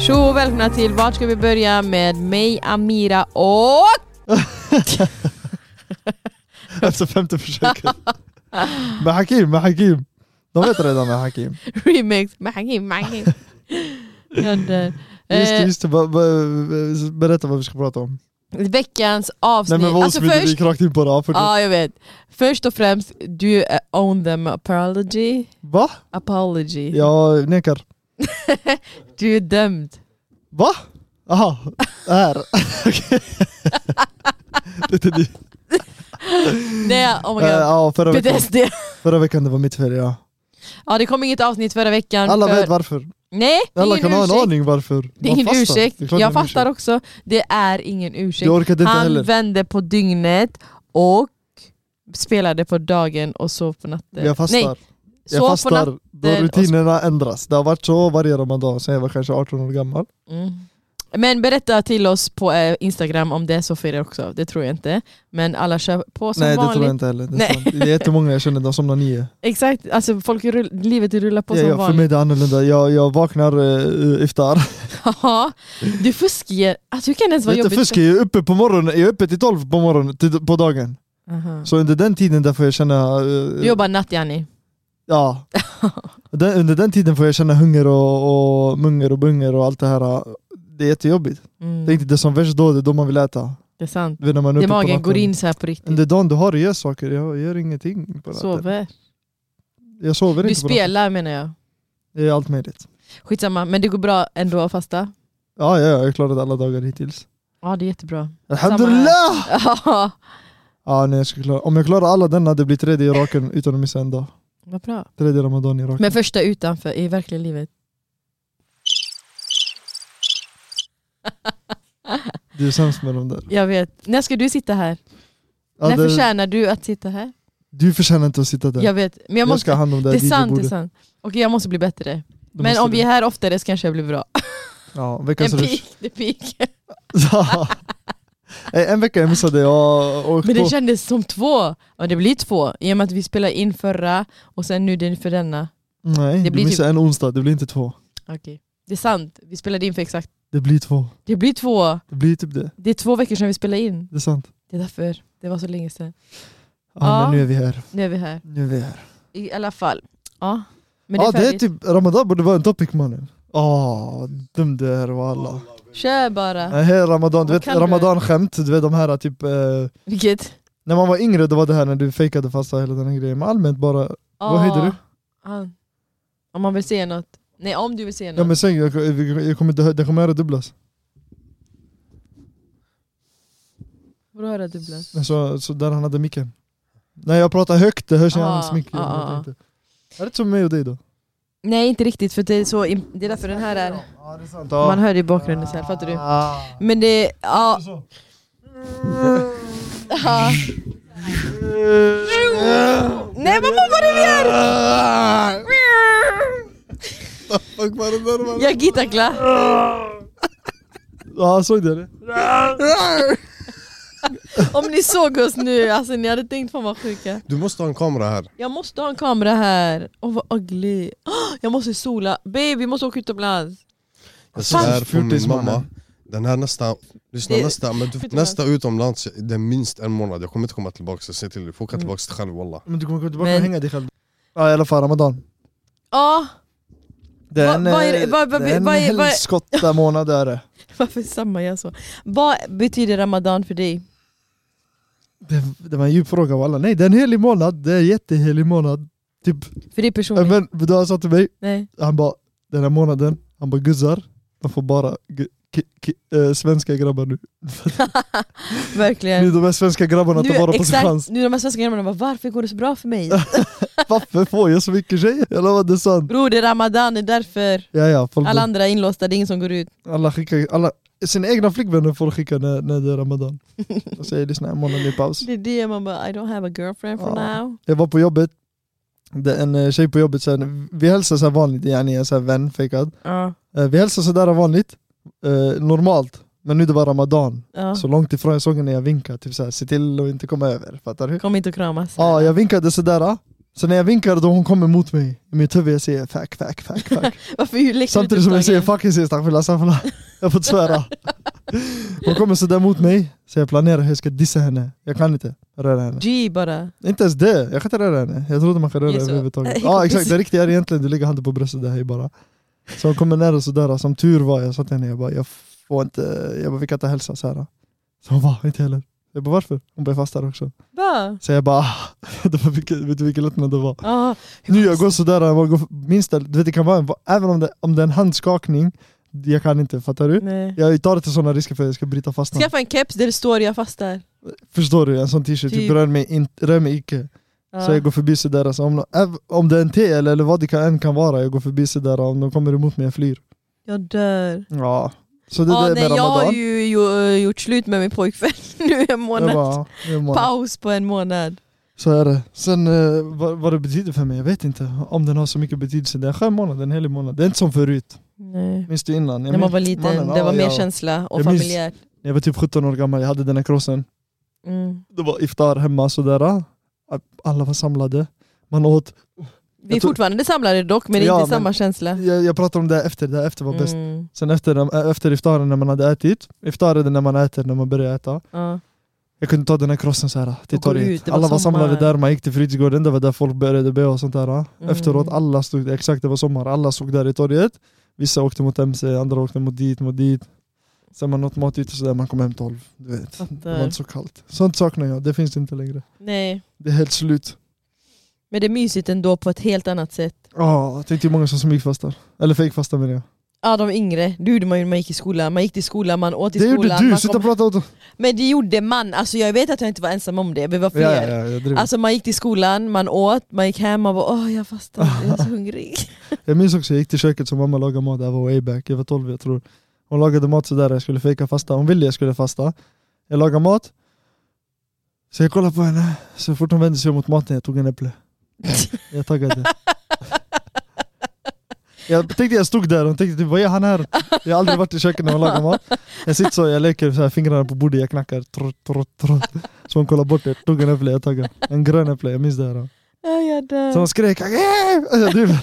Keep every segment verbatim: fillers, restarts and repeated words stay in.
Tjo, välkomna till Vart ska vi börja med mig, Amira och... Efter femte försöket. Med Hakim, med Hakim. De vet redan med Hakim. Remix med Hakim, med Hakim. Just det, just det. Berätta vad vi ska prata om. Veckans avsnitt. Nej men vad alltså först... vi först... rakt in på det. Ja, ah, jag vet. Först och främst, du uh, own them apology. Va? Apology. Jag nekar. Du är dömd. Va? Aha, här. Det är det. Nej, oh my god. Uh, ja, förra, veckan, P T S D. förra veckan det var mitt fel, ja. Ja, det kom inget avsnitt förra veckan. Alla för... vet varför. Nej, det är Alla ingen kan ursäkt. ha en aning varför. Det är ingen fastar. ursäkt. Det är Jag fattar ursäkt. också. Det är ingen ursäkt. Jag orkade inte Han heller. vände på dygnet och spelade på dagen och sov på natten. Jag fastar. Nej, jag fastar då natten rutinerna ändras. Det har varit så varje ramadan sen jag var kanske arton år gammal. Mm. Men berätta till oss på eh, Instagram om det är så för er också. Det tror jag inte. Men alla kör på som Nej, vanligt. det tror jag inte heller. Det är, Nej. sant. Det är jättemånga jag känner, de somnar nio. Exakt, alltså folk rull, livet rullar på Ja, som ja, för vanligt. mig är det annorlunda. Jag, jag vaknar uh, iftar. Ja, du fuskar. Alltså, hur kan det ens vara Jag jobbigt? fuskar, jag är uppe på morgonen. Jag är uppe till tolv på morgonen, till, på dagen. Aha. Så under den tiden där får jag känna... Uh, Du jobbar natt, Janni. Ja. den, under den tiden får jag känna hunger och, och munger och bunger och allt det här. Det är jättejobbigt. Mm. Det är inte det som värst då, det är då man vill äta. Det är sant. Det är, när man är Det uppe på magen natten. går in så här på riktigt. Under dagen du har, gör saker. Jag gör ingenting på natten. Sover. Jag sover Du inte på spelar menar jag. natten. Det är allt möjligt. Skitsamma, men det går bra ändå att fasta? Ja, ja, jag har klarat alla dagar hittills. Ja, det är jättebra. Alhamdulillah! Ja, Ja, nej, jag ska klara. Om jag klarar alla denna, det blir tredje i raken utan att missa en dag. vad bra. Tredje ramadan i raken. Men första utanför i verkliga livet. Du är sämst med dem där. Jag vet. När ska du sitta här? Ja, När det, förtjänar du att sitta här? du förtjänar inte att sitta där. Jag vet. Men jag Jag måste... ska ha hand om det Det här är sant, det är D J-bordet. sant. Okej, jag måste bli bättre. Då Men måste om du. vi är här oftare så kanske jag blir bra. Ja, En veckans rush. peak, det är peak. Ja. En vecka jag missade jag och Men det på. kändes som två. Ja, det blir två. I och med att vi spelade in förra och sen nu den för denna. Nej, det det blir du missade typ- en onsdag, det blir inte två. Okej. Det är sant. Vi spelade in för exakt. Det blir två. Det blir två. Det blir typ det. Det är två veckor sedan vi spelade in. Det är sant. Det är därför. Det var så länge sedan. Ja, Ja. men nu är vi här. Nu är vi här. Nu är vi här. I alla fall. Ja. Men det är Ja, det är färdigt. typ, Ramadan borde vara en topic, mannen. Åh, dum det här och alla. Kör bara. Nej, här Ramadan, du Vad vet kan du? Ramadan-skämt, du vet de här typ... Eh, Vilket? när man var yngre, det var det här när du fejkade fasta hela den här grejen. Men allmänt bara, vad höjde du? Ah. Om man vill se något. Nej, om du vill se något. Ja men sen, jag, jag, jag kommer, det kommer göra dubblas. Vadå höra dubbla? Så, så där han hade micken. När jag pratar högt, det hörs i Ah, hans mick. ah, ah. Är det inte som mig och dig då? Nej, inte riktigt. För det är, så, det är därför den här är... Ja, det är sant. Man hör det i bakgrunden så här, fattar du? Ah. Men det... Ja. Så. Ja. Nej, vad var det vi gör? Fuck var det där, man? Jag gittaklar. Ja, såg du det? Om ni såg oss nu, alltså ni hade tänkt fan vad sjuka. Du måste ha en kamera här. Jag måste ha en kamera här. Åh, vad ugly. Oh, jag måste sola. Baby, vi måste åka utomlands. Jag Fan. svär på min fjortismannen. mamma. Den här nästa, lyssna Det- nästa, men du, utomlands. nästa utomlands, det är minst en månad. Jag kommer inte komma tillbaka, så säg till dig, du får åka Mm. tillbaka till själv, wallah. Men du kommer komma tillbaka Men- och hänga dig själv. Ja, i alla fall Ramadan. Ja, Det är en, Va- vad är det- eh, vad- vad- det är en vad är- vad är- helskotta månad är det. varför samma jag så? Vad betyder Ramadan för dig? det. Det var en djup fråga av alla. Nej, det är en helig månad. Det är en jättehelig månad. Typ, För dig personligen? men du har sagt till mig, Nej. han bara, den här månaden, han bara guzzar, man får bara gu- ki- ki- äh, svenska grabbar nu. Verkligen. Nu de här svenska grabbarna tar vara på sin chans. Nu de här svenska grabbarna bara, varför går det så bra för mig? Varför får jag så mycket tjejer? Eller vad det är sant? Bror, det är Ramadan, det är därför. Ja, ja, folk, Alla andra är inlåsta, det är ingen som går ut. alla skickar, alla, sina egna flickvänner får skicka när, när det är Ramadan. Och säger lyssna, en månad i paus. Det är det man bara, I don't have a girlfriend for Ja. now. Jag var på jobbet, det är en eh, tjej på jobbet, så här, vi hälsar så här vanligt, yani en så här vän, fejkad. Ja. Eh, Vi hälsar så där vanligt, eh, normalt. Men nu det var Ramadan, Ja. så långt ifrån jag såg när jag vinkade, typ så här, se till att inte komma över, fattar du? Kom inte och kramas. Ja, jag vinkade sådär. Så när jag vinkar då hon kommer mot mig. I mitt huvud jag säger fuck, fuck, fuck, fuck. Varför leker Samtidigt som jag säger fuck, jag säger staffela, staffela. Jag har fått svära. Hon kommer så där mot mig. Så jag planerar hur jag ska dissa henne. Jag kan inte röra henne. G bara. Inte ens det, jag kan inte röra henne. Jag trodde man kan röra Yes, henne överhuvudtaget. ja. Ja exakt, det riktiga är egentligen du lägger handen på bröstet där hej bara. Så hon kommer nära sådär, som tur var jag sa till henne, jag bara, jag får inte, jag bara, vi kan inte hälsa så här. Så hon bara, inte heller. Jag bara, varför? Hon blev fast där också. Va? Så jag bara, ah, det var vilket, vet du vilken lättnad det var? Ah, Nu jag går sådär, jag går minst, du vet det kan vara, även om det, om det är en handskakning, jag kan inte, fattar du? nej. Jag tar inte sådana risker för att jag ska bryta fast. Skaffa en keps där det står jag fastar. Förstår du? En sån t-shirt, typ, Typ. rör mig, in, rör mig icke. Ah. Så jag går förbi sådär, alltså, om, äv- om det är en T eller, eller vad det kan, än kan vara, jag går förbi sådär, om de kommer emot mig jag flyr. Jag dör. Ja, så det Ah, är det nej, med jag har Ramadan. ju, ju gjort slut med min pojkvän nu en Jag månad. bara, en månad. Paus på en månad. Så är det. Sen eh, vad, vad det betyder för mig, jag vet inte om den har så mycket betydelse. Det är en skön månad, en helig månad. Det är inte som förut. Nej. Minns du innan? Jag När man minns- var liten, mannen, det ja, var mer jag- känsla och jag minns- familjärt. När jag var typ sjutton år gammal, jag hade den här krossen. Mm. Det var iftar hemma sådär. Alla var samlade. Man åt. Vi är tror- fortfarande samlade dock, men Ja, inte men- samma känsla. Jag, jag pratar om det efter, det efter var bäst. Mm. Sen efter, efter iftaren när man hade ätit. Iftar är det när man äter, när man börjar äta. Ja. Jag kunde ta den här krossen så här till Och gå ut, torget. det var Alla var sommar. samlade där, man gick till fritidsgården, det var där folk började be och sånt där. Mm. Efteråt, alla stod, exakt det var sommar, alla stod där i torget. Vissa åkte mot M C, andra åkte mot dit, mot dit. Sen man åt mat ute så där, man kom hem tolv. Du vet, det var Fattar. inte så kallt. Sånt saknar jag, det finns inte längre. Nej, Det är helt slut. men det är mysigt ändå på ett helt annat sätt. Ja, jag tänkte hur många som smygfastar. Eller fejkfastar menar jag. Ja, de yngre, det gjorde man ju när man gick i skolan. Man gick till skolan, man åt i Det skolan. gjorde du, man sitta kom... och prata åt dem. Men det gjorde man, alltså jag vet att jag inte var ensam om det, vi var Ja, fler. ja, ja, jag driver. Alltså man gick till skolan, man åt, man gick hem och bara åh jag fastar, jag är så hungrig. Jag minns också, jag gick till köket som mamma lagade mat, det var way back, jag var tolv jag tror. Hon lagade mat sådär, jag skulle fejka fasta. Hon ville jag skulle fasta. Jag lagade mat. Så jag kollade på henne, så fort hon vände sig mot maten jag tog en äpple. Jag taggade. Jag tänkte jag stod där och tänkte typ, vad är han här? Jag har aldrig varit i köket när hon lagar mat. Jag sitter så, jag leker så här, fingrarna på bordet, jag knackar. Trott, trott, trott. Så hon kollar bort, jag tog en äpple, jag taggade. En grön äpple, jag minns det här. Ja, jag dör. Så hon skrek. Jag driver.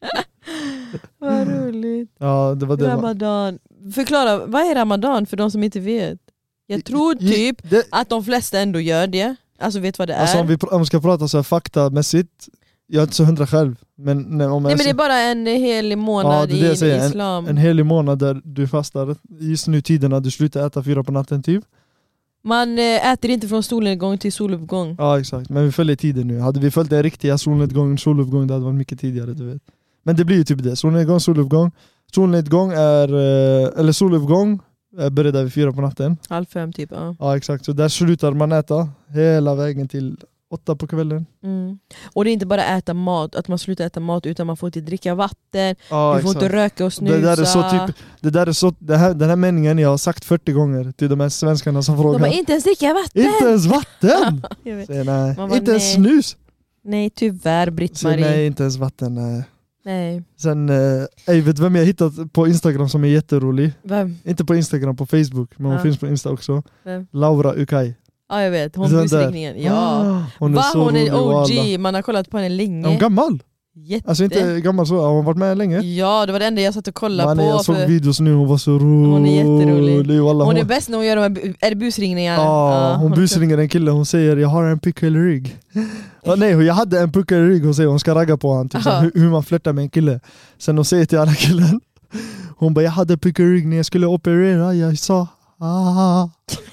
Vad roligt. Ja, det var det. Ramadan. Förklara, vad är Ramadan för de som inte vet? Jag tror I- typ det, att de flesta ändå gör det. Alltså vet vad det är. Alltså om vi, pr- om vi ska prata så här faktamässigt, jag är inte så hundra själv. Men, nej, om Nej jag men det är så, bara en helig månad Ja, det är det jag i säger. islam. en helig månad där du fastar, just nu tiderna du slutar äta fyra på natten typ. Man eh, äter inte från solnedgång till soluppgång. Ja exakt, men vi följer tiden nu. Hade vi följt den riktiga solnedgång, soluppgång, det hade varit mycket tidigare du vet. Men det blir ju typ det, solnedgång, soluppgång. Solnedgång är, eh, eller soluppgång är börjar där vid fyra på natten. Halv fem typ. Ja. Ja exakt, så där slutar man äta hela vägen till åtta på kvällen. Mm. Och det är inte bara äta mat, att man slutar äta mat utan man får inte dricka vatten, Ja, du får exakt. inte röka och snusa. Det där är så typ, det där är så, det här, den här meningen jag har sagt fyrtio gånger till de här svenskarna som De frågar. bara inte ens dricka vatten! Inte ens vatten! Jag vet. Säger nej. Man bara, Inte ens nej. snus! Nej tyvärr Säger Britt-Marie. nej, inte ens vatten. Nej. Nej. Sen, eh, ey, vet du vem jag hittat på Instagram som är jätterolig? Vem? Inte på Instagram, på Facebook, men hon Ja. finns på Insta också. Vem? Laura Ukaj. Ja jag vet, hon Är den där? busringningen. Ja. Ah, hon är Va? så Hon rolig. är O walla. G, man har kollat på henne Är länge. hon gammal? Jätte. Alltså inte gammal så, har hon varit med länge? Ja det var det enda jag satt och kollade Mannen, på. jag såg för videos nu, hon var så rolig. Hon är jätterolig. Walla, hon hon är bäst när hon gör de här bu- är det busringningar. Ja, hon busringer en kille, hon säger jag har en puckelrygg. Ja, nej, jag hade en puckelrygg, hon säger hon ska ragga på honom, typ, Aha. hur, hur man flörtar med en kille. Sen hon säger till andra killen, hon bara jag hade puckelrygg när jag skulle operera, jag sa ah,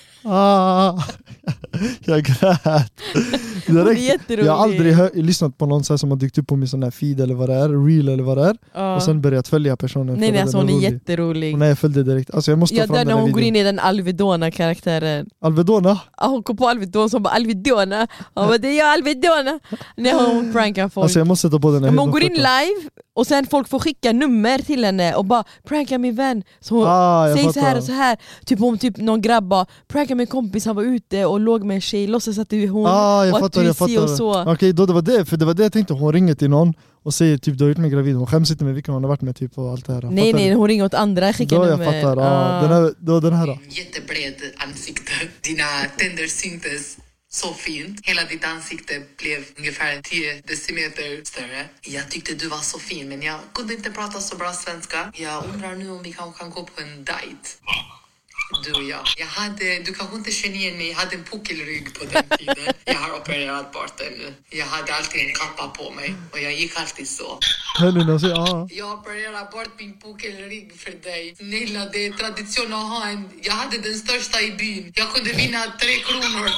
ah. Jag grät. Hon är Direkt. jätterolig. Jag har aldrig hör, lyssnat på någon så här som har dykt upp på min sån här feed eller vad det är, reel eller vad det är, Ja. och sen börjat följa personen. Nej för nej att alltså den hon är rolig. jätterolig. Och när jag följde direkt, alltså jag måste ta Ja, fram där den när här hon går videon. in i den Alvedona-karaktären. Alvedona? Ja, hon kom på Alvedon som bara Alvedona. Hon bara det är jag Alvedona. När hon prankar folk. Alltså jag måste ta på den här. Men hon går in helt live och sen folk får skicka nummer till henne och bara pranka min vän. Så hon Ah, jag säger så här fattar. och så här. Typ om typ någon grabb bara pranka min kompis, han var ute och låg med en tjej, låtsas att du är hon. Ah, jag och att fattar, du är jag si och fattar. så. Okej, då det var det, för det var det jag tänkte. Hon ringer till någon och säger typ du har gjort mig gravid. Hon skäms inte med vilka hon har varit med typ och allt det här. Nej Fattar nej, du? hon ringer åt andra, skickar Då nummer. jag fattar, Ah. ah. den här, då den här då. Jättebred ansikte, dina tänder syntes. Så fint. Hela ditt ansikte blev ungefär tio decimeter större. Jag tyckte du var så fin, men jag kunde inte prata så bra svenska. Jag undrar nu om vi kanske kan gå på en dejt. Du och jag. jag hade, du kanske inte känner igen mig, jag hade en puckelrygg på den tiden. Jag har opererat bort den nu. Jag hade alltid en kappa på mig och jag gick alltid så. Hörni, säger, ah. Jag opererar bort min puckelrygg för dig. Snälla, det är tradition att ha en... Jag hade den största i byn. Jag kunde vinna tre kronor.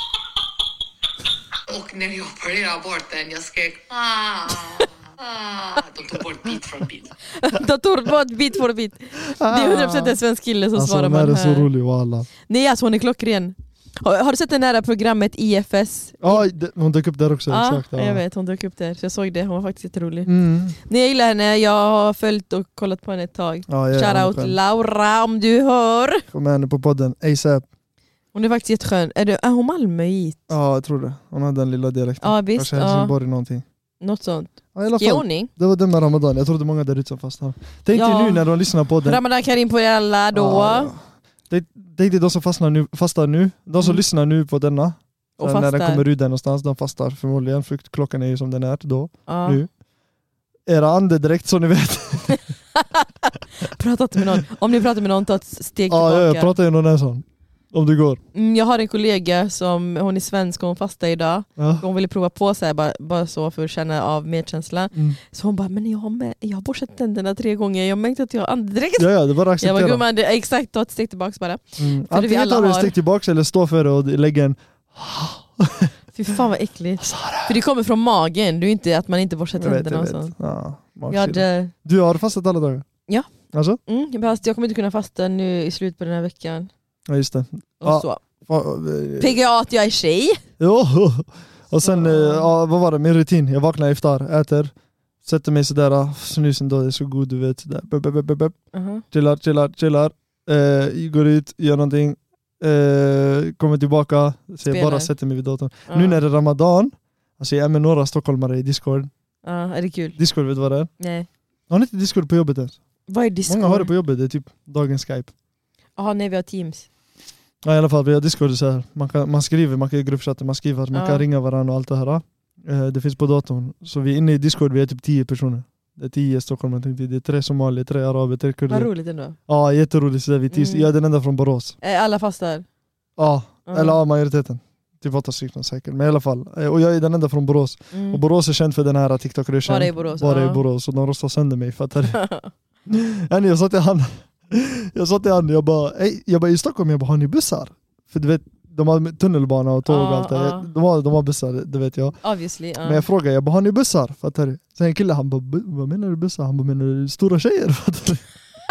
Och när jag opererade bort den, jag skrek... Ah. Ah, de tog bort bit för bit. De tog bort bit för bit. Det är hundra procent en svensk kille som alltså, svarar man här. här. Är så rolig, walla. Nej, alltså hon är klockren. Har, har du sett det nära programmet I F S? Ja, det, hon dök upp där också. Ja, exakt, ja. jag vet, hon dök upp där. Så jag såg det, hon var faktiskt jätterolig. Mm. Nej, jag gillar henne, jag har följt och kollat på henne ett tag. Ja, ja, Shoutout Laura om du hör. Kom med henne på podden, ASAP. Hon är faktiskt jätteskön. Är, det, är hon Malmöit? Ja, jag tror det. Hon hade den lilla dialekten. Ja, visst. Kanske Ja. Helsingborg någonting. Något sånt. Ja, i alla fall. Skåning. Det var det med Ramadan. Jag trodde många där ute som fastnade. Tänk Ja. dig nu när de lyssnar på den. Ramadan Karim på er alla då. Ja, ja. Tänk tänk dig de som fastnar nu, fastar nu. De som Mm. lyssnar nu på denna. Och Sen när den fastar. kommer ut där någonstans, de fastar förmodligen. För klockan är ju som den är då. Ja. Nu. Era andedräkt så ni vet. Prata inte med någon. Om ni pratar med någon, ta ett steg Ja, tillbaka. ja, jag pratar ju någon där sån. Om du går. Mm, jag har en kollega som, hon är svensk och hon fastar idag. Ja. Hon ville prova på sig bara, bara så för att känna av medkänsla. Mm. Så hon bara, men jag har, med, jag har borstat tänderna tre gånger. Jag har märkt att jag har andedräkt. Ja, ja, det är bara att Jag bara, acceptera. gumman, det är exakt, ta ett steg tillbaka bara. Mm. För det vi Antingen alla tar du ett har. steg tillbaka eller stå för det och lägga en... Fy fan vad äckligt. För det kommer från magen, du är inte att man inte borstar Jag vet, tänderna jag och vet. så. Ja, Jag, magsida. hade, Du har fastat alla dagar? Ja. Alltså? mm, fast jag kommer inte kunna fasta nu i slutet på den här veckan. Ja, just det. Och Ja. så. Va- P G A att jag är tjej. Jo. Och sen, Så. eh, ja, vad var det? Min rutin. Jag vaknar efter, äter, sätter mig sådär, ah, snusen då är så god, du vet. Sådär. Bup, bup, bup, bup, bup. Uh-huh. Chillar, chillar, chillar. Eh, går ut, gör någonting. Eh, kommer tillbaka, så jag Spelar. bara sätter mig vid datorn. Ja. Nu när det är Ramadan, alltså jag är med några stockholmare i Discord. Ja, är det kul? Discord, vet du vad det är? Nej. Har ni inte Discord på jobbet ens? Vad är Discord? Många har det på jobbet, det är typ dagens Skype. Jaha, nej vi har Teams. Ja, i alla fall, vi har Discord så här. Man, kan, man skriver, man kan gruppchatta, man skriver, man Ja. kan ringa varandra och allt det här. Eh, det finns på datorn. Så vi är inne i Discord, vi är typ tio personer. Det är tio stockholmare, tänkte jag. Det är tre somalier, tre araber, tre Vad kurder. roligt ändå. Ja, jätteroligt. Så där, vi tis- Mm. Jag är den enda från Borås. Eh, Alla fastar. Ja, Ja. eller ja, majoriteten. Typ åtta stycken säkert, men i alla fall. Eh, Och jag är den enda från Borås. Mm. Och Borås är känd för den här TikTok-ruschen. Bara i Borås. Bara ja. i Borås. Och de röstar sönder mig, fattar du? Ja, nej, jag sa till han, jag sa till han, jag bara, "Ey," jag bara i Stockholm, jag bara, har ni bussar? För du vet, de har tunnelbana och tåg och Ja, allt det. ja. De har, de har bussar, det vet jag. Obviously. Ja. Men jag frågar, jag bara, har ni bussar? Fattar du? Sen en kille, han bara, "Bu- vad menar du bussar? Han bara, menar du stora tjejer? Fattar du?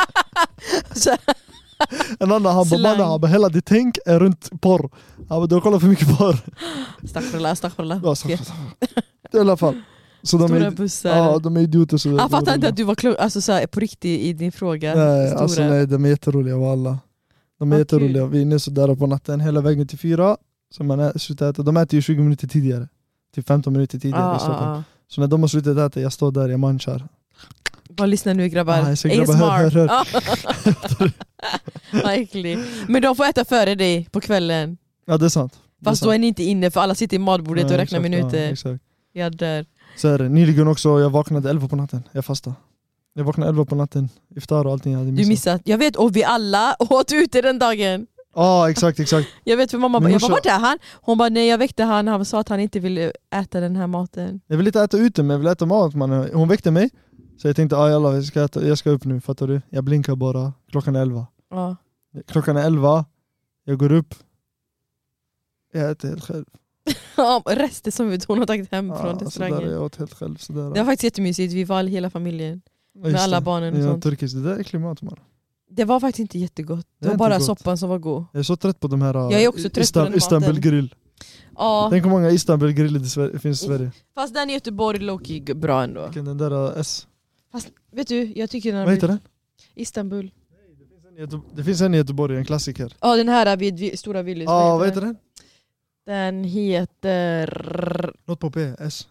Så- En annan, han bara, Slang. mannen, han bara, hela ditt tänk är runt porr. Han bara, du har kollat för mycket porr. Astaghfirullah, astaghfirullah. Ja, så, I alla fall. Så de Stora är, bussar. ja, de är idioter. Så Han fattar inte att du var klok, alltså, så här, på riktigt i din fråga. Nej, Stora. alltså, nej, de är jätteroliga av alla. De är Vad jätteroliga. kul. Vi är inne så där på natten hela vägen till fyra. Så man är, slutar äta. De äter ju tjugo minuter tidigare. Typ femton minuter tidigare Ah, i Stockholm. ah, ah. Så när de har slutat äta, jag står där, jag manchar. Bara lyssna nu grabbar. Ah, jag säger, grabbar, hör, hör, hör. Ah. Vad äcklig. Men de får äta före dig på kvällen. Ja, det är sant. Det är Fast sant. då är ni inte inne för alla sitter i matbordet Ja, och räknar exakt, minuter. Ja, exakt. Jag dör. Så är det. Nyligen också, jag vaknade elva på natten. Jag fastade. Jag vaknade elva på natten. Iftar och allting jag hade Du missat. missat. Jag vet, och vi alla åt ute den dagen. Ja, ah, exakt, exakt. Jag vet för mamma Men bara, jag bara, morsa- vart är han? Hon bara, nej jag väckte han, han sa att han inte ville äta den här maten. Jag vill inte äta ute, men jag vill äta mat. Man. Hon väckte mig. Så jag tänkte, ah, jalla, jag, ska äta, jag ska upp nu, fattar du? Jag blinkar bara. Klockan är elva. Ja. Klockan är elva. Jag går upp. Jag äter helt själv. Ja, resten som hon har tagit hem från Ja, så där restaurangen. är jag åt helt själv. Så där. Det var faktiskt jättemysigt, vi var hela familjen. Ja, Med just alla det. barnen och Ja, sånt. turkiskt. Det där är klimat, man. Det var faktiskt inte jättegott. Det Det är var inte bara gott. soppan som var god. Jag är så trött på de här Jag är också trött på Istan- den maten. Istanbul grill. Ja, Tänk hur många Istanbul grill det Sver- finns i Sverige. fast den i Göteborg låg bra ändå. Vilken den där uh, S. Fast vet du, jag tycker den har Vad heter blivit- den? Istanbul. Det finns en i Göteborg, en klassiker. Ja, den här vid vid Stora Willys. Ja, ah, vad heter den? Den heter Något på P, S.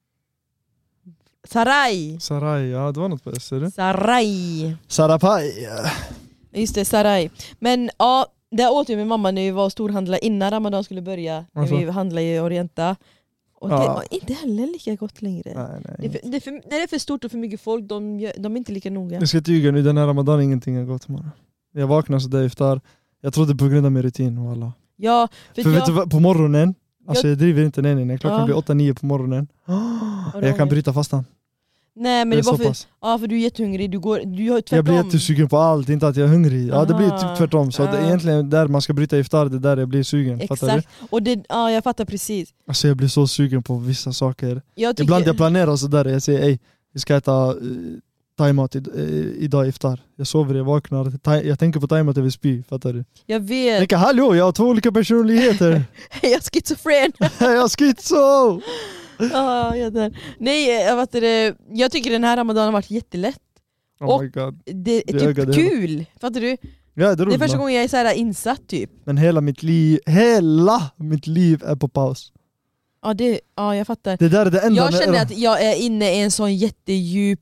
Sarai. Sarai, ja det var något på S, är det? Sarai. Sarapai. Just det, Sarai. Men ja, Där åt jag med mamma när vi var och storhandlade innan Ramadan skulle börja. Alltså. När vi handlade i Orienta. Och Ja. det var inte heller lika gott längre. Nej, nej. Det är för, det är för, när det är för stort och för mycket folk, de, gör, de är inte lika noga. Jag ska inte ljuga nu, den här Ramadan ingenting har gått med. Jag vaknade sådär efter. Jag trodde på grund av min rutin och alla. Ja, för, För jag, vet du vad, på morgonen, alltså Jag- jag driver inte, nej nej, nej. Klockan Ja. blir åtta nio på morgonen. Vadå? Jag kan bryta fastan. Nej men Det det är var så för, pass. ja, för du är jättehungrig, du, går, du gör tvärtom. Jag blir jättesugen på allt, inte att jag är hungrig. Ja det blir Aha. typ tvärtom. Så det är Ja. egentligen där man ska bryta iftar, det där jag blir sugen. Fattar du? Exakt, och det, ja, jag fattar precis. Alltså jag blir så sugen på vissa saker. Jag tycker, Ibland jag planerar sådär, jag säger ej, vi ska äta uh, thaimat id- uh, idag iftar. Jag sover, jag vaknar, thai- jag tänker på thaimat över spy, fattar du? jag Jag vet, tänker hallå, jag har två olika personligheter. jag är schizofren. Jag har schizo! Ja, jag dör. Nej, jag, vet det, jag tycker den här Ramadan har varit jättelätt. Oh Och- my god. Det är Det ögade typ hela. kul, fattar du? Ja, det är Det är roligt. första va? gången jag är så här insatt typ. Men hela mitt liv, hela mitt liv är på paus. Ja, det, ja jag fattar. Det där är det enda. Jag känner när- att jag är inne i en sån jättedjup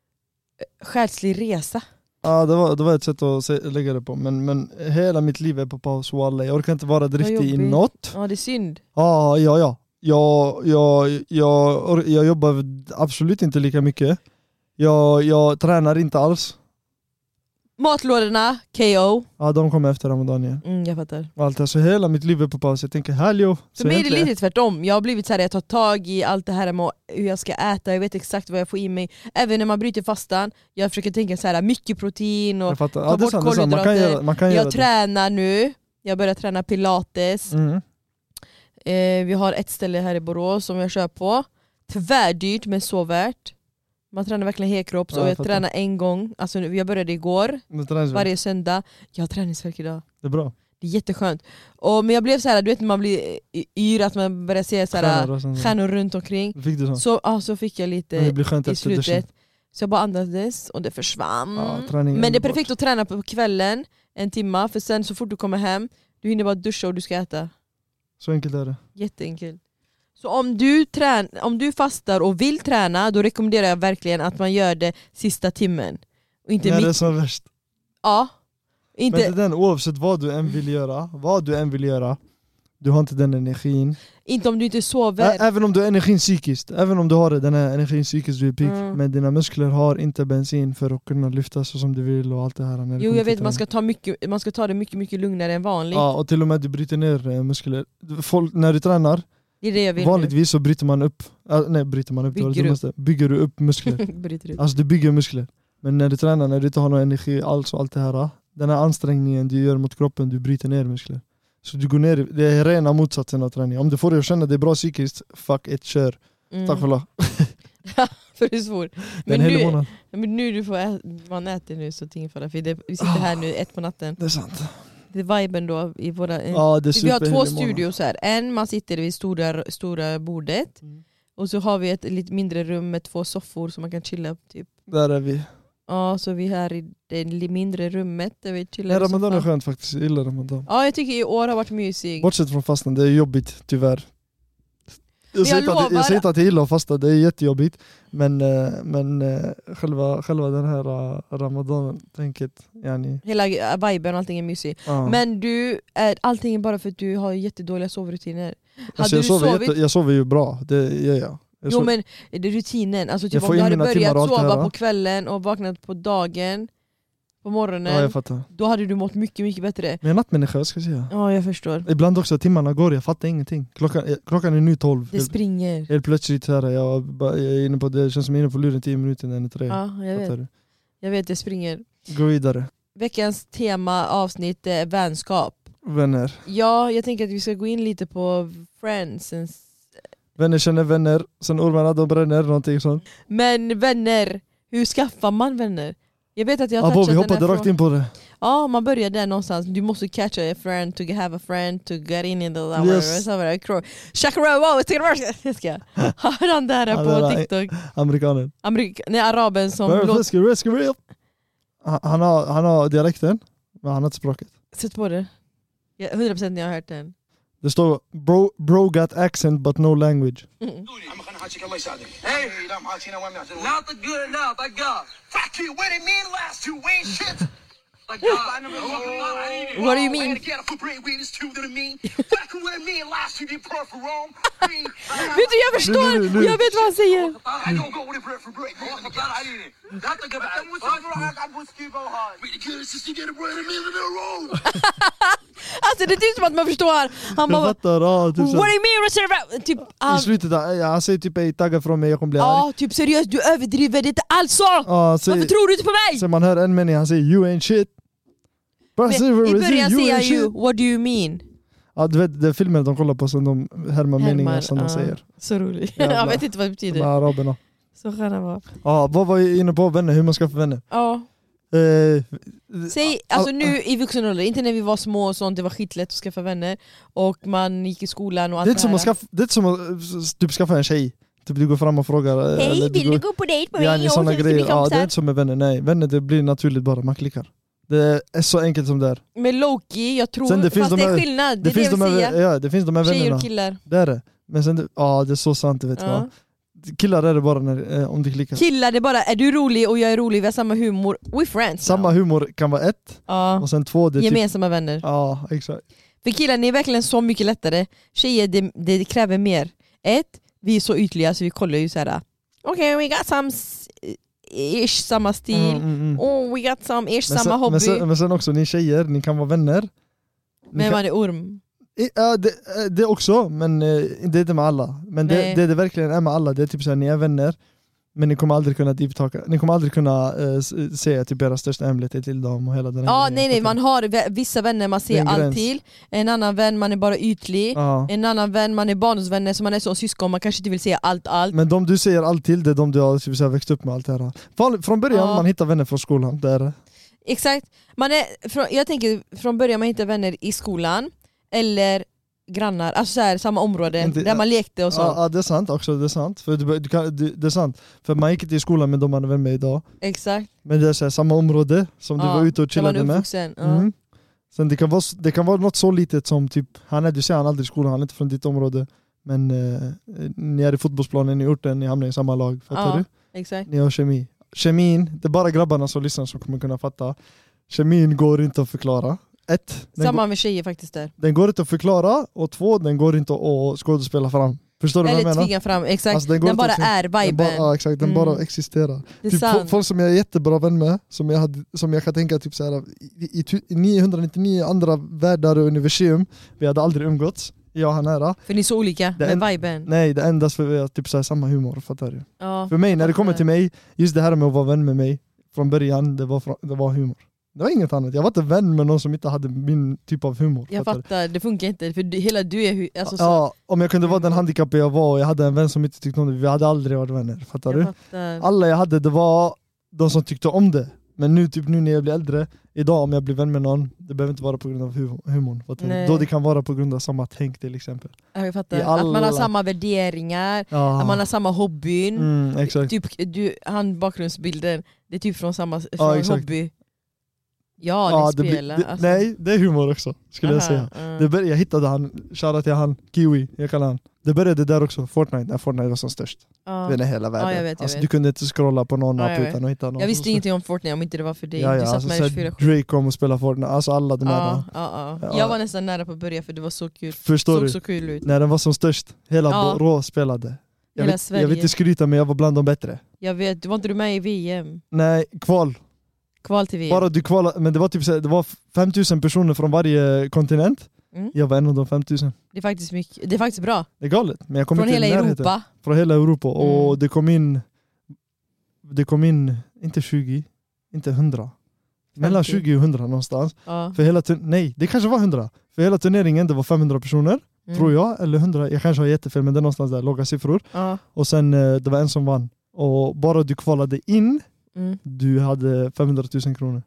eh, själslig resa. Ja, det var, det var ett sätt att se, lägga det på. Men, men hela mitt liv är på paus, wallah. Jag orkar inte vara driftig i jobbigt. något. Ja, det är synd. Ja, ja, ja. Jag, jag, jag, or- jag jobbar absolut inte lika mycket. Jag, jag tränar inte alls. Matlådorna, K O. Ja, de kommer efter Ramadan igen. Mm, jag fattar. Och allt det. Så hela mitt liv är på paus. Jag tänker, hallå. För mig är det lite tvärtom. Jag har blivit så här, jag tar tag i allt det här med hur jag ska äta, jag vet exakt vad jag får i mig. Även när man bryter fastan, jag försöker tänka så här mycket protein och Jag fattar. ta Ja, det är bort sant, det är sant. Man kan kolhydrater. göra, man kan göra jag tränar nu. Jag börjar träna pilates. det. Mm. Eh, vi har ett ställe här i Borås som jag kör på. Tvärdyrt men så värt. Man tränar verkligen helkropps Ja, och jag jag fattar. tränar en gång. Alltså jag började igår, Men träningsvärk. varje söndag. Jag har träningsvärk idag. Det är bra. Det är jätteskönt. Och, men jag blev så här, du vet när man blir y- yr, att man börjar se så här, Stjärnor och sånt. stjärnor runt omkring. Fick du sånt? Så, ja, så fick jag Men det lite blir skönt i efter duschen. slutet. Så jag bara andades och det försvann. Ja, träningen Men det är bort. perfekt att träna på kvällen, en timma. För sen så fort du kommer hem, du hinner bara duscha och du ska äta. Så enkelt är det. Jätteenkelt. Så om du, trän om du fastar och vill träna, då rekommenderar jag verkligen att man gör det sista timmen. Och inte Nej, det är mitt... som värst. Ja. Inte... Men det är den, oavsett vad du än vill göra, vad du än vill göra, du har inte den energin. inte om du inte sover. Ä- Även om du har energin psykiskt, även om du har den här energin psykiskt, du är pigg, Mm. men dina muskler har inte bensin för att kunna lyfta så som du vill och allt det här. när det Jo kommer jag till vet, man ska, ta mycket, man ska ta det mycket mycket lugnare än vanligt. Ja, och till och med du bryter ner eh, muskler. Folk, när du tränar, Det är det jag vill nu. vanligtvis så bryter man upp, äh, nej bryter man upp, det var det Bygger dummaste. Bygger du upp muskler. Bryter ut. Alltså du bygger muskler. Men när du tränar, när du inte har någon energi alls och allt det här, den här ansträngningen du gör mot kroppen, du bryter ner muskler. Så du går ner, i- det är rena motsatsen av träning. Om du får dig att känna dig bra psykiskt, fuck it, kör. Mm. Tack för alla. För det är svårt. Det är Men en hel nu, månad. men nu du får ä man äter nu så ting för det. För det, vi sitter här nu ett på natten. Det är sant. Det är viben då i våra... Ja, det är vi har två superhelig månad. studios här. En, man sitter vid stora, stora bordet. Mm. Och så har vi ett lite mindre rum med två soffor som man kan chilla typ. Där är vi. Ja, så vi är här i det li- mindre rummet där vi chillar Nej, i Ramadan är soffan. skönt faktiskt, jag gillar Ramadan. Ja, jag tycker i år har varit mysig. Bortsett från fastan, det är jobbigt tyvär. Jag jag säger, inte att, lovar- jag säger inte att jag gillar att fasta, det är jättejobbigt. Men, eh, men eh, själva, själva den här uh, Ramadan-tänket, yani, Hela äh, viben och allting är mysig. ja. Men du, är allting är bara för att du har jättedåliga sovrutiner. alltså, Hade jag, du sover sovit? jätte, jag sover ju bra, det gör jag. jag Jo sov- men det är rutinen, alltså typ Jag får om du in hade mina timmar och börjat allt det sova här. på kvällen och vaknat på dagen, på morgonen, ja, jag fattar. då hade du mått mycket mycket bättre. Men jag är nattmänniska, ska jag säga. Ja jag förstår. Ibland också, timmarna går, jag fattar ingenting. Klockan, eh, klockan är nu tolv. Det Helt, springer. helt plötsligt här, jag, bara- jag är inne på det, känns som jag är inne på luren tio minuter när den är tre. Ja jag Fattar vet, du? jag vet det springer. Gå vidare. Veckans tema avsnitt är vänskap. Vänner. Ja, jag tänker att vi ska gå in lite på friends. and s- Vänner känner vänner, sen ormarna de bränner, någonting sånt. Men vänner, hur skaffar man vänner? Jag vet att jag har Abo, vi touchat den hoppade här rakt frågan. in på det. Ja, man börjar där någonstans. Du måste catch a friend to have a friend to get in in the Yes. Shakara, wow, jag ska. Har han där Ja, på det där- TikTok? Amerikanen. Amerik nej, araben som låter... Rescue, rescue, real. Han, han, har, han har dialekten, men han har inte språket. Sätt på det. Ja, hundra procent när jag har hört den. Det står bro, bro got accent but no language. Mm. عم خلينا نحاكيك الله يساعدك. اي لا محاكينا وين نعتذر. لا طق لا طقاه. فاحكي وين مين last two وين shit. What do you mean? Vet du, jag förstår. Nu, nu, nu. Jag vet vad han säger. Alltså det är typ som att man förstår. Han Jag bara, fattar, ja, typ what så. do you mean reserve? Typ, I han, slutet, ja, han säger typ ej tagga från mig, jag kommer bli arg. ja, typ seriöst, du överdriver det inte alls så. Ja, så, Varför tror du inte på mig? så man hör en mening, han säger you ain't shit. Men, I början säger han ju, shit. what do you mean? Ja, du vet, det är filmer de kollar på som de härmar meningar som de ja, säger. Så roligt. Jävlar. Jag vet inte vad det De betyder. här araberna. Så sköna var. Ja, vad var jag inne på? Vänner, hur man ska få vänner. Ja. Eh, Säg, alltså nu i vuxen ålder, inte när vi var små och sånt, det var skitlätt att skaffa vänner. Och man gick i skolan och allt det är inte som här. att skaffa, det är inte som att eh, typ skaffa en tjej. Typ du går fram och frågar. eh, Hej, eller vill går, du gå på dejt med ja, mig? det är Och såna sen ska vi grejer. Ja, kompisar. det är inte som med vänner, nej. Vänner, det blir naturligt bara, man klickar. Det är så enkelt som det är. Med Loki, jag tror, Sen det finns fast de det är här- skillnad, det, Det, är finns det de jag vill här, säga. ja, det finns de här Tjejer vännerna. och killar. Det är det. Men sen, det- ja det är så sant, du vet Ja. vad. Killar är det bara när, eh, om det klickar. Killar, det är bara, är du rolig och jag är rolig, vi har samma humor, we friends Samma now. humor kan vara ett, Ja. och sen två, det är typ, Gemensamma vänner. ja exakt. För killar, ni är verkligen så mycket lättare. Tjejer, det, det kräver mer. Ett, vi är så ytliga så vi kollar ju såhär. Okej, okay, we got some s- ish samma stil. Mm, mm, mm. Oh, we got some ish Men samma sen, hobby. men, sen, men sen också, ni tjejer, ni kan vara vänner. Ni Men kan, man är orm. I- ja, det, eh, det också, men eh, det är inte med alla. Men det, Nej. det, det verkligen är med alla, det är typ såhär, ni är vänner, men ni kommer aldrig kunna deep talka. Ni kommer aldrig kunna eh, s- säga typ era största hemligheter till dem och hela den här Ja, grejen. nej nej, Fattar man har vä- vissa vänner man Det är ser en allt gräns. till. En annan vän, man är bara ytlig. du? Ja. En annan vän, man är barndomsvänner, så man är som syskon, man kanske inte vill säga allt allt. Men de du säger allt till, det är de du har typ, så här, växt upp med allt det här. Från, från början, Ja. man hittar vänner från skolan, det är det. Exakt, man är, från, jag tänker från början man hittar vänner i skolan, eller grannar, alltså så här, samma område, Inte- där man lekte och så. Ja, ja, det är sant också, det är sant. För du, du kan, du, det är sant. För man gick inte i skolan med de man är vän med idag. Exakt. Men det är så här, samma område som du Ja, var ute och där man är chillade med. uppvuxen. Ja. Mm. Sen det kan, vara, s- det kan vara något så litet som typ, han är, du ser han aldrig i skolan, han är inte från ditt område. Men eh, ni är i fotbollsplanen, ni är i orten, ni hamnar i samma lag. Fattar Ja. du? Exakt. Ni har kemi. Kemin, det är bara grabbarna som lyssnar som kommer kunna fatta. Kemin går inte att förklara. Ett, den, Samma med tjejer faktiskt där. den går inte att förklara, och två, den går inte att skådespela fram. Förstår du vad jag Eller menar? tvinga fram, exakt. Alltså, den den, går bara inte- är Den bara, viben. ja, exakt, den Mm. bara existerar. Det är Typ, fo- sant. folk som jag är jättebra vän med, som jag, hade, som jag kan tänka typ så här, i, i, tu- i niohundranittionio andra världar och universum, vi hade aldrig umgåtts, jag och han nära. För ni är så olika Det med en- viben. Nej, det endast för att vi har typ så här, samma humor, fattar du? Ja. För mig, när det kommer fattar. till mig, just det här med att vara vän med mig, från början, det var, fra- det var humor. Det var inget annat, jag var inte vän med någon som inte hade min typ av humor. Jag fattar du? fattar, det funkar inte, för du, hela du är hu- alltså, så, Ja, om jag kunde vara den handikappade jag var och jag hade en vän som inte tyckte om det, vi hade aldrig varit vänner, fattar du? jag fattar. Alla jag hade, det var de som tyckte om det. Men nu, typ nu när jag blir äldre, idag om jag blir vän med någon, det behöver inte vara på grund av hu- humorn. fattar du? Nej. Då det kan vara på grund av samma tänk till exempel. Ja, jag fattar. i Att man har alla- samma värderingar, Ja, att man har samma hobbyn. mm, exakt. Typ du, han bakgrundsbilden, det är typ från samma från Ja, exakt. hobby. Ja, Ja, det det blir- spelar. det, alltså. Nej, det är humor också, skulle jag Aha, säga. ja. Det bör, jag hittade han, shoutout till han, Kiwi, jag kallar han. Det började där också, Fortnite, när Fortnite var som störst. Ja. Det är hela världen. Ja, jag vet, jag alltså, vet. Du kunde inte scrolla på någon Ja, app jag vet. utan att hitta någon. Jag visste ingenting om Fortnite om inte det var för dig. Ja, ja, du satt alltså, med så i här, fyra sju. Drake kom och spelade Fortnite, alltså alla de här. Ja, ja, ja. Ja. Jag var nästan nära på att börja för det var så kul. Förstår Såg du? så kul ut. När den var som störst, hela Ja. Borå spelade. Jag Hela vet, Sverige. jag vill inte skryta, men jag var bland de bättre. Jag vet, var inte du med i V M? Nej, kval. Kval till V M? Bara du kvalade, men det var typ så här, det var femtusen personer från varje kontinent. Mm. Jag var en av de femtusen. Det är faktiskt mycket, det är faktiskt bra. Det är galet. Men jag kom Från inte i hela närheten. Europa. Från hela Europa. Och Mm. det kom in, det kom in, inte tjugo, inte hundra. Mellan femtio. tjugo och hundra någonstans. Ja. För hela turn- nej, det kanske var hundra. För hela turneringen, det var femhundra personer, Mm. tror jag. Eller hundra, jag kanske har jättefel, men det är någonstans där, låga siffror. Ja. Och sen, eh, det var en som vann. Och bara du kvalade in, Mm. du hade femhundratusen kronor.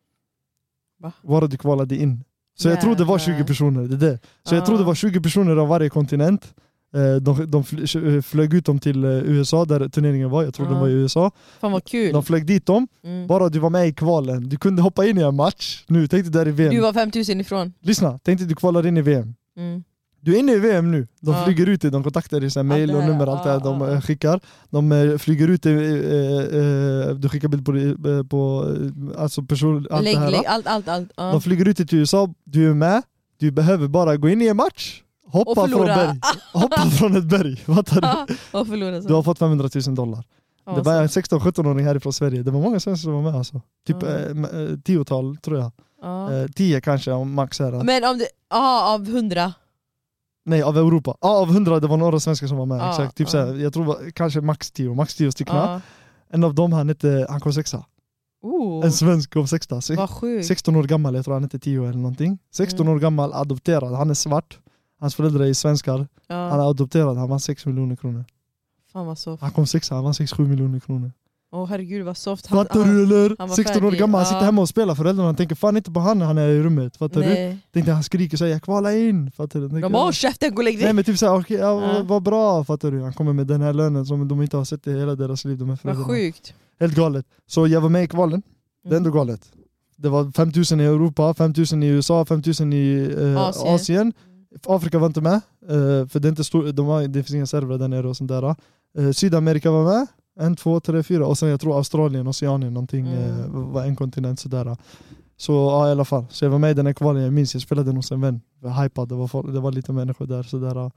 Va? Bara du kvalade in. Så jag tror det var tjugo Jävlar. personer, det är det. Så jag Ah. tror det var tjugo personer av varje kontinent. Eh, De, de fl- flög ut dem till eh, U S A där turneringen var, jag tror Ah. den var i U S A. Fan vad kul. De flög dit dem, Mm. bara du var med i kvalen. Du kunde hoppa in i en match, nu tänkte du där i V M. Du var femtusen ifrån. Lyssna, tänkte du kvalar in i V M. Mm. Du är inne i V M nu. De Ja. flyger ut det, de kontaktar dig, mail det och här, nummer, allt det här ja, de ja, eh, ja. skickar. De eh, flyger ut det, eh, eh, du skickar bild på, det, eh, på eh, alltså person, allt Lägg, det här. lägg, allt, allt, allt. Ja. De flyger ut det till U S A, du är med. Du behöver bara gå in i en match, hoppa Och från förlora. berg. Hoppa från ett berg. Fattar du? Ja, och förlora så. Du har fått femhundratusen dollar. Ja, Det var en så. sexton sjutton-åring härifrån Sverige. Det var många svenskar som var med alltså. Typ Ja. eh, eh, tiotal tror jag. Ja. Eh, tio kanske om max här. Men om det, ja av hundra. Nej, av Europa. Ja, av hundra det var några svenskar som var med. Ja, Exakt. Typ ja. såhär, jag tror det var, kanske max tio. Max tio stycken. Ja. En av dem han hette, han kom sexa. Oh, En svensk kom sexa. Se- vad sjukt. sexton år gammal, jag tror han hette tio eller någonting. sexton Mm. år gammal, adopterad. Han är svart. Hans föräldrar är svenskar. Han Ja. är adopterad, han vann sex miljoner kronor. Fan vad soft. Han kom sexa, han vann sex sju miljoner kronor. Åh herregud vad soft. Han, Fattar du eller? han var sexton år färdig. gammal, han Ja. sitter hemma och spelar. Föräldrarna tänker fan inte på han när han är i rummet. Fattar du? Nej. Tänkte han skriker och säger jag kvala in. Fattar du? De Tänker, bara åh käften, gå och lägg nej dig. men typ såhär, okej, ja, Ja. vad bra. Fattar du? Han kommer med den här lönen som de inte har sett i hela deras liv. De här Vad föräldrarna. sjukt. Helt galet. Så jag var med i kvalen. Det är ändå Mm. galet. Det var femtusen i Europa, femtusen i U S A, femtusen i eh, Asien. Asien. Afrika var inte med. Eh, för det, är inte stor, de har, det finns inga servrar där nere och sånt där. Eh, Sydamerika var med. En, två, tre, fyra. Och sen jag tror Australien, Oceanien någonting Mm. eh, var en kontinent sådär. Så ja, i alla fall. Så jag var med i den här kvalen, jag minns. Jag spelade hos en vän. Jag var hypad, det var, folk, det var lite människor där. Sådär.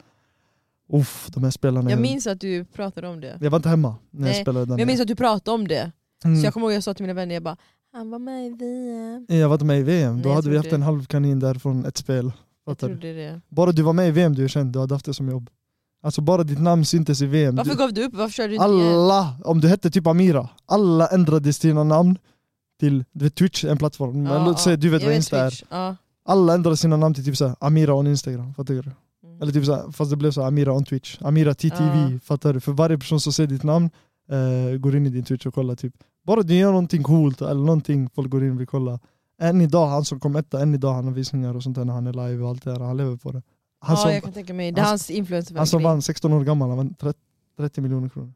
Uff, de här spelarna. Jag minns att du pratade om det. jag var inte hemma när Nej, jag spelade den. Men jag minns att du pratade om det. Mm. Så jag kommer ihåg att jag sa till mina vänner, jag bara han var med i V M. Jag var inte med i V M. Nej, Då jag hade vi trodde haft en det. halv kanin där från ett spel. Jag Fattar du? trodde det. Bara du var med i V M du är känd, du hade haft det som jobb. Alltså bara ditt namn syntes i V M. Varför Du, gav du upp? Varför körde du inte igen? alla, om du hette typ Amira, alla ändrade sina namn till du vet, Twitch, en plattform. Men låt säga, du vet jag vad Insta är. Twitch. Ja. Alla ändrade sina namn till typ såhär, Amira on Instagram. Fattar du? Mm. Eller typ såhär, fast det blev så Amira on Twitch. Amira T T V, Ja. fattar du? För varje person som ser ditt namn eh, går in i din Twitch och kollar typ. Bara du gör någonting coolt eller någonting folk går in och vill kolla. Än idag, han som kom etta, än idag han har visningar och sånt där när han är live och allt det där. Han lever på det. Han, Ja, som, jag kan tänka mig. Det är han- hans influencer. han som vann sexton år gammal, han vann trettio miljoner kronor.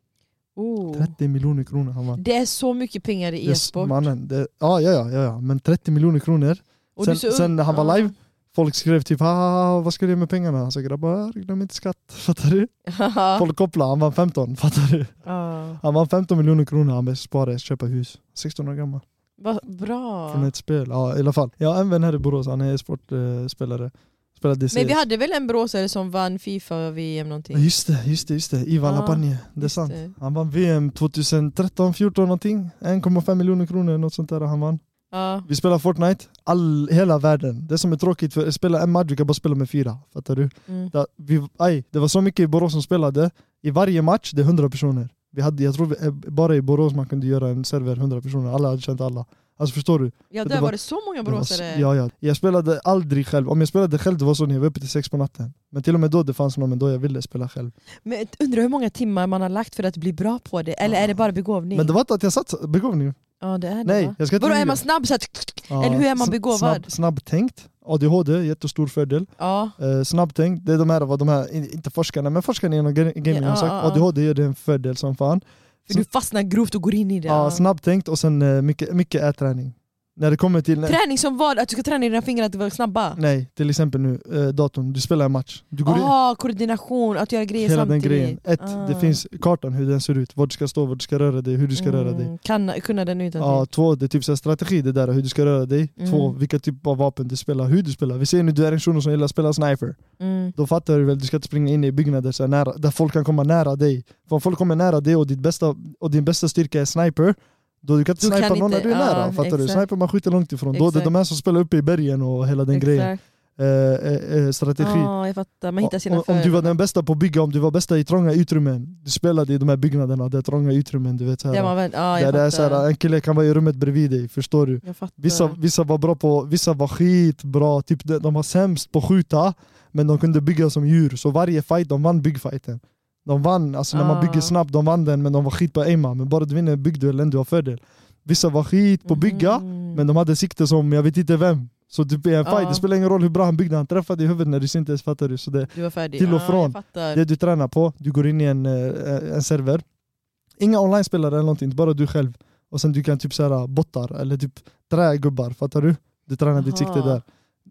Oh. trettio miljoner kronor han vann. Det är så mycket pengar i Det är e-sport. mannen, det, ja, ja, ja, ja, ja, men trettio miljoner kronor. Och Sen, du är så sen ung. när han var Ja. live, folk skrev typ "Haha, vad ska du göra med pengarna?" Han sa grabbar, glöm inte skatt. Fattar du? Ja. Folk kopplade, han vann femton. Fattar du? Ja. Han vann femton miljoner kronor, han började spara, köpa hus. sexton år gammal. Vad bra. Från ett spel. Ja, i alla fall. Jag har en vän här i Borås, han är e-sportspelare. Spelade D C S. Men vi hade väl en boråsare som vann FIFA V M någonting? Just det, just det, just det. Ivan Ja, Lapanje. Det är just sant. det. Han vann V M tjugotretton fjorton någonting. en komma fem miljoner kronor, något sånt där han vann. Ja. Vi spelar Fortnite, all, hela världen. Det som är tråkigt för att spela en match, vi kan bara spela med fyra. Fattar du? Mm. Det, vi, aj, det var så mycket i Borås som spelade. I varje match, det är hundra personer. Vi hade, jag tror vi, bara i Borås man kunde göra en server hundra personer. Alla hade känt alla. Alltså förstår du? Ja, Det där var- var det så många Det var, boråsare. ja, ja. Jag spelade aldrig själv. Om jag spelade själv det var så när jag var uppe till sex på natten. Men till och med då det fanns någon, men då jag ville spela själv. Men undrar hur många timmar man har lagt för att bli bra på det? Eller Ja. är det bara begåvning? Men det var inte att jag satt begåvning. Ja, det är det, Nej, va? jag ska inte Vadå, är ljuga. man snabb så att... Ja, eller hur är man sn- begåvad? Snabb, snabbtänkt. A D H D, jättestor fördel. Ja. Eh, snabbtänkt, det är de här, vad de här, in- inte forskarna, men forskarna inom ga- gaming Ja, har sagt. ja, ja. A D H D gör det en fördel som fan. För du fastnar grovt och går in i det. Ja, Ja. snabbtänkt och sen eh, mycket, mycket äträning. När det kommer till... Träning som vad? Att du ska träna dina fingrar att vara snabba? Nej, till exempel nu, eh, datorn, du spelar en match. Du går in, Ah, koordination, att göra grejer hela samtidigt. den grejen. Ett, Ah. det finns kartan hur den ser ut, var du ska stå, var du ska röra dig, hur du ska röra dig. Mm, kan, kunna den utan Ja, till. två, det är typ så här strategi det där, hur du ska röra dig. Mm. Två, vilka typ av vapen du spelar, hur du spelar. Vi ser nu du är en person som gillar att spela sniper. Mm. Då fattar du väl, du ska inte springa in i byggnader så här nära, där folk kan komma nära dig. För om folk kommer nära dig och, ditt bästa, och din bästa styrka är sniper, då du kan inte Du snipa kan någon när inte, du är ja, nära. Fattar du? exakt. Sniper man skjuter långt ifrån. Då är det Exakt. de här som spelar uppe i bergen och hela den grejen. Exakt. Eh, eh, eh, strategi. Ja, jag fattar. Man hittar sina om, om du var fördelar. den bästa på att bygga, om du var bästa i trånga utrymmen, du spelade i de här byggnaderna, det är trånga utrymmen, du vet så här. Det man väl, ja, jag Där det är fattar. så här, en kille kan vara i rummet bredvid dig, förstår du? Jag fattar. Vissa, vissa var bra på, vissa var skitbra, typ de, de var sämst på att skjuta, men de kunde bygga som djur, så varje fight, de vann byggfighten. De vann, alltså när man Ah. bygger snabbt, de vann den, men de var skit på att aima, men bara du vinner en byggduellen, du har fördel. Vissa var skit på att bygga, Mhm. men de hade sikte som jag vet inte vem. Så typ i en fight, Ja. det spelar ingen roll hur bra han byggde, han träffade i huvudet när du syntes, fattar du? Så det, Du var färdig. till och Ja, från. jag fattar. det du tränar på, du går in i en, eh, en server. Inga online-spelare eller någonting, bara du själv. Och sen du kan typ såhär bottar eller typ trägubbar, fattar du? Du tränar ditt Aha. sikte där.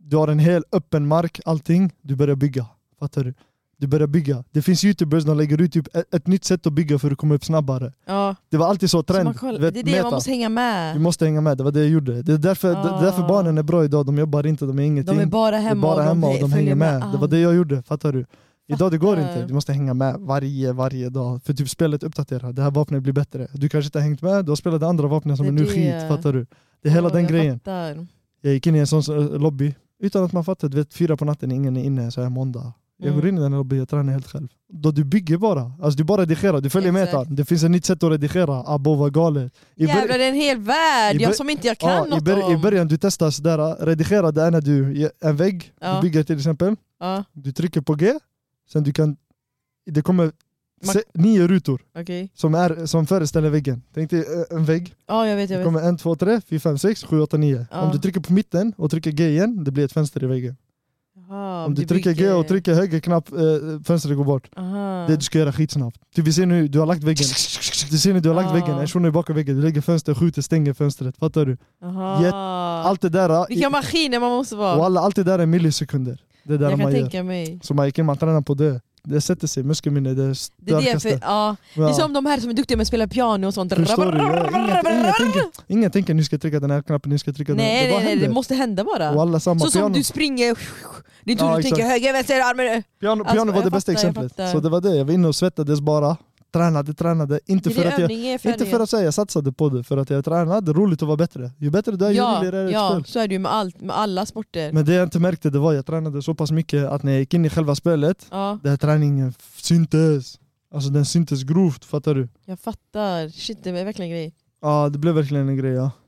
Du har en hel öppen mark, allting. Du börjar bygga. Fattar du? Du börjar bygga. Det finns YouTubers som lägger ut typ ett, ett nytt sätt att bygga för att komma upp snabbare. Ja. Det var alltid så trend. Så koll, vet, det är det meta. man måste hänga med. Du måste hänga med, det var det jag gjorde. Det är därför, Ah. det är därför barnen är bra idag, de jobbar inte, de är ingenting. De är bara De är hemma, bara hemma och de hänger med. med. Det var det jag gjorde, fattar du? Idag det går Fattar. inte, du måste hänga med varje, varje dag. För typ spelet uppdaterar, det här vapnet blir bättre. Du kanske inte har hängt med, du har spelat det andra vapnet som Det är är nu det. skit, fattar du? Det är hela Ja, den jag grejen. fattar. Jag gick in i en sån uh, lobby, utan att man fattar, du vet fyra på natten, ingen är inne, så är måndag. Jag Mm. går in i den lobbyn, jag tränar helt själv. Då du bygger bara, alltså du bara redigerar, du följer Exakt. metan. Det finns ett nytt sätt att redigera, abo var galet. I bör- Jävlar, det är en hel värld, i bör- jag som inte jag kan Ja, i, något bör- om. I början du testar sådär, redigera det är när du, en vägg, Ja. du bygger till exempel, Ja, du trycker på G, sen du kan, det kommer Man- se, nio rutor okej. som, är, som föreställer väggen. Tänk dig eh, en vägg, Ja, jag vet, jag det vet. kommer en, två, tre, fyra, fem, sex, sju, åtta, nio. Ja. Om du trycker på mitten och trycker G igen, det blir ett fönster i väggen. Jaha, Om du trycker G och trycker höger knapp, eh, fönstret går bort. Aha. Det du ska göra skitsnabbt. Typ vi ser nu, du har lagt väggen. Du ser nu, du har lagt Ah. väggen, en shuno är bakom väggen, du lägger fönster, skjuter, stänger fönstret. Fattar du? Aha. Jätte- Allt det där, Vilka maskiner man måste vara. och alla, allt det där är millisekunder. Det där jag kan man gör. tänka mig. Så man gick in, man tränar på det. Det sätter sig, muskelminne, det är Det är, det, starkaste. för, ja. det är som de här som är duktiga med att spela piano och sånt. Förstår du? Ja, ingen, ingen, tänker, ingen tänker nu ska jag trycka den här knappen, nu ska jag trycka den. Nej, det bara nej, nej, händer. det måste hända bara. Och alla samma Så som piano. du springer, det är inte Ja, du exakt. tänker höger, vänster, armen. Piano, Alltså, piano var jag det bästa fattar, jag exemplet. fattar. Så det var det, jag var inne och svettades bara. Tränade, tränade. Inte Det för, är att jag, övning är inte för färdighet. att säga jag satsade på det, för att jag tränade. Roligt att vara bättre. Ju bättre du är, ju Ja, roligare är det ja, ett spel. så är det ju med, allt, med alla sporter. Men det jag inte märkte det var att jag tränade så pass mycket att när jag gick in i själva spelet, Ja, den här träningen syntes. Alltså den syntes grovt, fattar du? jag fattar. Shit, det är verkligen en grej. Ja, det blev verkligen en grej, ja.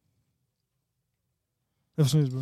Jag får snyss, bro.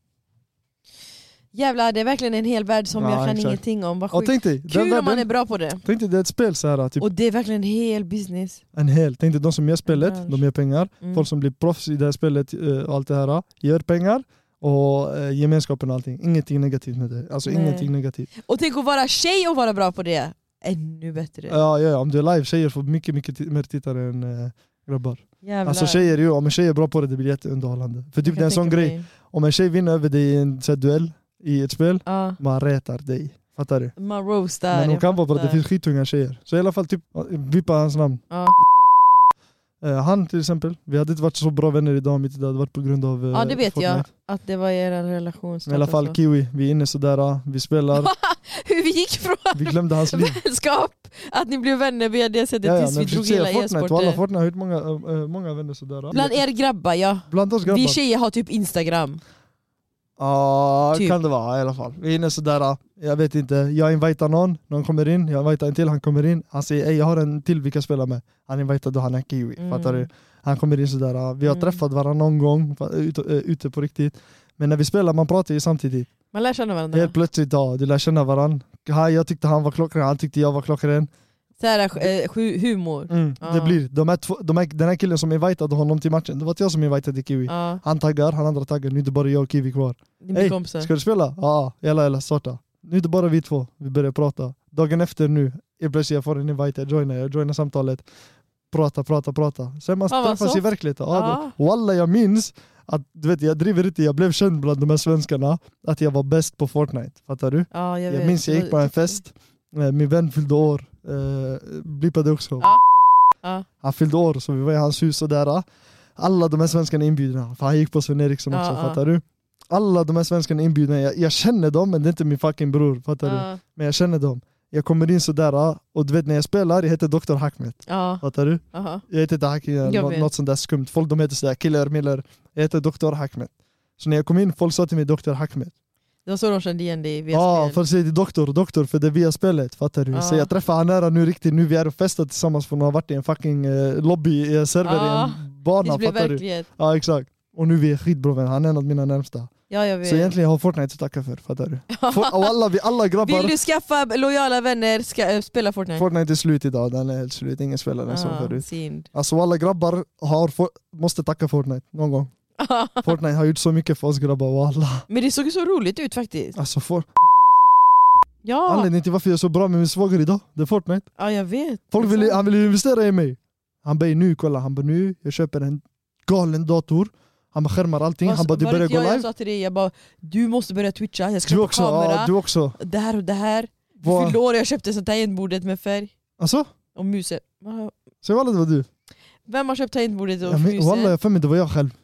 Jävlar, det är verkligen en hel värld som Ja, jag kan exakt. ingenting om. Vad Ja, sjukt. tänk dig, den Kul om man är världen, bra på det. tänk dig det är ett spel så här, typ Och det är verkligen en hel business. en hel. Tänk dig de som gör spelet, bransch. de gör pengar. Mm. Folk som blir proffs i det här spelet eh, och allt det här, gör pengar. Och eh, gemenskapen och allting. Ingenting negativt med det. Alltså Nej. ingenting negativt. Och tänk att vara tjej och vara bra på det. Ännu bättre. Ja, ja, om du är live, tjejer får mycket, mycket t- mer tittare än eh, grabbar. Jävlar. Alltså tjejer, ju, om en tjej är bra på det, det blir jätteunderhållande. För Jag typ kan det är en sån tänka grej, mig. om en tjej vinner över dig i en så här, duell i ett spel, Ja, man rätar dig. Fattar du? man roastar. Men hon jag kan vara bra, det fattar. finns skittunga tjejer. Så i alla fall, typ, vippa hans namn. Ja. Eh, han till exempel, vi hade inte varit så bra vänner idag om inte det hade varit på grund av eh, Ja, det vet Fortnite. jag. Att det var er relation. I alla fall Kiwi, vi är inne sådär, vi spelar, Hur vi gick från vi glömde hans liv. vänskap, att ni blev vänner via det sättet Ja, ja, tills vi men drog försöker hela säga Fortnite, och alla e-sporter. Fortnite har gjort många, äh, många vänner sådär. Bland er grabbar, ja. Bland oss grabbar. Vi tjejer har typ Instagram. Ja, Typ. kan det vara i alla fall. Vi är inne sådär, jag vet inte, jag invitar någon, någon kommer in, jag invitar en till, han kommer in, han säger ej jag har en till vi kan spela med. Han invitar då, han är Kiwi, Mm. fattar du? Han kommer in sådär, vi har Mm. träffat varandra någon gång, fa- ute, äh, ute på riktigt. Men när vi spelar, man pratar ju samtidigt. Man lär känna varandra. Helt plötsligt, ja, du lär känna varandra. Ha, jag tyckte han var klockren, han tyckte jag var klockren. Så här, eh, hu- humor. Mm, Ja. Det blir, de här två, de här, den här killen som invitade honom till matchen, det var jag som invitade Kiwi. Ja, Han taggar, han andra taggar, nu är det bara jag och Kiwi kvar. det blir Hej, kompisar. ska du spela? Ja, jalla jalla, starta. Nu är det bara vi två, vi börjar prata. Dagen efter nu, jag plötsligt jag får en invite, jag joinar, jag joinar samtalet. Prata, prata, prata. Sen man Fan, vad träffas i soft. verkligheten. Ja, Ja. då- och alla jag minns, att, du vet, jag driver inte, jag blev känd bland de här svenskarna, att jag var bäst på Fortnite. Fattar du? Ja, jag, Jag, vet. minns jag gick på en fest, eh, min vän fyllde år, eh, blippade också. Ja. Ja. Han fyllde år så vi var i hans hus och där. Alla de här svenskarna är inbjudna, för han gick på Sven Eriksson Ja, också, ja. fattar du? Alla de här svenskarna är inbjudna, jag, jag känner dem men det är inte min fucking bror, fattar du? Ja, Men jag känner dem. Jag kommer in sådär och du vet när jag spelar, jag heter doktor Hakmet, ja, fattar du? aha. Jag heter inte Hakim, Jag nå- vet. något sånt där skumt. Folk de heter sådär, Killer, Miller. Jag heter doktor Hakmet. Så när jag kom in, folk sa till mig doktor Hakmet. Det var så de kände igen dig via Ja, spel. folk säger doktor, doktor, för det är via spelet, fattar du? Ja. Så jag träffar han nära nu riktigt, nu vi är och festar tillsammans för att ha varit i en fucking eh, lobby, i en server Ja, i en bana, Det blev fattar du? verklighet. Ja, exakt. Och nu vi är skitbra vänner, han är en av mina närmsta. Ja, jag vet. Så egentligen har Fortnite att tacka för, fattar du? For, och alla, vi, alla grabbar, Vill du skaffa lojala vänner, ska, äh, spela Fortnite? Fortnite är slut idag, den är helt slut, ingen spelar den så Ah, förut. synd. Alltså alla grabbar har, for, måste tacka Fortnite någon gång. Fortnite har gjort så mycket för oss grabbar och alla. Men det såg ju så roligt ut faktiskt. Alltså for, Ja, anledningen till varför jag är så bra med min svåger idag, det är Fortnite. ja jag vet. Folk vill, Exakt. han vill investera i mig. Han bara nu, kolla, han bara nu, jag köper en galen dator. Han bara skärmar allting, Vad- han bara du var det börjar inte gå jag, jag live. sa till dig, jag bara du måste börja twitcha, jag ska Du på också, kamera. ja, du också. Det här och det här. Vad- För fyllde år jag köpte sånt tangentbordet med färg. Alltså? Och musen. Va- Så alla det var du. Vem har köpt tangentbordet och Ja, men, musen? wallah, jag för mig det var jag själv.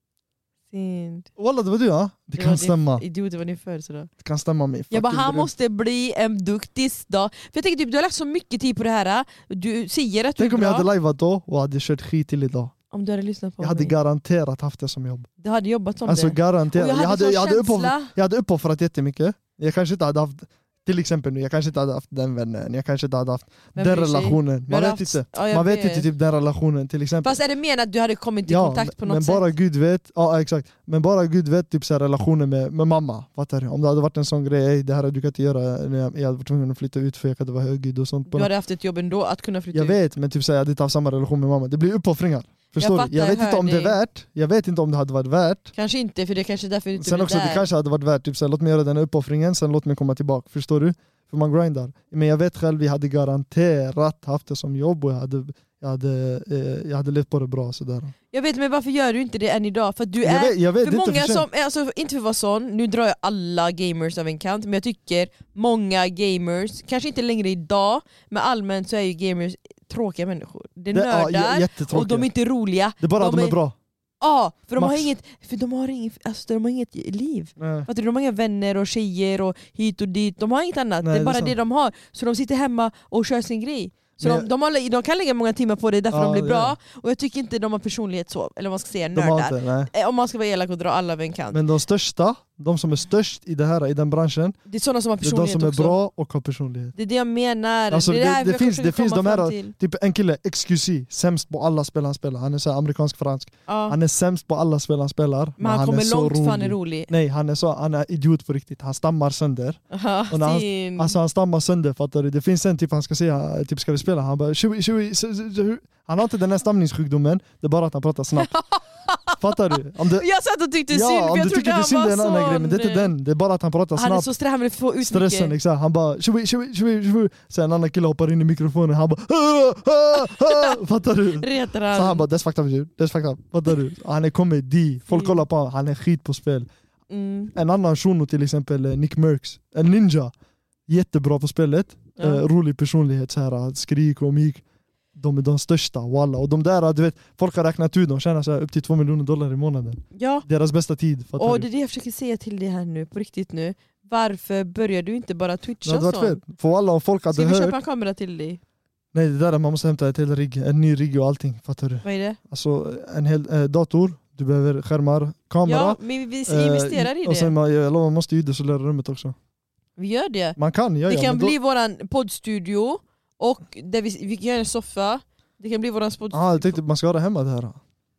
Synd. Wallah det var du ja. Det, Det kan var stämma. din- Idiot, det var din födelsedag. Det kan stämma mig. Jag bara, Fucking han bror. måste bli en duktig då. För jag tänker typ, du har lagt så mycket tid på det här. Du säger att du Tänk är om bra. jag hade liveat då och hade kört skit till idag. Om du hade lyssnat på Jag hade mig. garanterat haft det som jobb. Du hade jobbat som Alltså det. Och garanterat. jag hade, Jag hade, sån jag, hade uppoff- känsla. jag hade uppoffrat jättemycket. Jag kanske inte hade haft, till exempel nu, jag kanske inte hade haft den vännen. Jag kanske inte hade haft Vem den bryr sig? relationen. Du Man hade vet haft- inte. Ja, jag Man vet vet. inte typ den relationen till exempel. Fast är det mer att du hade kommit i Ja, kontakt på något men sätt? bara Gud vet, ja exakt. Men bara Gud vet typ så här, relationen med, med mamma. Fattar du? Om det hade varit en sån grej, "Ey, det här du kan inte göra när jag, jag hade varit tvungen att flytta ut för jag kan inte vara högljudd och sånt. Du hade haft ett jobb ändå att kunna flytta Jag ut. vet, men typ så här, jag hade inte haft samma relation med mamma. Det blir uppoffringar. Förstår Jag du? Jag fattar, vet jag inte om hör det är dig. värt. Jag vet inte om det hade varit värt. Kanske inte, för det är kanske därför du inte Sen blir också, där. det kanske hade varit värt, typ så här, låt mig göra den här uppoffringen, sen låt mig komma tillbaka. Förstår du? För man grindar. Men jag vet själv, vi hade garanterat haft det som jobb och jag hade, jag hade, eh, jag hade levt på det bra. Sådär. Jag vet, men varför gör du inte det än idag? För att du Jag är... vet, jag vet, för det är inte många för sent. som, alltså, inte för att vara sån, nu drar jag alla gamers av en kant, men jag tycker många gamers, kanske inte längre idag, men allmänt så är ju gamers tråkiga människor. Det är Det- ja, nördar, j- jättetråkiga. och de är inte roliga. Det är bara att de de är är- bra. Ja, för de har Max. inget, för de har inget, alltså, de har inget liv. Nej. Fattar du? De har inga vänner och tjejer och hit och dit, de har inget annat, Nej, det är det är bara sant. det de har. Så de sitter hemma och kör sin grej. Så Men de, de, har, de kan lägga många timmar på det, därför Ja, de blir det bra. är Och jag tycker inte de har personlighet så, eller vad man ska säga, De har nördar. inte, nej. Eh, Om man ska vara elak och dra alla över en kant. Men de största, de som är störst i, det här, i den branschen, Det är sådana som har det är de personlighet som är också. bra och har personlighet. Det är det jag menar. Alltså, det är det- här det jag finns- försöker det finns komma de här- fram till. Typ en kille, X Q C, sämst på alla spel han spelar. Han är så här amerikansk-fransk. Ja. Han är sämst på alla spel han spelar. Men han är kommer så långt för han är rolig. rolig. Nej, han är, så, han är idiot på riktigt. Han stammar sönder. Aha, Och när han- sin... Alltså han stammar sönder, fattar du? Det finns en typ han ska säga, typ ska vi spela? Han bara "Tjui, tjui, s- s- s-" Han har inte den här stamningssjukdomen, det är bara att han pratar snabbt. Fattar du? Om det, Jag satt och tyckte synd, ja, för om jag du trodde tycker det är han synd var det är en annan sån. grej, men det är inte den. Det är bara att han pratar Han är snabbt. så stressad, han vill få ut Stressen, mycket. exakt. Han bara "Tjui, tjui, tjui, tjui." Sen en annan kille hoppar in i mikrofonen, han bara "Ah, ah, ah." Fattar du? Retar Så han han. bara "That's fucked up dude, that's fucked up." Fattar du? Han är komedi, folk Mm. kollar på honom, han är skit på spel. Mm. En annan shuno till exempel, eh, Nick Merckx, en ninja. Jättebra på spelet, Ja. eh, rolig personlighet, så här, skrik och mik. De är de största, walla. Och de där, du vet, folk har räknat ut, de tjänar så här upp till två miljoner dollar i månaden. Ja, Deras bästa tid, fattar och du? det är det jag försöker säga till dig här nu, på riktigt nu. Varför börjar du inte bara Det twitcha hade varit sånt? fett. För alla, om folk hade Ska vi hört... köpa en kamera till dig? Nej, det där är man måste hämta ett helt rigg, en ny rigg och allting, fattar du? Vad är det? Alltså en hel eh, dator, du behöver skärmar, kamera. Ja, men vi eh, investerar i Och sen det. man, jag lovar, man måste ljudisolera rummet också. Vi gör det. Man kan, ja, Det ja, kan men då- bli våran poddstudio, och där vi, vi kan göra en soffa. Det kan bli våran poddstudio. Ah, jag tänkte man ska ha det hemma det här.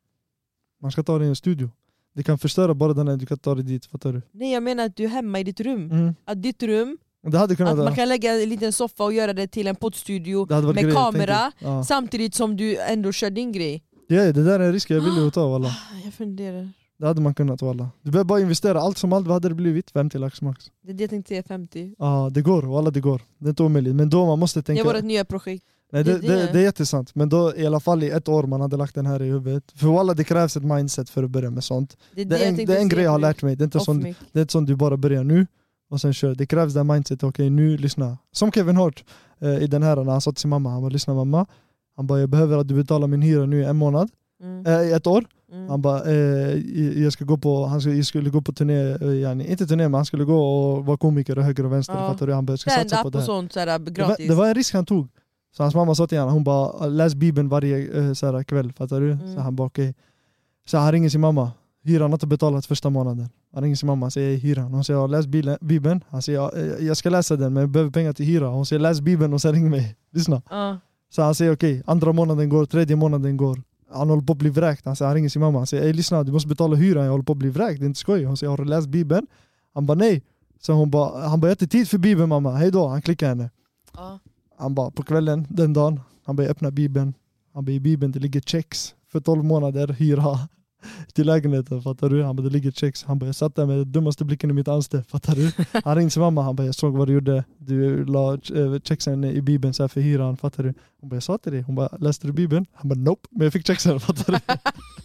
Man ska ta det i en studio. Det kan förstöra bara den här, du kan ta det dit, fattar du? Nej, jag menar att du är hemma i ditt rum. Mm. Att ditt rum, Det hade kunnat att man vara... kan lägga en liten soffa och göra det till en poddstudio Det hade varit med grejer, kamera, tänkte jag. Ja. samtidigt som du ändå kör din grej. Ja, det där är en risk jag vill ta, walla. Jag funderar. Det hade man kunnat, walla. Du behöver bara investera, allt som allt, vad hade det blivit? femtio lax max. Det är det jag tänkte säga, femtio. Ja, det går, walla det går. Det är inte omöjligt, men då man måste Det tänka... är vårt nya projekt. Nej, det, det- det, det är jättesant, men då i alla fall i ett år man hade lagt den här i huvudet. För walla det krävs ett mindset för att börja med sånt. Det är, Det är jag en, tänkte det är en säga grej jag har förut. lärt mig, det är inte Off sånt, mic. det är inte sånt du bara börjar nu och sen kör. Det krävs det här mindset, okej nu lyssna. Som Kevin Hart eh, i den här när han sa till sin mamma, han bara lyssna mamma. Han bara jag behöver att du betalar min hyra nu i en månad, Mm. eh, i ett år. Mm. Han bara eh, jag ska gå på, han skulle, jag skulle gå på turné, eh, yani, inte turné men han skulle gå och vara komiker och höger och vänster. Ja. Fattar du? Han bara jag ska satsa på Stand-up det och här. sånt, såhär, Det var, gratis. det var en risk han tog. Så hans mamma sa till honom, hon bara läs bibeln varje eh, så här, kväll, fattar du? Mm. Så han bara okej. Så han ringer sin mamma, hyran har inte betalat första månaden. Han ringer sin mamma och säger hyran. Hon säger läs bilen- bibeln. Han säger ja, eh, jag ska läsa den men jag behöver pengar till hyra. Hon säger läs bibeln och sen ring mig. Lyssna. Ja. Så han säger okej, andra månaden går, tredje månaden går. Han håller på att bli vräkt. Han, säger, han ringer sin mamma och säger lyssna du måste betala hyran, jag håller på att bli vräkt, det är inte skoj. Hon säger har du läst bibeln? Han bara nej. Så hon bara, han bara jag har inte tid för bibeln mamma, hej då. Han klickar henne. Ja. Han bara på kvällen den dagen, han börjar öppna bibeln. Han bara i bibeln det ligger checks för tolv månader hyra till lägenheten, fattar du? Han bara det ligger checks. Han bara jag satt där med den dummaste blicken i mitt ansikte, fattar du? Han ringde sin mamma, han bara jag såg vad du gjorde. Du la äh, checksen i bibeln så här för hyran, fattar du? Hon bara jag sa till dig, hon bara läste du bibeln? Han bara nope, men jag fick checksen, fattar du?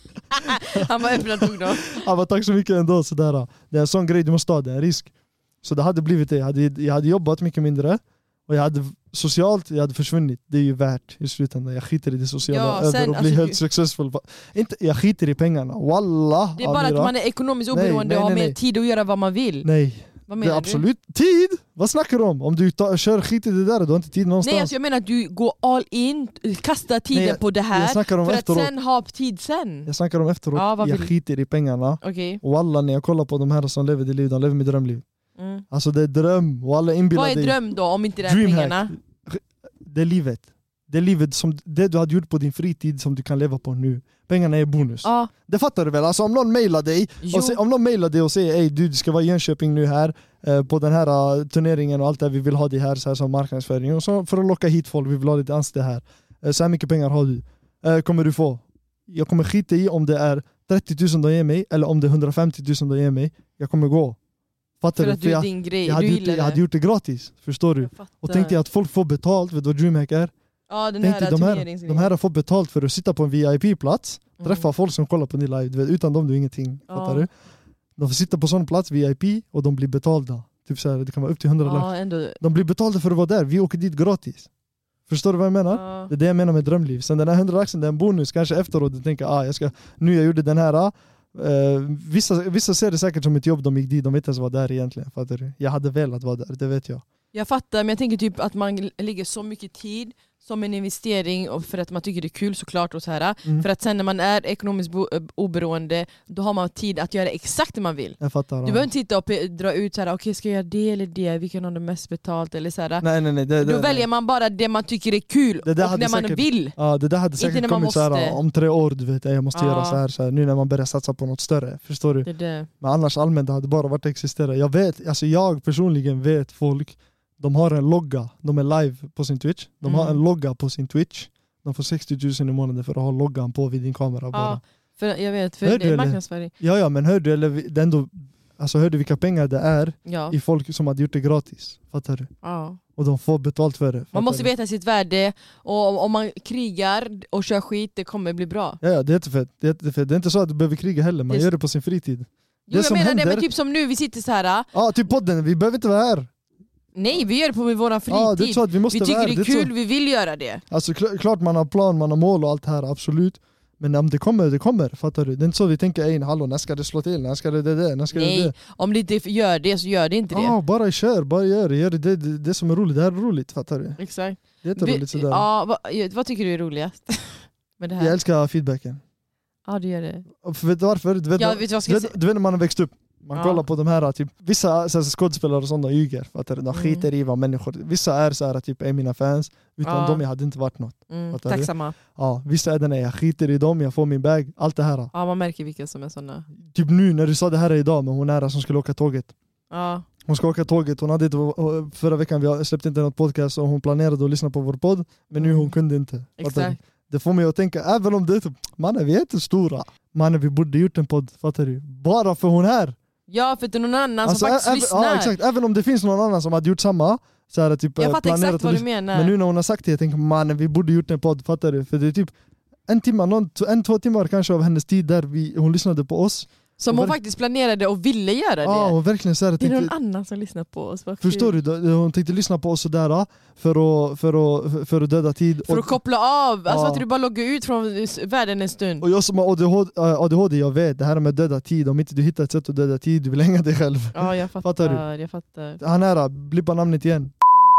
Han var öppen och tog dem. Han bara tack så mycket ändå. Sådär. Det är en sån grej du måste ha, det är en risk. Så det hade blivit det. Jag hade, jag hade jobbat mycket mindre. Och jag hade socialt, jag hade försvunnit. Det är ju värt i slutändan. Jag skiter i det sociala Ja, över sen, och bli alltså, helt successful. Inte, jag skiter i pengarna. Wallah, Det är bara Amira. att man är ekonomiskt Nej, oberoende nej, och har nej, mer nej. tid att göra vad man vill. Nej, Vad det menar är du? absolut tid. Vad snackar du om? Om du tar, kör skit i det där, du har inte tid någonstans. Nej, alltså jag menar att du går all in, kastar tiden Nej, på det jag här snackar om för efteråt. att sen ha tid sen. Jag snackar om efteråt. Ja, vad jag vill- skiter i pengarna. Okej. Och alla när jag kollar på de här som lever det liv, de lever med drömliv. Mm. Alltså det är dröm. Och alla inbillar Vad är dig. dröm då om inte det är Dreamhack. pengarna? Det är livet. Det är livet som det du hade gjort på din fritid som du kan leva på nu. Pengarna är bonus. Ja. Det fattar du väl? Alltså om någon mailar dig Jo. och se, om någon mailar dig och säger ey du, du ska vara i Jönköping nu här eh, på den här uh, turneringen och allt det här, vi vill ha dig här, så här som marknadsföring och så för att locka hit folk, vi vill ha ditt anställda här. Eh, så här mycket pengar har du. Eh, kommer du få. Jag kommer skita i om det är trettio tusen de ger mig eller om det är hundrafemtio tusen de ger mig. Jag kommer gå. Fattar För du? att du är jag, din grej, jag, hade du gjort det, gillar jag hade det. gjort det gratis. Förstår du? Jag fattar. Och tänkte jag att folk får betalt, vet du vad Dreamhack är? Ja, den Tänk här dig, de, här, turneringsgrejen. de här har fått betalt för att sitta på en V I P-plats, Mm. träffa folk som kollar på din live, du vet, utan dem du är ingenting. Ja. Fattar du? De får sitta på sån plats, V I P, och de blir betalda. Typ så här, det kan vara upp till hundra lax. Ja, ändå. De blir betalda för att vara där, vi åker dit gratis. Förstår du vad jag menar? Ja. Det är det jag menar med drömliv. Sen den här hundra laxen, det är en bonus, kanske efteråt du tänker, ah, jag ska, nu jag gjorde den här. Uh, vissa, vissa ser det säkert som ett jobb, de gick dit, de vet inte ens vad det är egentligen. Fattar du? Jag hade velat vara där, det vet jag. Jag fattar, men jag tänker typ att man lägger så mycket tid som en investering och för att man tycker det är kul såklart och så här. Mm. För att sen när man är ekonomiskt bo- oberoende, då har man tid att göra exakt det man vill. Jag fattar. Du ja. behöver inte sitta och pe- dra ut så här, okej okay, ska jag göra det eller det, vilken har det mest betalt eller så här. Nej nej nej. Det, Då det, väljer man bara det man tycker är kul Det där och hade när man säkert- vill. Ja, det där hade Inte säkert när man kommit så här, måste. om tre år, du vet, jag måste Ja. göra så här, så här, nu när man börjar satsa på något större, förstår du? Det är det. Men annars allmänt det hade bara varit att existera. Jag vet, alltså jag personligen vet folk, de har en logga, de är live på sin Twitch, de Mm. har en logga på sin Twitch, de får sextio tusen i månaden för att ha loggan på vid din kamera bara. Ja, för jag vet, för Hör det du, är eller? marknadsföring. Ja ja, men hör du, eller vi- det är ändå, alltså hör du vilka pengar det är Ja. i folk som hade gjort det gratis, fattar du? Ja. Och de får betalt för det. Man fattar måste du? veta sitt värde och om- om man krigar och kör skit, det kommer bli bra. Ja, ja, det är jättefett. Det är jättefett. Det är inte så att du behöver kriga heller, man Det är- gör det på sin fritid. Jo, jag som menar det, händer- men typ som nu, vi sitter så här. Ja, typ podden, vi behöver inte vara här. Nej, vi gör det på med våran fritid. Ja, det är så att vi måste vi tycker vara det här. är Det är så- kul, vi vill göra det. Alltså kl- klart man har plan, man har mål och allt det här, absolut. Men om det kommer, det kommer, fattar du? Det är inte så vi tänker, ej hallå, när ska det slå till? När ska det det, det? När ska det Nej, det? om det inte gör det så gör det inte det. Ja, bara kör, bara gör det. Gör det, det, det, det som är roligt, det här är roligt, fattar du? Exakt. Det är jätteroligt Vi, sådär. ja, vad, vad tycker du är roligast med det här? Jag älskar feedbacken. Ja, du gör det. Och för, vet du varför? Du vet, Ja, när- vet du vad jag ska du vet, säga? du vet när man har växt upp, man Ja. kollar på de här, typ, vissa så här, skådespelare och sådana ljuger, fattar du? De Mm. skiter i vad människor, vissa är så här, typ, är mina fans, utan Ja. dem jag hade inte varit något. Mm, Fattar du? tacksamma. Ja, vissa är den jag skiter i dem, jag får min bag, allt det här. Ja, man märker vilka som är såna. Typ nu när du sa det här idag med hon är som skulle åka tåget. Ja. Hon ska åka tåget, hon hade inte, förra veckan vi släppte inte något podcast och hon planerade att lyssna på vår podd, men nu hon kunde inte. Fattar du? Exakt. Det får mig att tänka, även om det är typ, mannen vi är inte stora, mannen vi borde gjort en podd, fattar du? Bara för hon här. Ja, för att det är någon annan Alltså, som faktiskt ä- ä- lyssnar. Ja, exakt. Även om det finns någon annan som hade gjort samma, så här, typ, Jag eh, fattar planerat exakt att vad du lyssna. menar. Men nu när hon har sagt det, jag tänker mannen vi borde gjort en podd, fattar du? För det är typ en timme, någon, en, två timmar kanske av hennes tid där vi, hon lyssnade på oss. som och hon ver- faktiskt planerade och ville göra Ja, det. och verkligen så här, jag Det är någon tänkte, annan som lyssnar på oss. Vad förstår kul. du? Då- Hon tänkte lyssna på oss sådär för att, för att, för att döda tid. För Och- att koppla av, alltså Ja. att du bara loggar ut från världen en stund. Och jag som har A D H D, äh, A D H D, jag vet, det här med döda tid, om inte du hittar ett sätt att döda tid, du vill hänga dig själv. Ja, jag fattar. Fattar Jag fattar. Han är, blippa namnet igen.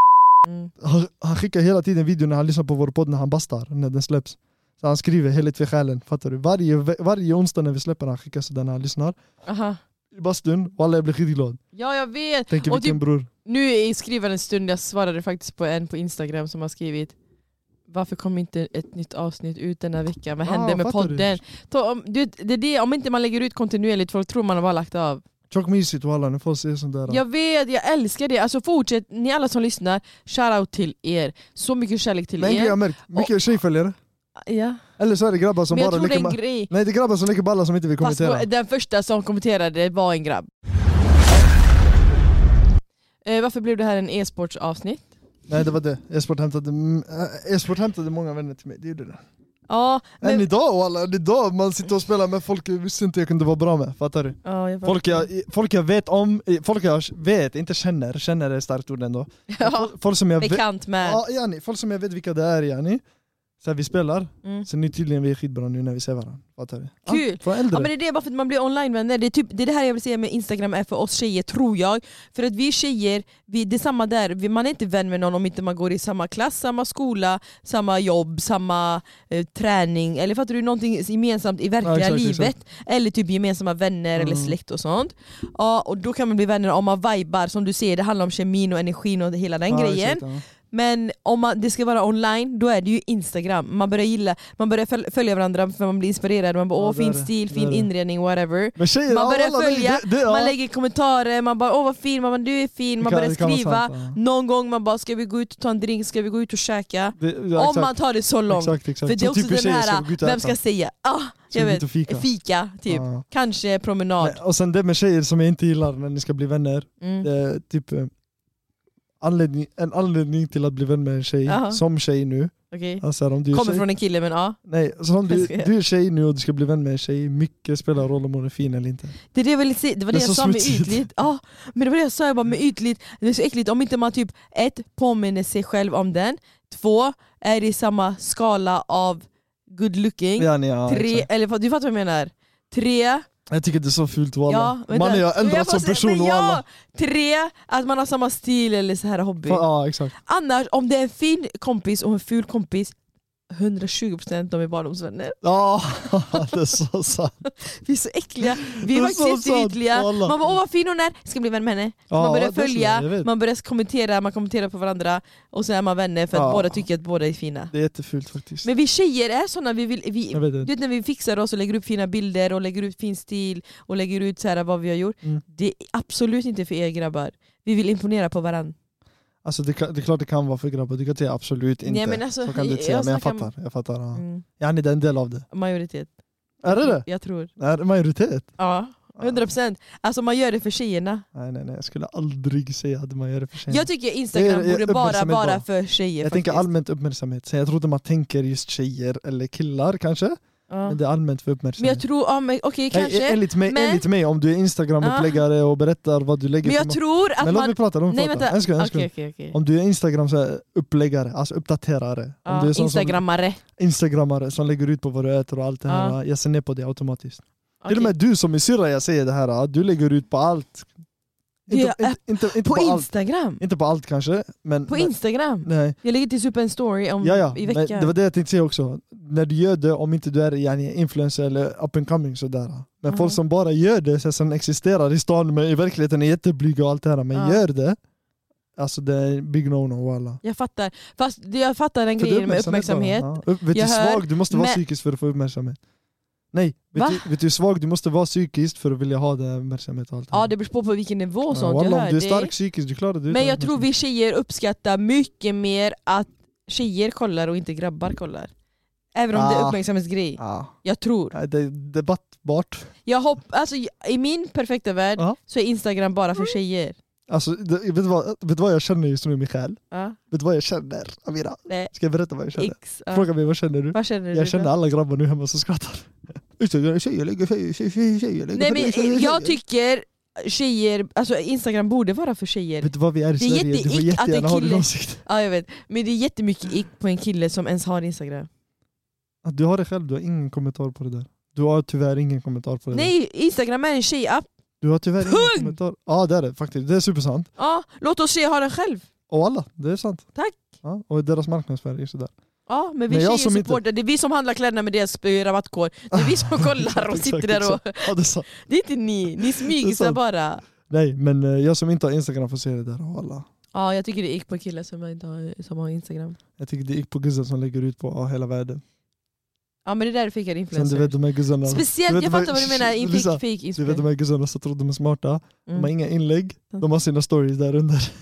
Mm. Han, han skickar hela tiden video när han lyssnar på vår podd när han bastar, när den släpps. Så han skriver heligt för själen, fattar du? Varje, varje onsdag när vi släpper han skickar sådär när han lyssnar. Aha. I bastun, och alla jag blir skitglad. Ja, jag vet. Tänker Och vilken typ- bror. Nu i skrivarens stund, jag svarade faktiskt på en på Instagram som har skrivit: varför kom inte ett nytt avsnitt ut den här veckan? Vad Ah, hände med fattar du? podden? Ta, om, du, vet, det är det, om inte man lägger ut kontinuerligt, folk tror man har bara lagt av. Tjock mysigt och alla, ni får se sånt där. Jag vet, jag älskar det. Alltså fortsätt, ni alla som lyssnar, shoutout till er. Så mycket kärlek till Men en grej jag er. märkt, mycket tjejföljare. Ja. Eller så är det grabbar som Men jag bara tror det är leker en ba- grej. Nej, det är grabbar som leker balla som inte vill Fast kommentera. den första som kommenterade var en grabb. Eh, varför blev det här en e-sportsavsnitt? Nej, det var det. E-sport hämtade, mm, eh, e-sport hämtade många vänner till mig, det gjorde det. Ja, men... Än idag, walla, än idag man sitter och spelar med folk jag visste inte jag kunde vara bra med, fattar du? Ja, jag folk, jag, folk jag vet om, folk jag vet, inte känner, känner är ett starkt ord ändå. Ja, folk som jag bekant med. Ja, yani, folk som jag vet vilka det är, yani. Så här, vi spelar, Mm. så nu tydligen vi är skitbra nu när vi ser varandra. Fattar du? Kul! Ja, Ja, men det är det bara för att man blir online-vänner. Det är, typ, det är det här jag vill säga med Instagram är för oss tjejer, tror jag. För att vi tjejer, vi, det är samma där. Vi, man är inte vän med någon om inte man går i samma klass, samma skola, samma jobb, samma eh, träning. Eller fattar du, någonting gemensamt i verkliga ja, exakt, livet. exakt. Eller typ gemensamma vänner Mm. eller släkt och sånt. Ja, och då kan man bli vänner om man vibar, som du säger. Det handlar om kemin och energin och hela den Ja, grejen. exakt, ja. Men om man, det ska vara online, då är det ju Instagram. Man börjar gilla, man börjar föl- följa varandra för man blir inspirerad. Man bara Ja, åh, det är fin det. stil, Det fin är det. inredning, whatever. Men tjejer, Man börjar alla, det- följa, det, det, ja. man lägger kommentarer, man bara åh vad fin, man bara, du är fin. Det Man kan- börjar det kan vara skriva, sant, ja. någon gång man bara ska vi gå ut och ta en drink, ska vi gå ut och käka. Det, ja, Om exakt. man tar det så långt. Exakt, exakt. För det är Så också typ vi den tjejer ska här, gå ut och vem äta. ska säga? Ah, Ska jag vi vet, ut och fika? fika typ. Ja. Kanske promenad. Nej, och sen det med tjejer som jag inte gillar när ni ska bli vänner. Mm. Det är typ eh, anledning, en anledning till att bli vän med en tjej, Aha. som tjej nu. Okay. Alltså, om du är Kommer tjej, från en kille men ja. nej, så om du, Jag skojar. du är tjej nu och du ska bli vän med en tjej, mycket spelar roll om hon är fin eller inte. Det, är det, jag ville se, det var det, Det är jag så sa med smutsigt. ytligt. Ja, men det var det jag sa, jag bara med ytligt. Det är så äckligt om inte man typ ett påminner sig själv om den. Två, är i samma skala av good looking. Ja, nej, ja, Tre, exakt. eller du fattar vad jag menar. Tre, Jag tycker det är så fult walla. ja, vänta. Man har Jag ändrat bara som säger- person men ja, walla. Tre, att man har samma stil eller så här hobby. Ja, exakt. Annars, om det är en fin kompis och en ful kompis, hundratjugo procent de är barndomsvänner. Ja, det är så sant. Vi är så äckliga, vi Det är är faktiskt så inte sant, ytliga. wallah. Man bara åh vad fin hon är, ska bli vän med henne. Ja, Man börjar det är så, följa, jag vet. man börjar kommentera, man kommenterar på varandra och så är man vänner för att Ja. båda tycker att båda är fina. Det är jättefult faktiskt. Men vi tjejer är såna, vi vill, vi, Jag vet du inte. vet när vi fixar oss och lägger upp fina bilder och lägger ut fin stil och lägger ut så här vad vi har gjort. Mm. Det är absolut inte för er grabbar. Vi vill imponera på varandra. Alltså det, kan, det är klart det kan vara för grabbar, du kan säga absolut inte. Nej, men alltså, så kan du inte jag säga, men jag snackar- fattar. Jag fattar ja. Mm. Ja, det är en del av det. Majoritet. Är det det? Jag tror. Är det majoritet? Ja, hundra procent. Alltså man gör det för tjejerna. Nej, nej, nej. Jag skulle aldrig säga att man gör det för tjejer. Jag tycker Instagram Det är- borde bara uppmärksamhet vara bara. för tjejer. Jag tänker faktiskt. allmänt uppmärksamhet. Så jag tror inte man tänker just tjejer eller killar kanske. Ja. Men det är allmänt för Men uppmärksamhet. jag tror, ja, men, okej Nej, kanske. enligt, mig, men- enligt mig, om du är Instagram-uppläggare och berättar vad du lägger Men jag för tror att Men låt man... mig prata, låt mig Nej prata. vänta, En sekund, en okej sekund. okej okej. Om du är Instagram så här, uppläggare, alltså uppdaterare. Om Ja, du är sån Instagrammare. som Instagrammare som lägger ut på vad du äter och allt det här. Ja. Jag ser ner på det automatiskt. Okej. Till och med du som är syrra, jag säger det här, du lägger ut på allt. Inte, Det är- inte, inte, inte På på allt. Instagram? Inte på allt kanske, men... På men Instagram? nej. Jag lägger till upp en story om Ja, ja. i Men veckan. det var det jag tänkte säga också. När du gör det, om inte du är yani, influencer eller up and coming sådär. Men Mm. folk som bara gör det, så som existerar i stan, men i verkligheten är jätteblyga och allt det här, men Ja. gör det. Alltså det är en big no-no walla. Jag fattar. Fast det- jag fattar den För det är grejen med uppmärksamhet. bara. Ja. Upp- Vet du Jag hur hör, svag du måste vara men- psykiskt för att få uppmärksamhet? Nej, vet Va? du, vet du hur svag du måste vara psykiskt för att vilja ha den uppmärksamhet och allt det här? Ja det beror på på vilken nivå och Ja, sånt. wallah, Jag om hör du är det. stark psykiskt, du klarar det utan Men jag tror uppmärksamhet. vi tjejer uppskattar mycket mer att tjejer kollar och inte grabbar kollar. Även om det är Ah. uppmärksamhetsgrej. Ja. Jag tror. Nej, det är debattbart. Jag hopp, alltså, I min perfekta värld Ja. så är Instagram bara för tjejer. Alltså, det, vet, du vad, vet du vad jag känner just nu i min själ? Ja. Vet du vad jag känner, Amira? Nej. Ska jag berätta vad jag känner? X. Ja. Fråga mig, vad känner du? Vad känner du? Jag då? känner alla grabbar nu hemma som skrattar. Tjejer, tjejer, lägger tjejer, tjejer, tjejer, tjejer, lägger Nej, tjejer, men tjejer, jag tjejer. tycker tjejer, alltså Instagram borde vara för tjejer. Vet du vad vi är i Det är Sverige? Du får jätteick att jättegärna en ha din kille- åsikt. Ja jag vet, men det är jättemycket ick på en kille som ens har Instagram. Att du har det själv, du har ingen kommentar på det där. Du har tyvärr ingen kommentar på det där. Nej, Instagram är en tjej-app. Du har tyvärr ingen Punkt! kommentar. Ja det är det faktiskt, det är supersant. Ja, låt oss se ha den själv. Och alla, det är sant. Tack. Ja, och deras marknadsföring är sådär. Ja, men vi Men jag tjejer som inte- supportar, det är vi som handlar kläderna med deras eh, rabattkod. Det är vi som kollar och Exakt, sitter där och... exakt. Ja, det är sant. Det är inte ni, ni smyger Det är så sant. bara. Nej men eh, jag som inte har Instagram får se det där och alla. Ja, jag tycker det är ick på killar som inte har, som har Instagram. Jag tycker det gick på guzzar som lägger ut på ja, hela världen. Ja men det där fick jag Sen du influencer. vet de här guzzarna. Speciellt, du vet jag de här- fattar vad du menar, in Lisa, fake, fake Du vet de här guzzarna som tror de är smarta. De har inga inlägg, de har sina stories där under.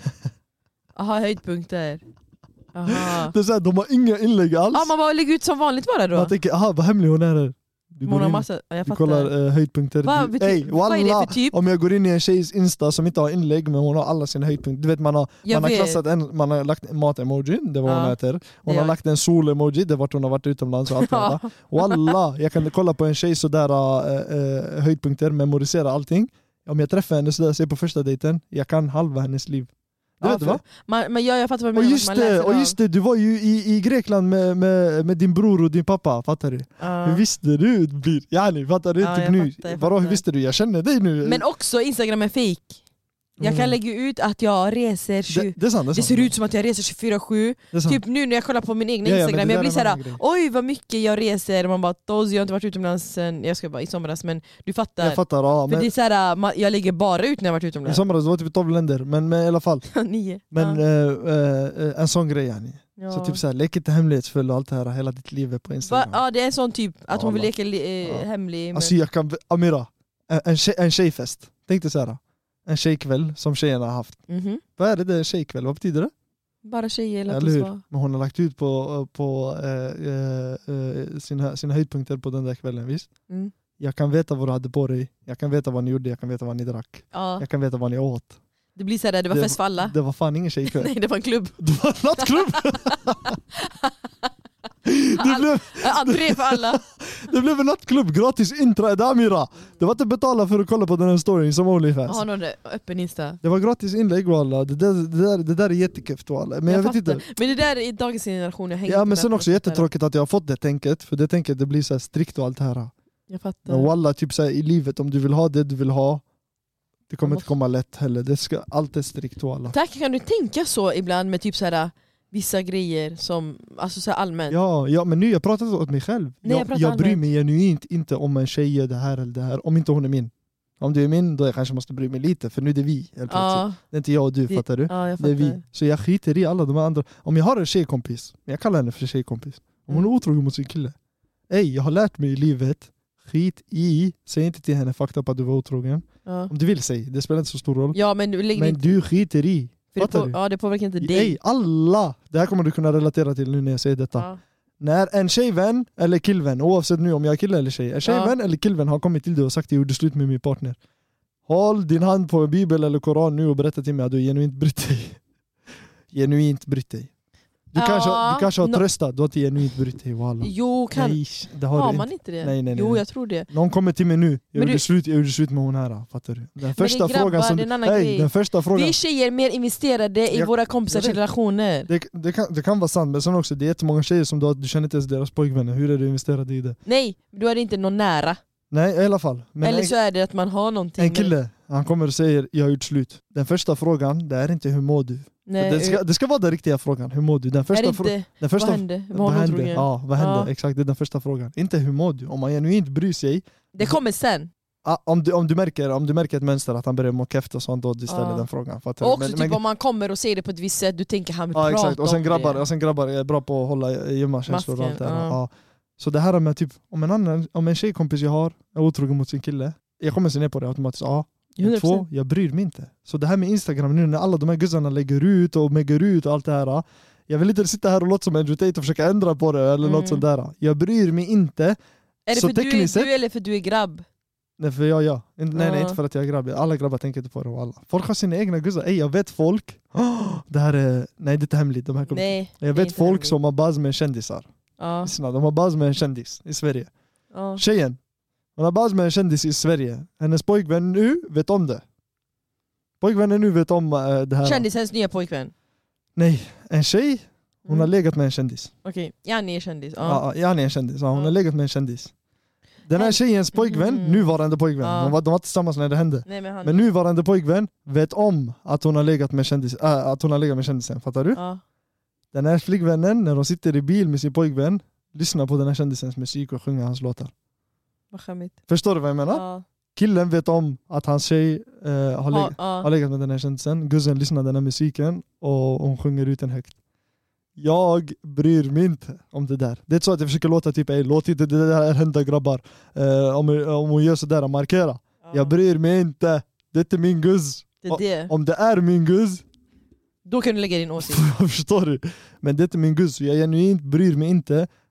Aha, höjdpunkter. Aha. Det är så här, de har inga inlägg alls. Ja, man bara lägger ut som vanligt bara då. Man tänker, aha vad hemlig hon är här. Du Hon går har in, massa, jag du fattar. kollar eh, höjdpunkter. Va, Du, vet ey, du- vad är det wallah, för typ? om jag går in i en tjejs Insta som inte har inlägg men hon har alla sina höjdpunkter. Du vet man har, Jag man har vet. klassat en, man har lagt en mat-emoji, det var Ja, hon äter. Hon det har gör. lagt en sol-emoji, det var hon har varit utomlands och allt det där. Wallah, jag kan kolla på en tjej sådär äh, äh, höjdpunkter, memorisera allting. Om jag träffar henne sådär, säger på första dejten, jag kan halva hennes liv. Du Ja, vet för- va? Man, men jag, jag fattar vad du Och menar. just, man läser det, och av. just det, du var ju i, i Grekland med, med, med din bror och din pappa, fattar du? Ja. Hur visste du det blir? Yani, fattar du? Ja, typ jag nu. fattar, jag Vadå, hur fattar. visste du? Jag känner dig nu. Men också Instagram är fake. Jag kan Mm. lägga ut att jag reser tjugo... det, det är sant, det är Det sant. ser ut som att jag reser tjugofyra sju. Det är sant. Typ nu när jag kollar på min egen Ja, ja, men Instagram, det jag där blir är en såhär, annan grej. oj vad mycket jag reser. Man bara, Toz, jag har inte varit utomlands sen, jag ska bara i somras, men du fattar. Jag fattar, ja. För Men det är såhär, ma- jag lägger bara ut när jag varit i utomlands. somras var det typ tolv länder, men, men i alla fall. Nio. Men ja. eh, eh, en sån grej yani. Ja. Så typ såhär, lek inte hemlighetsfull och allt det här, hela ditt liv är på Va? Instagram. Ja, det är en sån typ, att Ja, hon vill alla. leka li- eh, Ja. hemlig. Men... Alltså jag kan, Amira, en, en, tjej, en tjejfest. Tänk dig såhär, en tjejkväll som tjejerna har haft. Mhm. Vad är det där tjejkväll? Vad betyder det? Bara tjejer, låt Eller oss hur? vara. Men hon har lagt ut på, på eh, eh, eh, sina, sina höjdpunkter på den där kvällen, visst? Mm. Jag kan veta vad du hade på dig, jag kan veta vad ni gjorde, jag kan veta vad ni drack. Ja. Jag kan veta vad ni åt. Det blir såhär, det var Det- fest för alla. Det var fan ingen tjejkväll. Nej, det var en klubb. Det var en nattklubb! det, blev, Äh, Entré för alla. det blev en nattklubb, gratis intro, det Amira. Det var inte betala för att kolla på den här storyn som Onlyfans. Har någon öppen Insta? Det var gratis inlägg walla. Det där, det där, det där är jättekufft walla. Men jag, vet fattar. inte. Men det där är dagens generation, jag hänger Ja inte men med sen på också det. jättetråkigt att jag har fått det tänket. För det tänket det blir så här strikt och allt det här. Jag fattar. Men walla typ så här, i livet, om du vill ha det du vill ha, det kommer Man inte måste- komma lätt heller. Det ska, allt är strikt walla. Tack, kan du tänka så ibland med typ så här vissa grejer som, alltså så här allmänt? Ja, ja, men nu jag pratar så åt mig själv. Nej, jag jag pratar jag bryr allmänt. mig genuint inte om en tjej gör det här eller det här, om inte hon är min. Om du är min, då jag kanske måste bry mig lite, för nu är det vi. Helt plötsligt. Ja, Det är inte jag och du, Det- fattar du? ja, jag Det är fattar. vi. Så jag skiter i alla de andra. Om jag har en tjejkompis, jag kallar henne för tjejkompis. Om hon är Mm. otrogen mot sin kille. Ey, jag har lärt mig i livet, skit i, säg inte till henne fakta på att du var otrogen. Ja. Om du vill säga, det spelar inte så stor roll. Ja, men du lägger Men inte, du skiter i. för det, Fattar på, du? ja, det påverkar inte dig. Ey, alla! Det här kommer du kunna relatera till nu när jag säger detta. Ja. När en tjejvän eller killvän, oavsett nu om jag är kille eller tjej, en tjejvän eller killvän har kommit till dig och sagt att jag gjorde slut med min partner. Håll din hand på en bibel eller koran nu och berätta till mig att du genuint brytt dig. Genuint brytt dig. Du, Ja, kanske, du kanske har no- tröstat, du har inte genuint brytt dig. Walla. Jo, kan, Nej, det har, har du man inte. inte det? Nej, nej, nej, Jo, nej. jag tror det. Någon kommer till mig nu, jag Men gjorde, du- slut, jag gjorde slut med hon här. Fattar du? Den första grabbar, frågan som det är en annan hey, grej. den första frågan. Vi tjejer är mer investerade i Jag- våra kompisars jag vet. relationer. Det, det, kan, det kan vara sant, men sen också, det är jättemånga tjejer som du, har- du känner inte ens deras pojkvänner. Hur är du investerad i det? Nej, då är det inte någon nära. Nej, i alla fall. Men Eller en, så är det att man har någonting. en kille, han kommer och säger jag har gjort slut. Den första frågan, det är inte hur mår du? Nej, det, ska, det ska vara den riktiga frågan, hur mår du? Den är första det frå- inte, den första vad hände? Var vad hon hände? otrogen? Ja, vad hände? Ja. Exakt, det är den första frågan. Inte hur mår du? Om man genuint bryr sig, Det kommer sen. ah, om, du, om, du märker, om du märker ett mönster att han börjar må keft och sånt, då du ställer Ja. den frågan. Fattar Och du? också Men- typ men- om man kommer och säger det på ett visst sätt, du tänker han vill Ja prata exakt, och sen om grabbar, det. och sen grabbar är bra på att hålla gömma känslor och Masken, allt det här. ja. Ja. Så det här med typ, om en, annan, om en tjejkompis jag har är otrogen mot sin kille, jag kommer se ner på det automatiskt, ja. hundra Två, procent. jag bryr mig inte. Så det här med Instagram nu när alla de här guzzarna lägger ut och lägger ut och allt det här. Jag vill inte sitta här och låta som Andrew Tate och försöka ändra på det eller Mm. något sånt där. Jag bryr mig inte. Är det Så för du är tekniskt sett- du eller för du är grabb? Nej, för jag, ja. Nej, nej, Ja. inte för att jag är grabb. Alla grabbar tänker inte på det. Och alla. Folk har sina egna guzzar. Ey, jag vet folk. Det här är, nej det är inte hemligt. De här kommer- Nej. jag det är vet inte folk hemligt. som har bas med kändisar. Ja. Lyssna, de har bas med en kändis i Sverige. Ja. Tjejen, hon har bas med en kändis i Sverige. Hennes pojkvän nu vet om det. Pojkvännen nu vet om äh, det här. Kändisens nya pojkvän. Nej, en tjej, hon Mm. har legat med en kändis. Okej, Janni är kändis. Ja. Ja, ja, han är en kändis. Ja, hon Ja. har legat med en kändis. Den här Men- tjejens pojkvän, Mm. nuvarande pojkvän, Ja. de, var, de var tillsammans när det hände. Nej, men han... Men nuvarande pojkvän vet om att hon har legat med kändis, äh, att hon har legat med kändisen, fattar du? Ja. Den här flickvännen, när de sitter i bil med sin pojkvän, lyssnar på den här kändisens musik och sjunger hans låtar. Vad skämmigt. Förstår du vad jag menar? Ja. Killen vet om att hans tjej eh, har, Ha, legat, ja. har legat med den här kändisen. Guzzen lyssnar på den här musiken och hon sjunger ut den högt. Jag bryr mig inte om det där. Det är inte så att jag försöker låta typ, ej, låt inte det där hända grabbar. Eh, om, om hon gör sådär, markera. Ja. Jag bryr mig inte. Det är inte min guzz. Det är det. Om det är min guzz, Då kan du lägga din åsikt. förstår du? Men det är inte min guzz. Jag genuint bryr mig inte.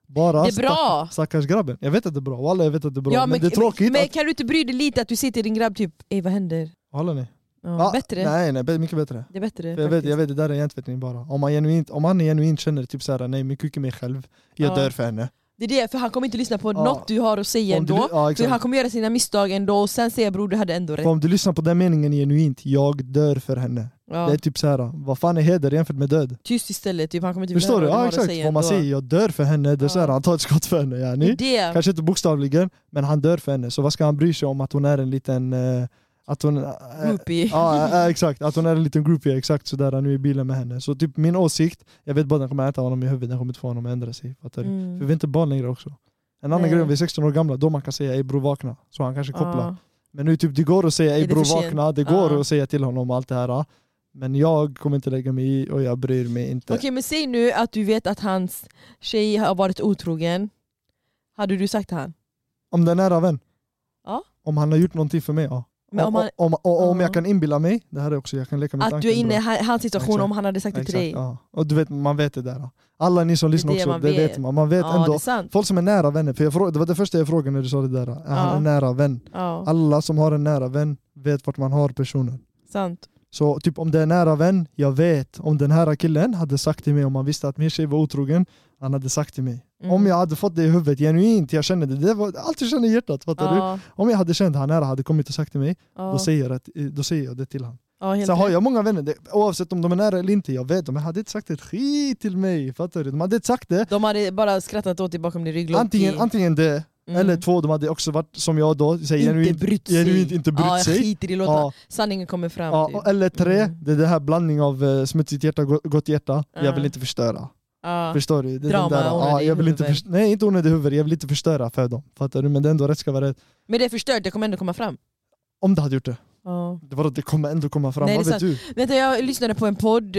bara Det är bra. stack, stackars grabben. Jag vet att det är bra, alla jag vet att det är bra. Ja, men, men, det är tråkigt men att... kan du inte bry dig lite att du sitter din grabb typ, ej vad händer? Håller ni? Ja, Ah, bättre. Nej, nej, mycket bättre. Det är bättre. För jag, vet, jag vet, det där är hjärntvättning bara. Om man genuint, om han genuint känner typ såhär, nej min kuk är mig själv, jag Ja. dör för henne. Det är det, för han kommer inte lyssna på Ja. något du har att säga Om du- ändå. ja, för exakt. han kommer göra sina misstag ändå och sen säger bror du hade ändå rätt. För om du lyssnar på den meningen genuint, jag dör för henne. Ja. Det är typ såhär, vad fan är heder jämfört med död? Tyst istället, typ, han kommer inte vilja Förstår du? höra vad Ja du har att exakt, säga om man ändå. säger jag dör för henne, det är Ja. såhär, han tar ett skott för henne. Ja, Det är ni? det. Kanske inte bokstavligen, men han dör för henne. Så vad ska han bry sig om att hon är en liten... Eh, att hon... Eh, Groupie. ja, eh, exakt. Att hon är en liten groupie, exakt sådär, nu i bilen med henne. Så typ min åsikt, jag vet bara att den kommer äta honom i huvudet, den kommer inte få honom att ändra sig. Fattar du? Mm. För vi är inte barn längre också. En annan Nej. grej om vi är sexton år gamla, då man kan säga ej bror vakna. Så han kanske kopplar. Ja. Men nu typ det går att säga ej Är det bror för sent? vakna, det går Ja. att säga till honom allt det här. Men jag kommer inte lägga mig i och jag bryr mig inte. Okej, men säg nu att du vet att hans tjej har varit otrogen. Hade du sagt till han? Om den är nära vän? Ja. Om han har gjort någonting för mig, ja. Men om om, han- om, om, om Ja. jag kan inbilla mig, det här är också, jag kan leka med Att tanken. du är inne i bra. ha- hans situation Exakt. om han hade sagt det till Exakt, dig? ja. Och du vet, man vet det där. Alla ni som lyssnar det också, man det vet. vet man. Man vet Ja, det ändå. är sant. Folk som är nära vänner, för jag frågade, det var det första jag frågade när du sa det där. Är han Ja. en nära vän? Ja, Alla som har en nära vän vet vart man har personen. sant. Så typ om det är nära vän, jag vet om den här killen hade sagt till mig, om han visste att min tjej var otrogen, han hade sagt till mig. Mm. Om jag hade fått det i huvudet genuint, jag kände det, det var allt jag kände i hjärtat, fattar du? Ja, Om jag hade känt att han nära hade kommit och sagt till mig, ja. då, säger jag, att, då säger jag det till honom. Ja, helt Så har rätt. jag många vänner, det, oavsett om de är nära eller inte, jag vet, de hade inte sagt ett skit till mig, fattar du? De hade inte sagt det, De hade bara skrattat åt dig bakom din rygg. långt antingen, i- antingen det, Mm. eller två, de hade också varit som jag då, säger inte genuint, brytt sig. genuint inte brytt ja, jag sig. skiter i låta. Ja. Sanningen kommer fram. Ja, typ. eller tre, Mm. det är det här blandning av uh, smutsigt hjärta och gott hjärta, jag Ja. vill inte förstöra. Ja. Förstår du? Det är Drama, den där, ja, onödig jag vill inte huvud. först- Nej, inte onödig huvud, jag vill inte förstöra för dem. Fattar du? Men det är ändå rätt ska vara rätt. Men det är förstört, det kommer ändå komma fram. Om det hade gjort det. Ja. Det var att det kommer ändå komma fram, Nej, vad det är vet du? Vänta, jag lyssnade på en podd.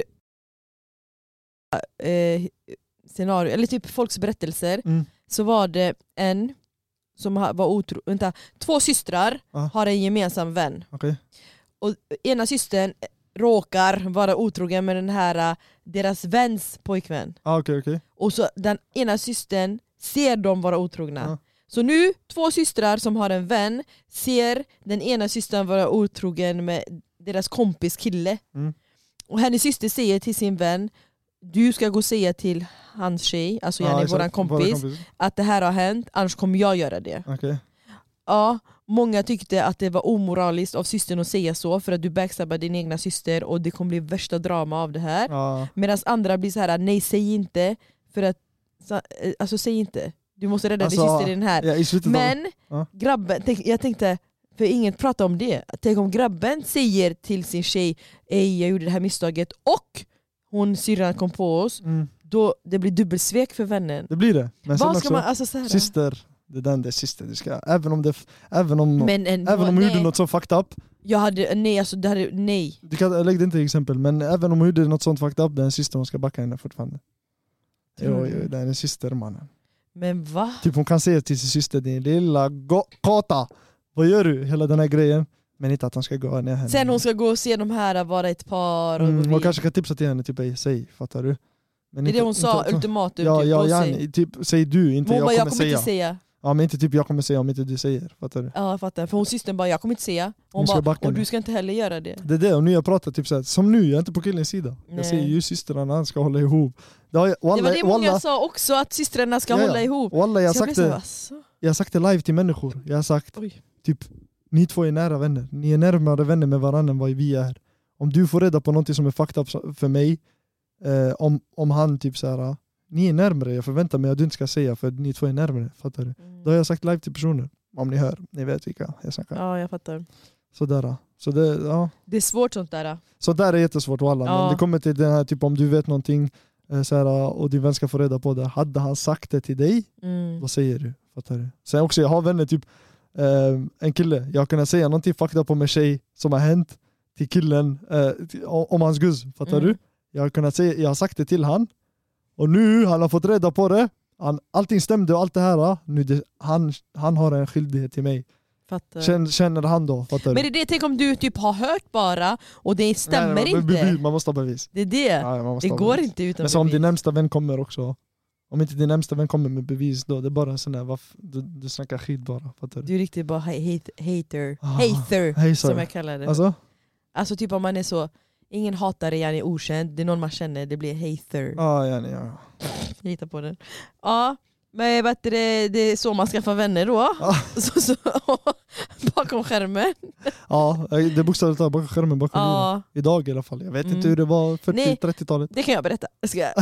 Eh, scenario, eller typ folks berättelser. Mm. Så var det en som ha- var otro... Vänta, två systrar Ja. har en gemensam vän. Okej. Och ena systern råkar vara otrogen med den här, eh, deras väns pojkvän. Ah, okej, okej. Och så den ena systern ser dem vara otrogna. Ja. Så nu, två systrar som har en vän ser den ena systern vara otrogen med deras kompis kille. Mm. Och hennes syster säger till sin vän, du ska gå och säga till hans tjej, alltså Ja, yani exakt. våran kompis, Våran kompis. att det här har hänt, annars kommer jag göra det. Okej. Ja, många tyckte att det var omoraliskt av systern att säga så, för att du backstabbar din egna syster och det kommer bli värsta drama av det här. Ja. Medan andra blir så här: nej säg inte, för att, så- eh, alltså säg inte. Du måste rädda Alltså, din syster i den här. Ja, i slutet av... Men Ja. grabben, tänk, jag tänkte, för ingen pratar om det. Tänk om grabben säger till sin tjej, ej jag gjorde det här misstaget, och hon syrran kom på oss, Mm. då det blir dubbelsvek för vännen. Det blir det. Men sen Vad ska också, man, alltså så här, syster, det är den det är syster. Det ska, även om, det, även om, men ändå, även om hon nej. gjorde något så fucked up, Jag hade, nej alltså det hade, nej. du kan, lägg det inte exempel, men även om hon gjorde något sånt fucked up, det är en syster, hon ska backa henne fortfarande. Tror Jo, du? jo, det är en syster, mannen. Men va? Typ hon kan säga till sin syster, din lilla go- kata, vad gör du? Hela den här grejen. Men inte att han ska gå ner henne. Sen hon ska gå och se de här vara ett par och gå mm, vid. hon kanske kan tipsa till henne, typ ej, säg, fattar du? Men Det är inte- det hon sa, inte- ultimatum. Ja, typ, ja, gå och ja, säg. typ, säg du, inte Men hon jag bara, kommer, jag kommer säga. inte säga. Ja, men inte typ jag kommer säga om inte du säger, fattar du? Ja jag fattar, för hon systern bara, jag kommer inte säga. Hon, Hon ska bara, backa och nu. du ska inte heller göra det. Det är det, och nu jag pratar typ såhär, som nu, jag är inte på killens sida. Nej. Jag säger ju systrarna, han ska hålla ihop. Det, har jag, Det var walla, det många walla, sa också, att systrarna ska Ja, ja. hålla ihop. walla, jag har Så jag sagt blev så, det, alltså. jag har sagt det live till människor. Jag har sagt, Oj. typ, ni två är nära vänner. Ni är närmare vänner med varandra än vad vi är. Om du får reda på något som är fucked up för mig, eh, om, om han typ såhär, ni är närmare, jag förväntar mig att du inte ska säga för ni två är närmare, fattar du? Mm. Då har jag sagt live till personer, om ni hör, ni vet vilka jag snackar. Ja jag fattar. Sådär. Så det, ja. Det är svårt sånt där. Så där är jättesvårt walla. Ja. Men det kommer till den här, typ om du vet någonting eh, såhär, och din vän ska få reda på det, hade han sagt det till dig, Mm. vad säger du? Fattar du? Sen också, jag har vänner, typ eh, en kille, jag har kunnat säga någonting fucked up om en tjej som har hänt till killen, eh, till, om hans guzz, fattar Mm. du? Jag har, kunnat säga, jag har sagt det till han, och nu han har fått reda på det, han, allting stämde och allt det här, nu det, han, han har en skyldighet till mig. Fattar. Känner, känner han då, fattar Men du? det är det, tänk om du typ har hört bara och det stämmer Nej, nej, men inte. bevis, man måste ha bevis. Det är det. Ja, man måste Det ha går bevis. inte utan Men så om bevis. din närmsta vän kommer också Om inte din närmsta vän kommer med bevis då, det är bara en sån där, varf- du, du snackar skit bara. Fattar du? Du är riktigt bara hate, hater. Ah, hater, hater. som jag kallar det. Alltså? Alltså typ om man är så, ingen hatar det, är okänd, det är någon man känner, det blir hater. Ja, ja, ja. Jag hittar på den. Ja, men vet du, det, det är så man skaffar vänner då. Ah. Så, så, bakom skärmen. Ja, det är bokstavligt talat bakom skärmen bakom bilen. Ja, Idag i alla fall. Jag vet Mm. inte hur det var Nej. fyrtio-trettiotalet. det kan jag berätta. Jag ska...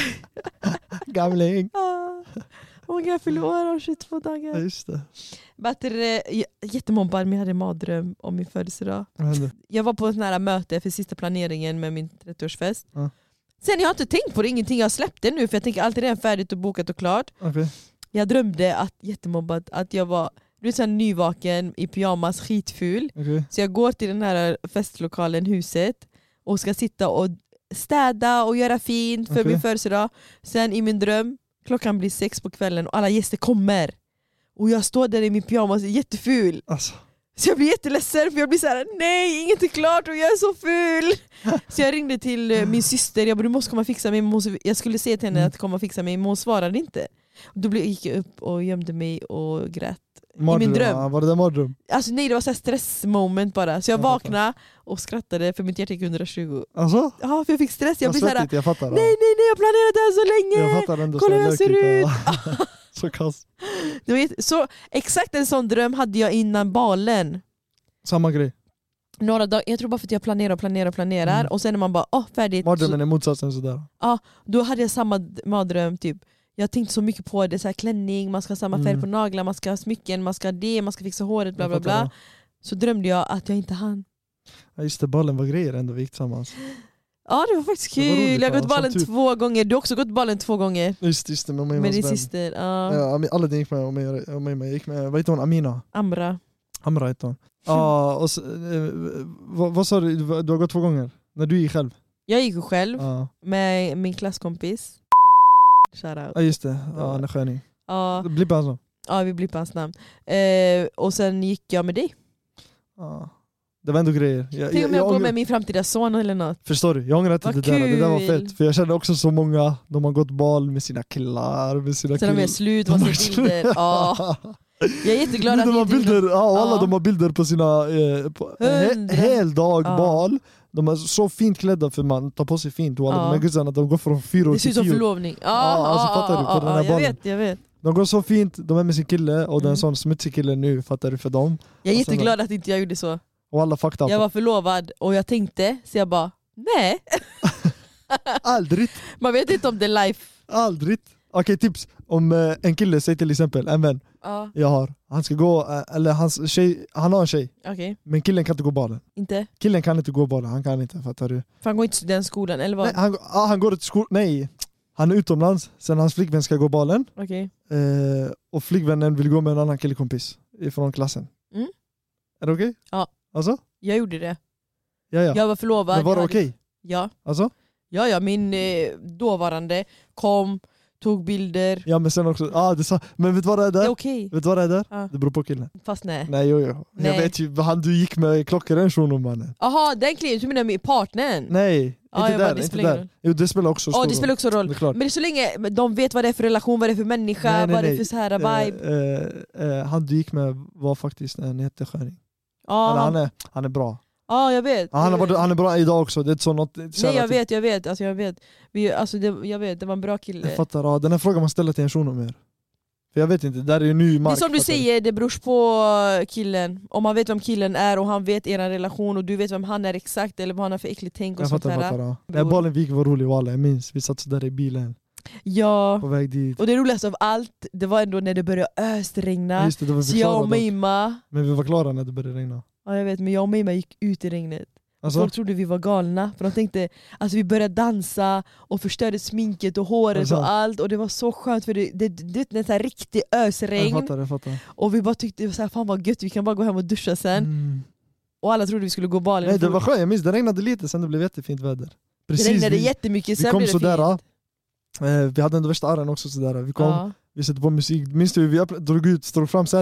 Gamling. Ah, oh my God, jag fyller år om tjugotvå Ja, dagar. just det. Bättre, jättemobbad, men jag hade en mardröm om min födelsedag. Vad hände? Jag var på ett nära möte för sista planeringen med min trettioårsfest. Ja. Sen jag har inte tänkt på det, ingenting, jag släppte nu för jag tänker alltid redan färdigt och bokat och klart. Okej. Jag drömde att, jättemobbad, att jag var du vet, så här, nyvaken i pyjamas, skitful. Okej. Så jag går till den här festlokalen, huset, och ska sitta och städa och göra fint för Okej. min födelsedag. Sen i min dröm, klockan blir sex på kvällen och alla gäster kommer. Och jag står där i min pyjamas, jätteful. Alltså. Så jag blir jätteledsen för jag blir så här: nej, inget är klart och jag är så ful. Så jag ringde till eh, min syster, jag bara, du måste komma och fixa mig. Måste, jag skulle säga till henne Mm. att komma och fixa mig, men hon svarade inte. Då blev- gick jag upp och gömde mig och grät. Mardröm, min dröm. ja, var det där mardröm? Alltså nej, det var så här stressmoment bara. Så jag Jag fattar. vaknade och skrattade för mitt hjärta gick hundratjugo. Alltså? Ja, för jag fick stress. Jag Vad blir så här: svettigt, jag fattar. nej, nej, nej, jag planerade det här så länge. Jag fattar ändå. Kolla så hur jag ser lökigt, ja. Så kass. Det var jätte- så exakt en sån dröm hade jag innan balen. Samma grej. Några dagar, jag tror bara för att jag planerar och planerar och planerar Mm. och sen är man bara åh, färdigt. Mardrömmen Så, är motsatsen sådär. då hade jag samma d- mardröm typ. Jag tänkte så mycket på det, så här, klänning, man ska ha samma färg Mm. på naglar, man ska ha smycken, man ska ha det, man ska fixa håret, bla Jag bla fattar bla. det. Så drömde jag att jag inte hann. Ja, just det, ballen var grejer ändå, vi gick tillsammans. Ja, det var faktiskt Det var kul. roligt, jag har ja, gått ballen som tur. två gånger, du har också gått ballen två gånger. Just, just det, med mig Med och din vän. syster. Ja. Ja, men alla gick med och mig, och mig, jag gick med, vad heter hon? Amina? Amra. Amra heter hon. Ja, och så, eh, vad, vad sa du, du har gått två gånger? När du gick själv? Jag gick ju själv Ja, med min klasskompis. Shoutout. ja just det, ja, han är sköning. Ja, Blippa alltså. ja, vi blir på hans namn. Eh, och sen gick jag med dig. Ja. Det var ändå grejer. Jag, Tänk om jag, går ångrar- med min framtida son eller något. Förstår du? Jag ångrar inte Vad det där, det där var kul. fett. För jag känner också så många, de har gått bal med sina killar, med sina Sen de är killar. slut, De vad har ser slut. bilder. Ja. Jag är jätteglad att de ni har inte bilder, gjorde- ja, och alla Ja. de har bilder på sina eh, på, he, Hundra. hel dag Ja. bal. De är så fint klädda för man tar på sig fint och alla Ja. de här guzzarna de går från fyra år Det ser till ut som tio år. förlovning. Ja, alltså, ja, fattar du, på ja, den ja, här jag ballen. vet, jag vet. De går så fint, de är med sin kille och det är en Mm. sån smutsig kille nu, fattar du, för dem. Jag är Och sen- jätteglad att inte jag gjorde så. Och alla fucked up. Jag var förlovad och jag tänkte, så jag bara, nej. Aldrig, Man vet inte om det är life. aldrig. Okej, tips. Om eh, en kille, säg till exempel en vän Ja, jag har, han ska gå, eh, eller hans tjej, han har en tjej, okej. men killen kan inte gå balen. Inte? Killen kan inte gå balen, han kan inte, fattar du? För han går inte till den skolan, eller vad? Nej, han, ah, han går till skolan, nej. Han är utomlands, sen hans flickvän ska gå balen. Okej. Eh, och flickvännen vill gå med en annan killekompis från klassen. Mm. Är det okej? Ja. Alltså? Jag gjorde det. Ja, ja. Jag var förlovad. Men var det jag hade- okej? Ja. Alltså? Ja, ja, min eh, dåvarande kom, tog bilder. Ja men sen också, ah, det sa, men vet du vad det är Det är där? okej. Vet du vad det är där? Ja. Det beror på killen. Fast nej. Nej jo, jo. Nej. Jag vet ju, han du gick med klockren shunon mannen. Jaha, den klient, du menar med partnern? Nej, Ja, inte jag bara, där, det inte spelar ingen där. roll. Jo det spelar också Ja, stor det spelar också roll. Det är klart. Men det är så länge de vet vad det är för relation, vad det är för människa, Nej, nej, vad det är nej. för så här vibe. Eh, eh, eh, han du gick med var faktiskt en jättesköning. Ja, Eller han han, är, han är bra. ja, jag vet. Ja, han, jag är, vet. han är bra idag också, det är så något, så Nej, här jag att- vet, jag vet. Alltså, jag vet. Vi, alltså, det, jag vet, det var en bra kille. Jag fattar, ja, den här frågan man ställer till en shuno mer. För jag vet inte, där är ju ny Det mark. är som du fattar säger, det beror på killen. Om man vet vem killen är och han vet er relation och du vet vem han är exakt eller vad han har för äckligt tänk och Jag sånt fattar, där. fattar ja. Bror. Nej, Balen Vik var rolig walla, jag minns. Vi satt så där i bilen Ja, på väg dit. och det roligaste av allt, det var ändå när det började ösregna. Just det, det var Så vi jag klara och dock. Mima, Men vi var klara när det började regna. ja jag vet, men jag och Mima gick ut i regnet. Alltså, Folk trodde vi var galna, för de tänkte, alltså vi började dansa och förstörde sminket och håret Alltså. och allt, och det var så skönt för det, det, det, det är en sån här riktig jag ösregn. fattar, jag fattar. Och vi bara tyckte, så här, fan vad gött, vi kan bara gå hem och duscha sen. Mm. Och alla trodde vi skulle gå balen. Nej det var skönt, jag minns det regnade lite sen det blev jättefint väder. det regnade vi, jättemycket, vi sen kom blev det sådär, fint. eh, vi hade ändå värsta arren också sådär. Vi kom, Ja, vi satte på musik, minns du vi öppnade- drog ut, drog fram säten?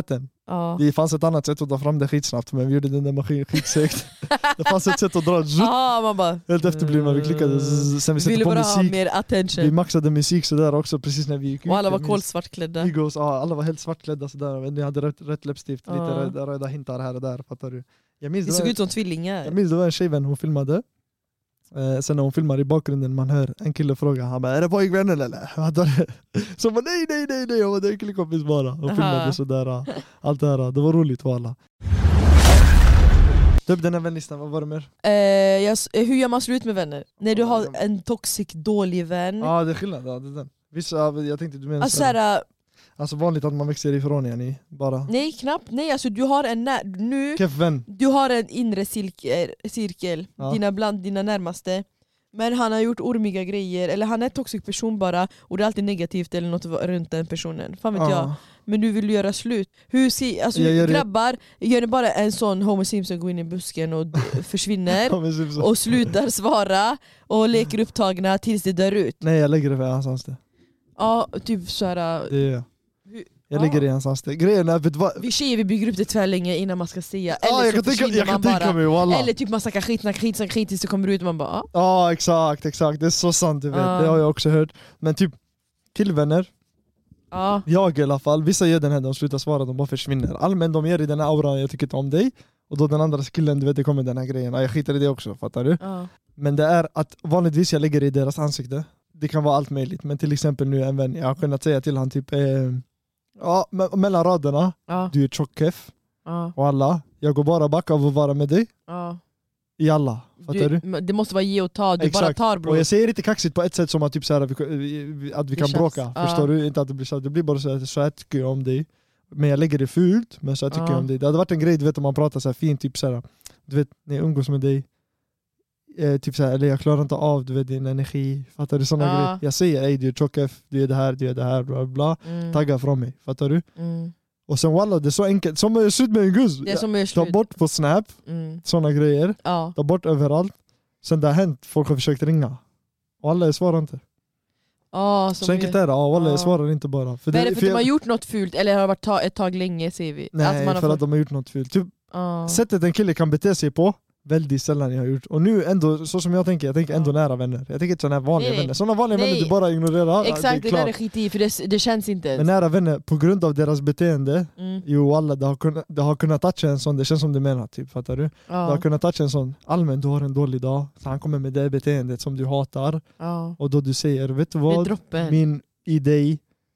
Ja. Det fanns ett annat sätt att ta fram det skitsnabbt, men vi gjorde den där maskinen skitsegt. Det fanns ett sätt att dra zoom. Ah, man bara, Helt efterblivna, vi klickade. Sen vi ville satte på bara ha musik. mer attention. Vi maxade musik sådär också precis när vi gick ut. Och alla var Jag minns- kolsvartklädda. Igos, ja, alla var helt svartklädda sådär. Men ni hade rött, rött läppstift, Ja. lite röda, röda hintar här och där, fattar du? Jag minns Det det såg var, ut som tvillingar. jag minns det var en tjejvän hon filmade. Eh, sen när hon filmar i bakgrunden, man hör en kille fråga, han bara, är det pojkvännen eller? Fattar du? Så man, nej, nej, nej, nej, jag var en killekompis bara. Och filmade Aha. sådär, allt det här. Det var roligt för alla. Typ den här vänlistan, vad var det mer? Eh, jag, s- eh, hur gör man slut med vänner? När du har en toxic dålig vän. Ja, det är skillnad. Ja, det är den. Vissa, jag tänkte du menar Alltså, såhär, såhär, alltså vanligt att man växer ifrån igen i bara. nej knappt, nej alltså du har en när, nu, Keff vän. du har en inre cirkel, cirkel Ja. dina bland dina närmaste. Men han har gjort ormiga grejer, eller han är en toxic person bara, och det är alltid negativt eller något runt den personen. Fan vet jag. Ja. Men du vill göra slut. Hur ser, alltså, Jag gör det- grabbar, gör det bara en sån Homer Simpson går in i busken och d- försvinner Ja, men typ så. och slutar svara och leker upptagna tills det dör ut. Nej, jag lägger det för hans anställd. Ja, typ såhär. Det är jag. Hur- Jag Ja. ligger i hans anställd. Grejen är, vet du vad? Vi tjejer vi bygger upp det tvärlänge innan man ska säga. Ja, Eller jag så kan tänka, försvinner jag kan man tänka bara. mig walla. Eller typ man snackar skit, snackar skit, snackar skit tills det kommer ut och man bara ah. Ja, exakt, exakt. Det är så sant, du vet. Ja. Det har jag också hört. Men typ, killvänner, Ja. jag i alla fall, vissa gör den här, de slutar svara, de bara försvinner. Allmänt, de ger i den här auran, jag tycker inte om dig. Och då den andra killen, du vet, det kommer den här grejen. Ja, jag skiter i det också, fattar du? Ja. Men det är att vanligtvis jag lägger i deras ansikte. Det kan vara allt möjligt, men till exempel nu en vän, jag har kunnat säga till han typ, eh, ja, me- mellan raderna, Ja. du är tjockkeff Ja. och alla, jag går bara back av att vara med dig, Ja. i alla, fattar du? Du, det måste vara ge och ta, du Exakt. bara tar Och bror. jag säger inte kaxigt på ett sätt som att, typ, så här, vi, vi- att vi kan känns- bråka, ja. förstår du? Inte att det blir så, det blir bara så här, så här tycker jag om dig. Men jag lägger det fult, men så här tycker Ja. jag om dig. Det hade varit en grej, du vet, om man pratar så här fint, typ så här, du vet, när jag umgås med dig, eh, typ så här, eller jag klarar inte av, du vet, din energi, fattar du? Såna Ja. grejer. Jag säger, ej du är tjockef, du är det här, du är det här, bla bla, Mm. tagga från mig, fattar du? Mm. Och sen walla, det är så enkelt, som att göra slut med en guzz. Det är som är Ta slut. bort på snap, Mm. såna grejer, Ja. ta bort överallt. Sen det har hänt, folk har försökt ringa. Och alla svarar inte. Ja, Så som enkelt är- är det, ja, alla Ja. svarar inte bara. För Vad är det för att de jag- har gjort något fult eller har det varit ta, ett tag länge säger vi? Nej, Att man har för fått- att de har gjort något fult. Typ, Ja. sättet en kille kan bete sig på, väldigt sällan jag har gjort. Och nu ändå, så som jag tänker, jag tänker ändå Ja. nära vänner. Jag tänker inte sådana här vanliga Nej, nej. vänner. Sådana vanliga Nej. vänner du bara ignorerar, Exakt, det är det där klart. är skit i för det, det känns inte ens. Men nära vänner, på grund av deras beteende, Mm. jo alla, det har kunnat, det har kunnat toucha en sån, det känns som du menar, typ, fattar du? Det har Ja. kunnat toucha en sån, allmänt du har en dålig dag, så han kommer med det beteendet som du hatar, Ja. och då du säger, vet du Det är vad? droppen. Min idé,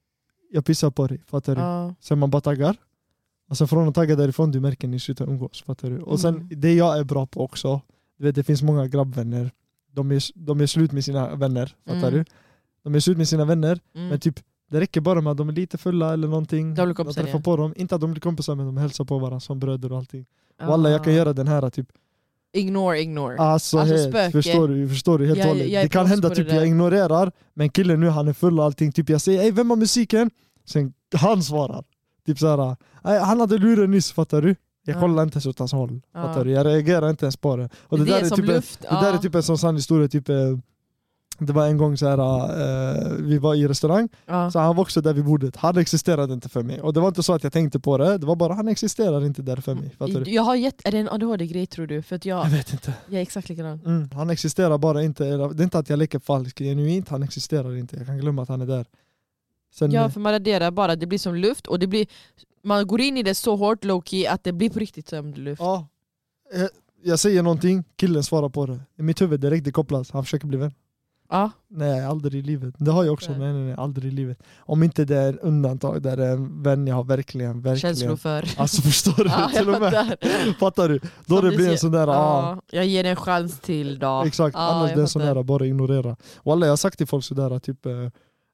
jag pissar på dig, fattar du? Ja. Sen man bara taggar. Och sen från att tagga därifrån, du märker ni slutar umgås, fattar du? Och sen Mm. det jag är bra på också, du vet det finns många grabbvänner, de är, de är slut med sina vänner, fattar Mm. du? De är slut med sina vänner, Mm. men typ det räcker bara med att de är lite fulla eller någonting. De blir kompisar träffar igen. på dem, inte att de blir kompisar men de hälsar på varandra som bröder och allting. Ja. Och alla jag kan göra den här typ, Ignore, ignore. alltså, Alltså, helt, spöke. förstår du, förstår du helt Jag- och hållet. jag är Det kan proffs hända på typ det där. jag ignorerar, men killen nu han är full och allting, typ jag säger ey vem har musiken? Sen han svarar. Typ såhär, "Nej, han hade luren nyss, fattar du? Jag Ja. kollar inte ens åt hans håll, Ja. fattar du? Jag reagerar inte ens på det. Och det, det där är är som typ en, luft. det där är typ en sån sann historia, typ, eh, det var en gång så här, eh, vi var i restaurang, ja. så han var också där vid bordet, han existerade inte för mig. Och det var inte så att jag tänkte på det, det var bara han existerar inte där för mig, fattar du? Jag har gett, är det en A D H D-grej tror du? För att jag, Jag vet inte. jag är exakt likadan. Mm, han existerar bara inte, det är inte att jag leker falsk, genuint, han existerar inte, jag kan glömma att han är där. Sen, Ja, för man raderar bara, det blir som luft och det blir, man går in i det så hårt low-key att det blir på riktigt som luft. ja, jag, jag säger någonting, killen svarar på det. I mitt huvud direkt det kopplas, han försöker bli vän. Ja. Nej, aldrig i livet. Det har jag också, Nej. men nej, nej, aldrig i livet. Om inte det är undantag, där det är en vän jag har verkligen, verkligen... Känslor för. Alltså förstår du? Ja, till och jag med. fattar. Fattar du? Då Som det du blir en säger. sån där, ah, Ja, jag ger en chans till då. exakt, Ja, annars jag det är en sån fattar. där, bara ignorera. Och alla, jag har sagt till folk sådär, typ, eh,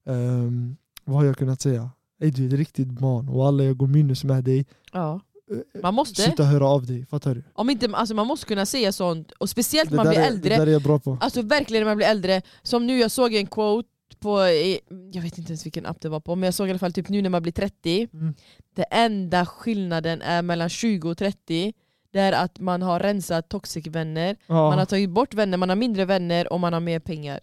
ehm, vad har jag kunnat säga? Ey du är ett riktigt barn, och alla jag går minus med dig. Ja. Eh, Man måste. Sluta höra av dig, fattar du? Om inte, alltså man måste kunna säga sånt, och speciellt Det när man där blir är, äldre. det där är jag bra på. Alltså verkligen när man blir äldre. Som nu, jag såg en quote på, eh, jag vet inte ens vilken app det var på, men jag såg i alla fall typ nu när man blir trettio. Mm. Det enda skillnaden är mellan tjugo och trettio. Det är att man har rensat toxic vänner. Ja. Man har tagit bort vänner, man har mindre vänner och man har mer pengar.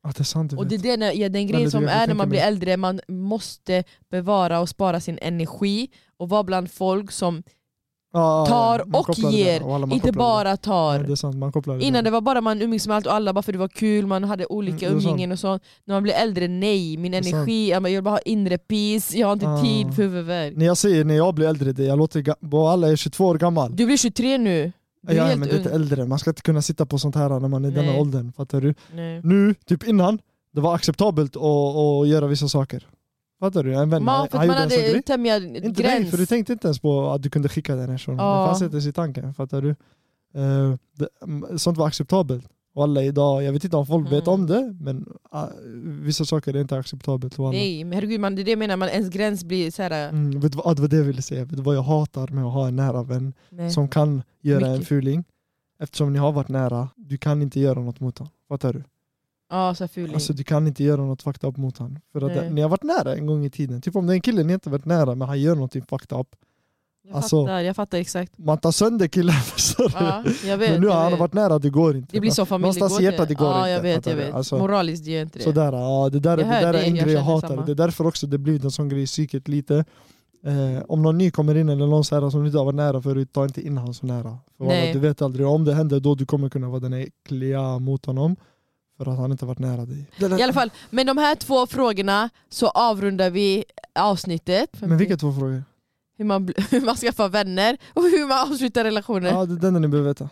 Ja, det är sant. Och det är den, ja, den grejen som är när man blir äldre, man måste bevara och spara sin energi och vara bland folk som ah, tar ja, och ger, och alla, inte bara tar. Ja, det är sant, man kopplar det. Innan det var bara man umgicks med allt och alla bara för det var kul, man hade olika mm, umgängen och så. När man blir äldre, nej, min energi, jag vill bara ha inre peace, jag har inte ah. tid för huvudvärk. När jag säger när jag blir äldre, det, jag låter ga- alla är tjugotvå år gammal. Du blir tjugotre nu. Du är ja, helt men det är ung. äldre, man ska inte kunna sitta på sånt här när man är i denna åldern, fattar du? Nej. Nu, typ innan, det var acceptabelt att, att göra vissa saker. Fattar du? En vän, man, för han man hade tämjad inte gräns. Nej, för du tänkte inte ens på att du kunde skicka den här sån. Ah. Det fanns inte ens i tanken, fattar du? Uh, det, sånt var acceptabelt. Och alla idag, jag vet inte om folk mm. vet om det, men uh, vissa saker är inte acceptabelt för alla. Nej, men herregud, man, det är det jag menar, man, ens gräns blir så här. Mm, vet du vad, det var det jag ville säga. Vet du vad jag hatar med att ha en nära vän Nej. som kan göra Mycket. en fuling? Eftersom ni har varit nära, du kan inte göra något mot honom. Fattar du? Ja, så fuling. Alltså du kan inte göra något fucked up mot honom. För att det, ni har varit nära en gång i tiden. Typ om det är en kille ni inte varit nära, men han gör någonting fucked up. Jag, alltså, fattar, jag fattar exakt. Man tar sönder killen, förstår ja, jag vet, men nu har han vet. varit nära, det går inte. Det blir så familj, någonstans hjärta, det går ja, inte. Jag vet, jag vet. Alltså, moraliskt gör inte det. Sådär, ja, det där, det där det, är en grej jag hatar. samma. Det är därför också det blir en sån grej i psyket lite. Eh, om någon ny kommer in eller någon så här som inte har varit nära förut, ta inte in han så nära. För alla, du vet aldrig, om det händer då du kommer kunna vara den äckliga mot honom. För att han inte varit nära dig. I alla fall, med de här två frågorna så avrundar vi avsnittet. Men vilka två frågor? Hur man, hur man skaffar vänner och hur man avslutar relationer. Ja, det är den ni behöver veta.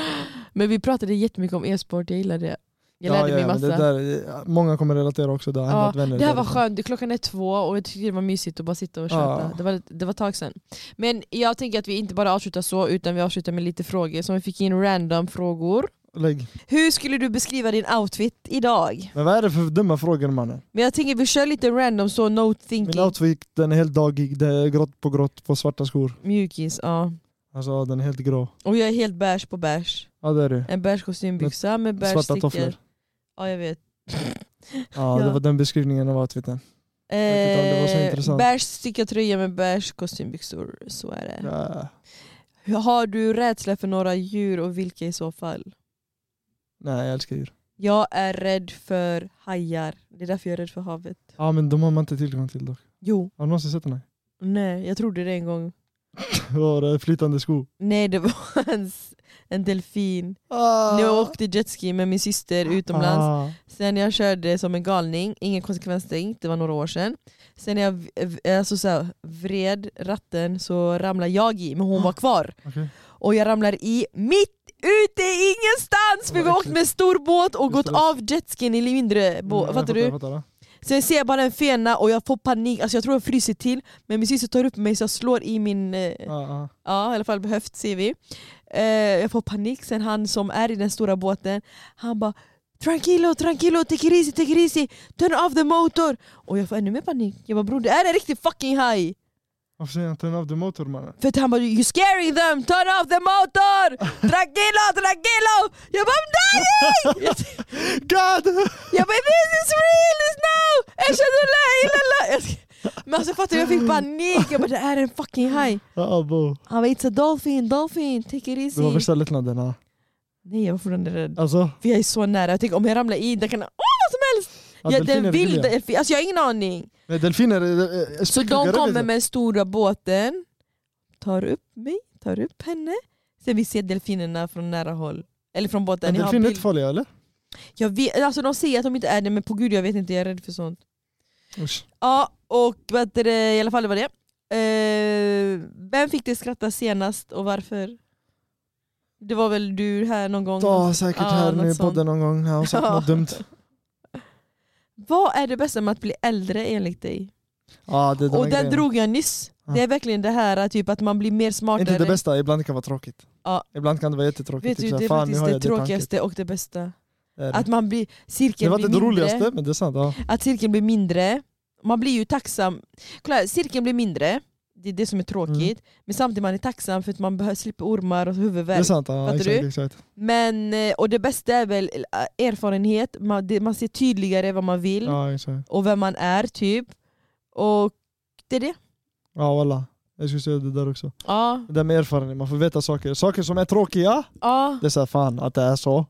Men vi pratade jättemycket om e-sport, jag gillar det. Jag ja, lärde ja, mig massa. Det där, många kommer relatera också. Det, ja, vänner det här var skönt, klockan är två och jag tyckte det var mysigt att bara sitta och köta. Ja. Det, var, det var ett tag sedan. Men jag tänker att vi inte bara avslutar så, utan vi avslutar med lite frågor. Så vi fick in random frågor. Lägg. Hur skulle du beskriva din outfit idag? Men vad är det för dumma frågor, mannen? Men jag tänker vi kör lite random, så no thinking. Min outfit, den är helt dagig, det är grått på grått på svarta skor. Mjukis, ja. Alltså den är helt grå. Och jag är helt beige på beige. Ja, det är det. En beige kostymbyxa med beige svarta stickor. tofflor. Ja, jag vet. Ja, det ja. var den beskrivningen av outfiten. Eh, det var så intressant. Beige stickad tröja med beige kostymbyxor, så är det. Ja. Har du rädsla för några djur och vilka i så fall? Nej, jag älskar djur. Jag är rädd för hajar. Det är därför jag är rädd för havet. Ja, men de har man inte tillgång till dock. Jo. Har du någonsin sett den? Nej, jag trodde det en gång. Var det flytande sko? Nej, det var en, en delfin. Ah. När jag åkte jetski med min syster utomlands. Ah. Sen jag körde som en galning. Ingen konsekvenstänk, det var några år sedan. Sen när jag alltså så här, vred ratten så ramlade jag i, men hon var kvar. Okay. Och jag ramlar i mitt ute i ingenstans. För vi har åkt med stor båt och gått av jetskin i mindre båt. Mm, fattar du? Fattar. Sen ser jag bara en fena och jag får panik. Alltså jag tror jag fryser till. Men min syster tar upp mig så jag slår i min... Eh, uh-huh. Ja, i alla fall behövt ser vi. Eh, jag får panik. Sen han som är i den stora båten, han bara tranquilo, tranquilo, take it easy, take it easy. Turn off the motor. Och jag får ännu mer panik. Jag bara bror, det är en riktig fucking haj. Varför säger han turn off the motor, mannen? För att han bara, you scaring them, turn off the motor! Tranquilo, tranquilo! Jag bara, nej! God! Jag bara, this is real, this now! Jag känner det, men alltså fattar du, jag fick panik. Jag bara, det är en fucking haj. Uh-oh. Han bara, it's a dolphin, dolphin, take it easy. Det var värsta lättnaden, ha? Nej, jag var fortfarande rädd. Alltså? För jag är så nära, jag tänker om jag ramlar i, det kan, åh vad som helst! Ja, ja, den vill delfin, alltså jag har ingen aning. Men delfiner är, är så de kommer med stora båten, tar upp mig, tar upp henne. Sen vi ser delfinerna från nära håll. Eller från båten. Men delfiner är inte farliga, eller? Jag vet, alltså de säger att de inte är det, men på gud jag vet inte, jag är rädd för sånt. Usch. Ja, och vet du, i alla fall det var det. Uh, vem fick det skratta senast och varför? Det var väl du här någon gång? Ja, säkert ah, här nu i podden någon gång. Jag har sagt något dumt. Vad är det bästa med att bli äldre enligt dig? Ja, det är och den drog jag nyss. Ja. Det är verkligen det här typ att man blir mer smartare. Inte det bästa, ibland kan det vara tråkigt. Ja. Ibland kan det vara jättetråkigt. Vet du, typ det är fan, faktiskt det tråkigaste och det bästa. Det det. Att man blir, cirkeln det var blir inte det mindre. roligaste, men det är sant. Ja. Att cirkeln blir mindre. Man blir ju tacksam. Kolla, cirkeln blir mindre. Det är det som är tråkigt. Mm. Men samtidigt man är tacksam för att man behöver slippa ormar och huvudvärk. Det är sant, ja, exakt, du? exakt. Men, och det bästa är väl erfarenhet. Man, det, man ser tydligare vad man vill. Ja, och vem man är typ. Och det är det. Ja, alla. Jag skulle säga det där också. Ja. Det där med erfarenhet, man får veta saker. Saker som är tråkiga, ja. det är så här, fan att det är så.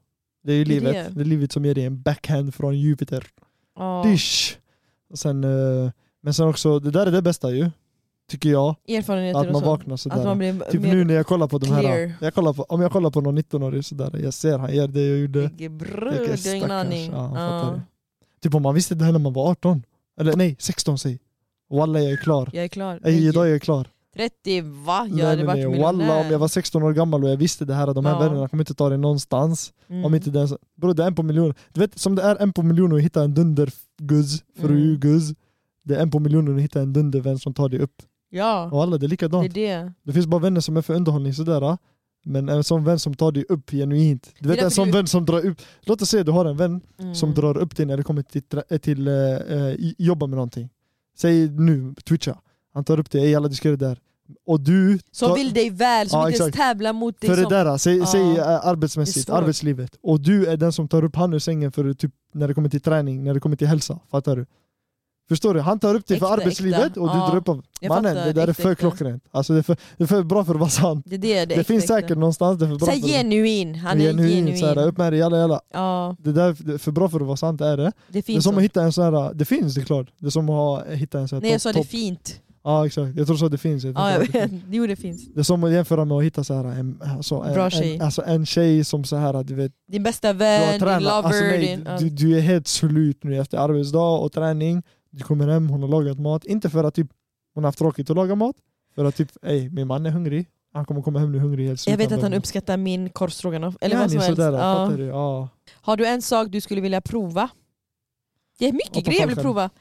Det är ju Det är livet. det. Det är livet som ger dig en backhand från Jupiter. Ja. Dish! Och sen, eh, men sen också, det där är det bästa ju. Tycker jag. Erfarenheter Att man och så. vaknar sådär. Att man blir Typ mer nu när jag kollar på de clear. här. Jag kollar på, om jag kollar på någon nitton-årig sådär. Jag ser han gör det jag gjorde. brr, Jag är du har ingen stackars. aning. Ja, Ja. fattar du. Typ om man visste det här när man var arton. Eller nej, sexton säg. Walla jag är klar. Jag är klar. Ej, idag är jag klar. trettio, va? Jag Nej, hade nej, varit nej. miljonär. Walla om jag var sexton år gammal och jag visste det här. De här Ja. vännerna kommer inte ta det någonstans. Mm. Om inte den, bro, det är en på miljoner. Du vet som det är en på miljoner att hitta en dunderguzz. Fru Mm. guzz. Det är en på miljoner att hitta en dundervän som tar dig upp. Ja, Och alla det är det likadant. är det. Det finns bara vänner som är för underhållning sådär. Men en sån vän som tar dig upp genuint. Du vet därför en sån du- vän som drar upp. Låt oss säga att du har en vän Mm. som drar upp dig när det kommer till, tra- till uh, jobba med någonting. Säg nu, Twitcha. Han tar upp dig, ej alla du ska göra det där. Och du... Som tar- vill dig väl, som Ja, inte ens exakt. tävlar mot dig. För det som... där, säg, Ja. säg uh, Det är arbetsmässigt, svårt. arbetslivet. Och du är den som tar upp han ur sängen för typ, när det kommer till träning, när det kommer till hälsa. Fattar du? Förstår du? Han tar upp dig för Äkta, arbetslivet äkta. och du Ja. drar upp av... Jag Mannen, fattar, det där är äkta, för äkta. klockrent. Alltså det är för, det är för bra för att vara sant. Det, är det, det, Det, är finns äkta, säkert äkta. någonstans, det är för bra Så här för genuin, han är genuin, genuin. så här, upp med det, jalla jalla. Ja, Det där det är för bra för att vara sant är det. det Det är finns som att sånt. hitta en sån här, det finns det är klart. Det är som att hitta en sån här Nej jag topp- sa det är topp. fint. Ja exakt, jag tror så det finns. Jag tror Ja, så jag det finns. vet. Jo det finns. Det är som att jämföra med att hitta så här, en, alltså, en, Bra tjej. En, alltså en tjej som så här, du vet, Din bästa du har vän, din tränat. lover. Alltså, nej, din, ja. du, du är helt slut nu efter arbetsdag och träning. Du kommer hem, hon har lagat mat. Inte för att typ, hon har haft tråkigt att laga mat. För att typ, ej, min man är hungrig. Han kommer komma hem nu hungrig helt Jag vet sluten att han bara. uppskattar min korvstroganoff. Eller Ja, vad som ni helst. sådär, Ja. fattar du? Ja. Har du en sak du skulle vilja prova? Det är mycket Hoppa grejer jag vill fallskärm. prova.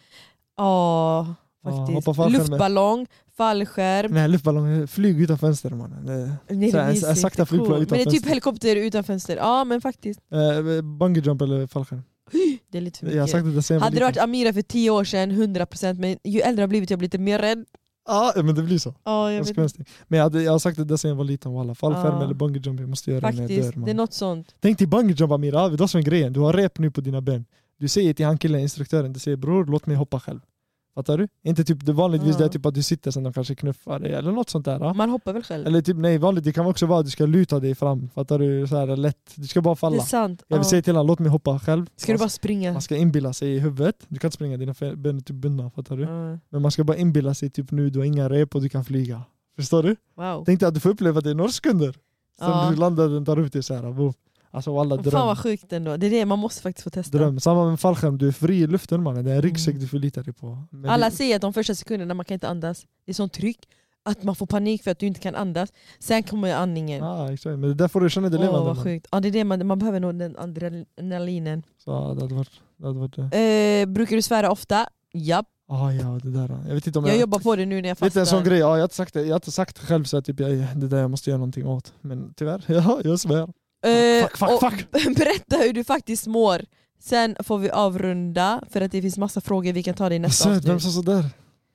Ja, Ja, faktiskt. hoppa fallskärm. Luftballong, fallskärm. Nej, luftballong, flyg utan fönster mannen. Det, Nej, så det här, en, visst, en sakta det är flygplan coolt. utan Men det är typ fönster. helikopter utan fönster. Ja men faktiskt. Eh, bungee jump eller fallskärm. Det är lite för Jag har mycket. sagt det, det sen jag var Hade det liten. varit Amira för tio år sedan, hundra procent. Men ju äldre jag har blivit jag har blivit mer rädd. Ja, men det blir så. Ja, jag Jag vet ska mest- Men jag, hade, jag har sagt det där sen jag var liten. Walla. Fallskärm Ja. eller bungee jump, jag måste göra det när jag Faktiskt, dör. Man. det är något sånt. Tänk till bungee jump Amira, det var som en grej. Du har rep nu på dina ben. Du säger till han killen, instruktören, du säger bror låt mig hoppa själv. Fattar du? Inte typ, det vanligtvis Ja. det är typ att du sitter sen de kanske knuffar dig eller något sånt där. Ja? Man hoppar väl själv? Eller typ nej, vanligt det kan också vara att du ska luta dig fram. Fattar du? Så här lätt. Du ska bara Det är falla. sant. Jag vill Ja. säga till honom, låt mig hoppa själv. Ska du bara springa? Man ska inbilla sig i huvudet. Du kan inte springa, dina fe- ben är typ bundna. Fattar du? Ja. Men man ska bara inbilla sig typ nu, du har inga rep och du kan flyga. Förstår du? Wow. Tänk dig att du får uppleva det i några sekunder. Sen Ja. du landar den tar ut dig så här. Boom. Alltså alla Fan dröm. vad sjukt ändå. Det är det man måste faktiskt få testa. dröm. Samma med fallskärm, du är fri i luften mannen. Det är en ryggsäck Mm. du förlitar dig på. Men Alla det, säger att de första sekunderna man kan inte andas. Det är sånt tryck att man får panik för att du inte kan andas. Sen kommer andningen. ah, exakt. Men det där får du känna dig Åh levande. vad man. sjukt. Ja, det är det man, man behöver nog den adrenalinen. Så ja, det hade varit det. Hade varit det. Eh, brukar du svära ofta? Japp. Ah, ja, det där. Jag vet inte om Jag jag... jobbar på det nu när jag Lite en sån fastar. grej, ja, jag har inte sagt det, jag har inte sagt själv så att typ, jag, det där jag måste göra någonting åt. Men tyvärr, ja, jag svär. Eh, Fuck, fuck, och fuck. Berätta hur du faktiskt mår. Sen får vi avrunda för att det finns massa frågor vi kan ta det i nästa Söt, vem avsnitt. sa sådär?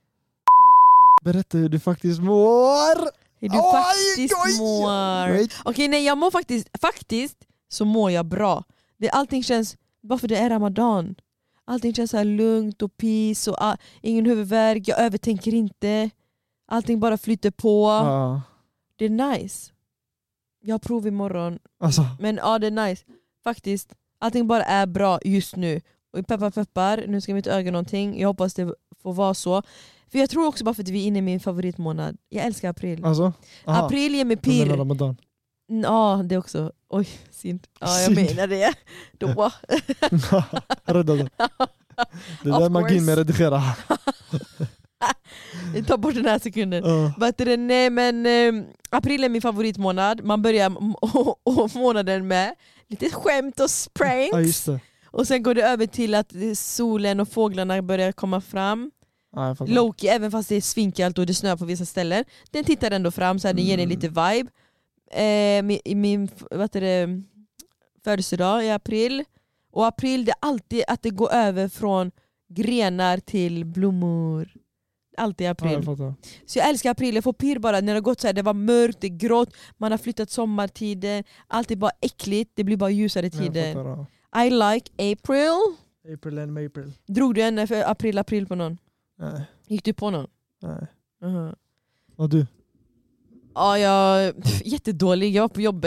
Berätta hur du faktiskt mår! Hur du Oj, faktiskt oj, mår. oj. Okej nej jag mår faktiskt, faktiskt så mår jag bra. Det, allting känns, bara för det är Ramadan. Allting känns så här lugnt och peace och all, ingen huvudvärk, jag övertänker inte. Allting bara flyter på. Ja, Det är nice. Jag har prov imorgon. alltså, Men ja det är nice. Faktiskt. Allting bara är bra just nu. Och peppar peppar, nu ska vi inte öga någonting. Jag hoppas det får vara så. För jag tror också bara för att vi är inne i min favoritmånad. Jag älskar april. alltså. Aha. April ger mig Du menar pirr. Ramadan. Ja det också. Oj, synd. Ja jag Synd. menar det. Då. Rädda den. Det Of där är magin course. med att redigera. Ta bort den här sekunden. Uh. Vet du, nej, men, eh, april är min favoritmånad. Man börjar m- och, och månaden med lite skämt och pranks. Ja just det. Och sen går det över till att eh, solen och fåglarna börjar komma fram. Ja, jag fattar. Loki, även fast det är svinkallt och det snöar på vissa ställen, den tittar ändå fram så här, den ger Mm. den lite vibe. Eh, min min vad heter det, födelsedag i april. Och april det är alltid att det går över från grenar till blommor. Alltid i Ja, april. jag fattar. Så jag älskar april, jag får pirr bara när det har gått så här, det var mörkt, det är grått, man har flyttat sommartiden, allt är bara äckligt, det blir bara ljusare Jag tider. fattar, ja. I like April. April and April. Drog du en för april, april på någon? Nej, Gick du på någon? nej. Uh-huh. Och du? Ja, jag pff, jättedålig, jag var på jobbet.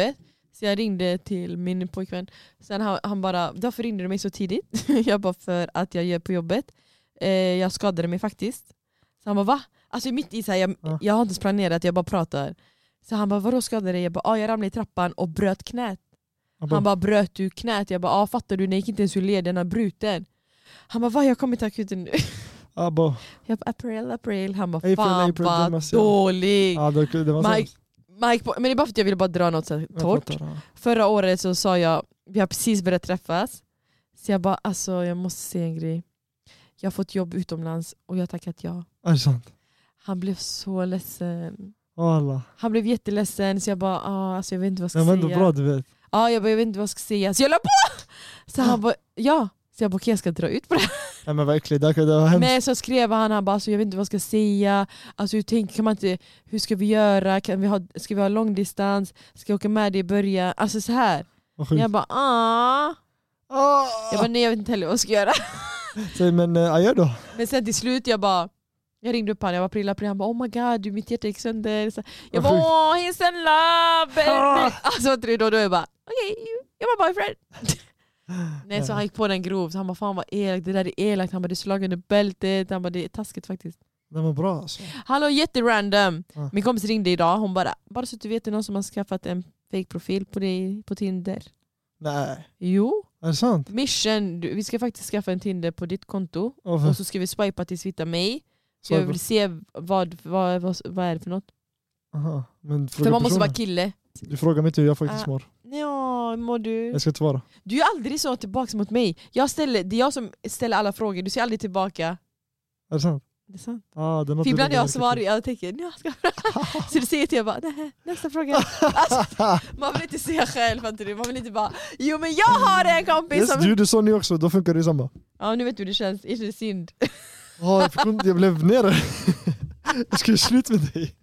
Så jag ringde till min pojkvän. Sen han, han bara, varför ringde du mig så tidigt? Jag bara, för att jag gör på jobbet. Eh, jag skadade mig faktiskt. Så han bara, va? Alltså mitt i så här, jag, Ja. jag har inte planerat, jag bara pratar. Så han bara, vadå skadade dig? Jag bara, ah, jag ramlade i trappan och bröt knät. Han bara, Han bara, bröt du knät? Jag bara, ah, fattar du? Den gick inte ens ur led, den har bruten. Han bara, va? Jag kommer till akuten nu. ah, bara, Jag bara, april, april. Han bara, April, fan April, det vad måste jag- dålig. ah, det, det var Mike, så. Mike, men det är bara för att jag ville bara dra något så här Jag torrt. fattar, ja. Förra året så sa jag, vi har precis börjat träffas. Så jag bara, alltså jag måste säga en grej. Jag har fått jobb utomlands och jag har tackat ja. Är det sant? Han blev så ledsen. Oh, alla. Han blev jätteledsen så jag bara, ah, alltså jag vet inte vad jag ska Det var säga. ändå bra, du vet. Ja, jag bara, jag vet inte vad jag ska säga. Så jag la på! Så han bara, ja. Så jag bara, okej jag ska dra ut på det. Nej men verkligen, det, det var hemskt. Men så skrev han, han bara, alltså, jag vet inte vad jag ska säga. Alltså hur tänker kan man inte, hur ska vi göra? Kan vi ha, ska vi ha långdistans? Ska jag åka med dig i början? Alltså så här. Vad sjukt. Jag bara, ah. Ah! Jag bara, nej jag vet inte heller vad jag ska göra. Säg, men äh, adjö då. Men sen till slut jag bara, jag ringde upp honom, jag var april, april, han bara, oh my god, du, mitt hjärta gick sönder. Så jag bara, åh, he's in love. Ah. Alltså då, då, då jag bara, okej, okay, you're my boyfriend. Nej, så han gick på den grovt. Han bara, fan vad elakt, det där är elakt. Han bara, det är slag under bältet. Han bara, det är taskigt faktiskt. Det var bra alltså. Hallå, jätterandom. Ah. Min kompis ringde idag, hon bara, bara så att du vet, det är någon som har skaffat en fake-profil på dig på Tinder. Nej, Jo, är det sant? mission, du, vi ska faktiskt skaffa en Tinder på ditt konto. Oh, Och så ska vi swipa tills vi hittar mig. Så jag vill se vad, vad, vad, vad är det för något. Aha. Men För fråga man måste personen. vara kille. Du frågar mig inte hur jag faktiskt Ah. mår. Ja, mår du? Jag ska inte svara. Du är aldrig så tillbaka mot mig. Jag ställer, det är jag som ställer alla frågor, du ser aldrig tillbaka. Är det sant? Det är sant. Ah, det är något För ibland du jag lägger svarar, till. jag tänker ja, ska så du säger till jag bara, nej, nästa fråga. Alltså, man vill inte säga själv, fattar du? Man vill inte bara, jo men jag har en kompis Yes, som... du gjorde så ni också, då funkar det samma. Ja, nu vet du hur det känns, är det synd? Ah, jag, fick ont, jag blev nere. Jag skulle sluta med dig.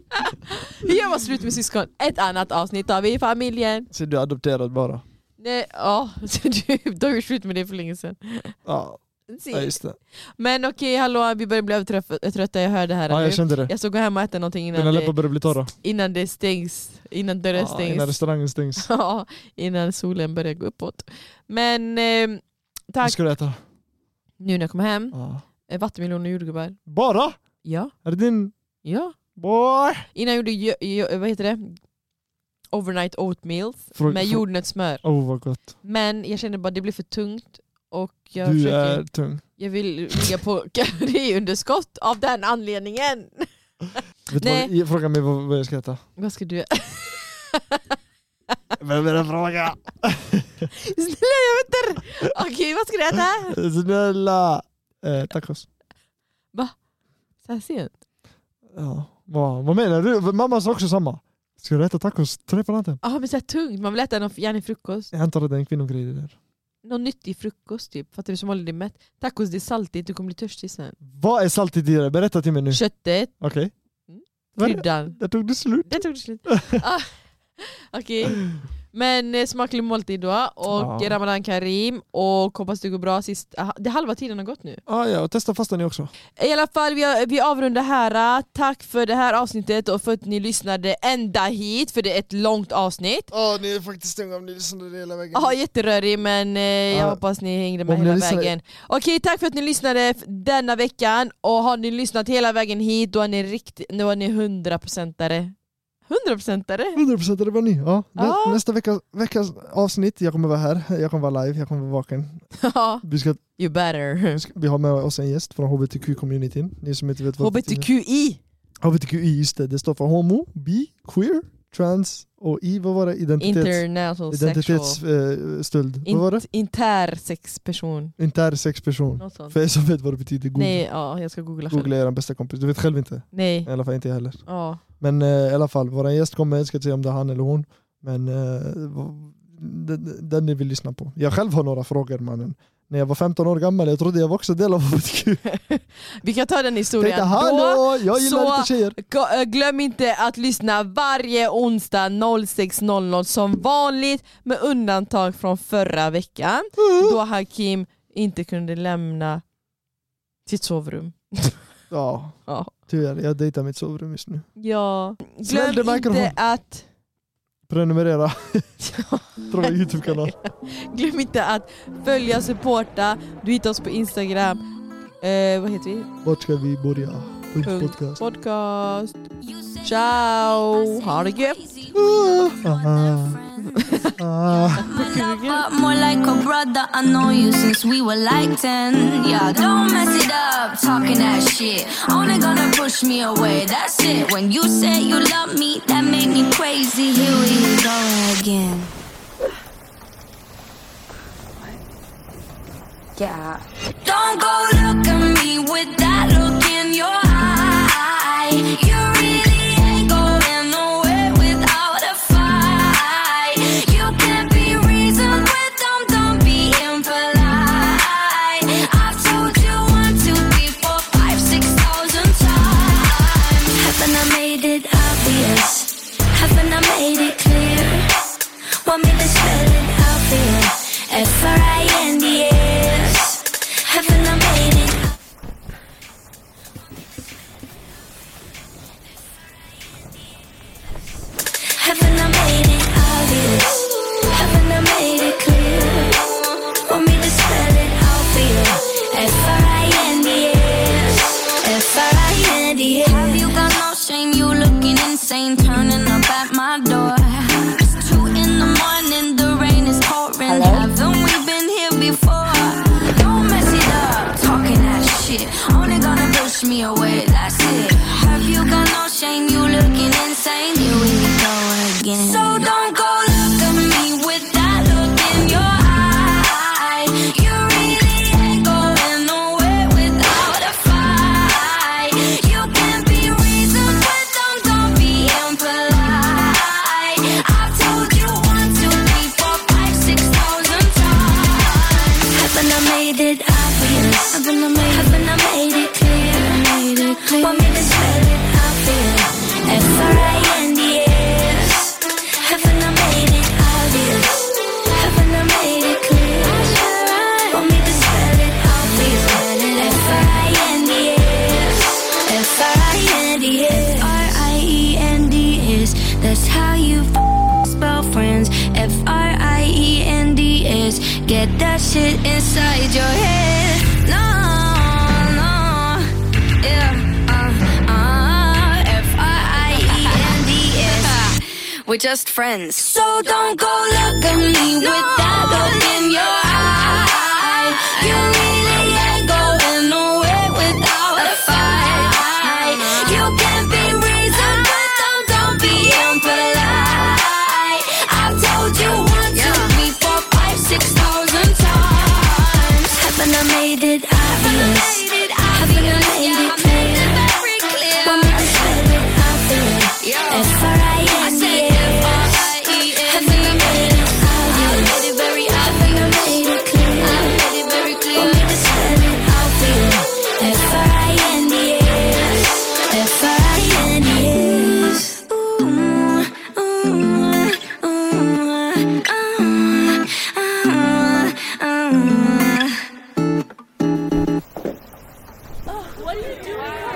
Hur gör man slut med syskon? Ett annat avsnitt av i familjen. Så du är adopterad bara. Nej, ja, så du, då har vi slut med det för länge sedan. Ja, Se. ja just det. Men okej, hallå, vi börjar bli trötta, trötta, jag hör det här Ja, nu. jag kände det. Jag ska gå hem och äta någonting Dina innan läppar det, börjar bli torra. innan det stängs, innan dörren Ja, stängs. innan restaurangen stängs. Ja, innan solen börjar gå uppåt. Men eh, Vad tack, ska du äta? nu när jag kommer hem, Ja. eh, vattenmelon och jordgubbar. Bara? Ja, Är det din... ja. Boy! Innan jag gjorde, jö- jö- vad heter det? Overnight oatmeals Frå- med frå- jordnötssmör. Oh vad gott. Men jag kände bara att det blir för tungt. Och jag, Du försöker, är tung. jag vill ligga på kaloriunderskott av den anledningen. Vet du Nej. vad, fråga mig vad, vad jag ska äta. Vad ska du... Vem är det fråga? Snälla jag vet inte. Okej, vad ska du äta? Snälla! Eh, tacos. Så här sent. Ja. Vad, vad menar du? Mamma sa också samma. Ska du äta tacos tre på natten? Ja, men så här tungt. Man vill äta någon, gärna frukost. Jag antar att det är en kvinnogrej det där. Någon nyttig frukost typ. Fattar du, som håller dig mätt. Tacos det är saltigt, du kommer bli törstig sen. Vad är saltigt i det? Berätta till mig nu. Köttet, Okej. Mm. Vad är det? kryddan. Där tog det slut. Det tog det slut. ah. Okej. Men eh, smaklig måltid då. Och Ja. Ramadan Karim. Och hoppas det går bra sist. Ah, det halva tiden har gått nu. Ah, ja, och testa fasta ni också. I alla fall, vi, har, vi avrundar här. Tack för det här avsnittet och för att ni lyssnade ända hit. För det är ett långt avsnitt. Ja, ni är faktiskt tunga om ni lyssnade hela vägen. Ja, jätterörig men eh, jag Ja. hoppas ni hängde med Om ni hela lyssnade- vägen. Okej, tack för att ni lyssnade f- denna veckan. Och har ni lyssnat hela vägen hit, då är ni riktigt, då är ni hundraprocentare. Hundraprocentare? hundra procent är det var ni. Ja. Nä, Ja. Nästa vecka, veckas avsnitt, jag kommer vara här. Jag kommer vara live, jag kommer vara vaken. Ja, Vi, ska, you better. vi, ska, vi har med oss en gäst från H B T Q-communityn. Ni som inte vet vad H B T Q I. H B T Q I, just det. Det står för homo, bi, queer, trans och I, vad var det? Identitets... International sexual. Identitetsstöld. vad var det? Int- Intersexperson. Intersexperson. Något sånt. För er som vet vad det betyder, googla. Nej, ja, jag ska googla själv. Googla är er bästa kompis. Du vet själv inte. Nej. I alla fall inte jag heller. Ja. Men eh, i alla fall, vår gäst kommer, jag ska inte säga om det är han eller hon. Men eh, den, den ni vill lyssna på. Jag själv har några frågor mannen. När jag var femton år gammal, jag trodde jag var också del av H B T Q. Vi kan ta den historien Tänkte, då. hallå, jag gillar så- lite tjejer. Gå- äh, Glöm inte att lyssna varje onsdag sex noll noll som vanligt, med undantag från förra veckan då Hakim inte kunde lämna sitt sovrum. Ja, Ja. tyvärr. Jag dejtar mitt sovrum just nu. Ja. Glöm Smällde inte mikrofon. att Prenumerera. På vår YouTube-kanal. Glöm inte att följa, supporta. Du hittar oss på Instagram. Eh, vad heter vi? Vart ska vi börja? Podcast. Podcast. Ciao. Ha det gött. More like a brother, I know you since we were like ten. Yeah, don't mess it up, talking that shit. Only gonna push me away, that's it. When you say you love me, that made me crazy. Here we go again. Yeah. Don't go look at me with that look in your eye. You really ain't going nowhere without a fight. You can't be reasoned with them, don't be impolite. I've told you one, two, three, four, five, six thousand times. Haven't I made it obvious? Haven't I made it clear? Want me to spell it out for you? F R I N D S. Haven't I made it? Haven't I made it obvious? Haven't I made it clear? Want me to spell it out for you? F R I N D S. F R I N D S. Have you got no shame? You looking insane, turning up at my door. It's two in the morning, the rain is pouring. Haven't we been here before? Don't mess it up, talking that shit. Only gonna push me away, that's it. Have you got no shame? You looking insane. Here we go again. So don't go look at me with that look in your eye. You really ain't going nowhere without a fight. You can't be reasoned with them, don't be impolite. I've told you one, two, three, four, five, six thousand times. Haven't I made it obvious? Haven't I made, haven't I made it clear? Made it clear. Want me to spell it out for you? F R I N D S. Haven't I made it obvious? Haven't I made it clear? Want me to spell it out for you? F R I N D S. F R I N D S. R I E N D S. That's how you f- spell friends. F R I E N D S. Get that shit inside your head. No, no, yeah, uh, uh, F R I E N D S. We're just friends. So don't go look at me with that look in your eye. You really ain't going nowhere without a fight. You can't be reasoned with them, don't be impolite. I've told you one, two, three, four, five, six thousand times. Haven't I made it obvious? Haven't I made it clear? Want me to spell it out for you? F R I N D S. Haven't I made it obvious? Haven't I made it clear? Want me to spell it out for you? F R I N D S. F R I N D S. Ooh, ooh, ooh, ooh, ooh, ooh. What are you doing?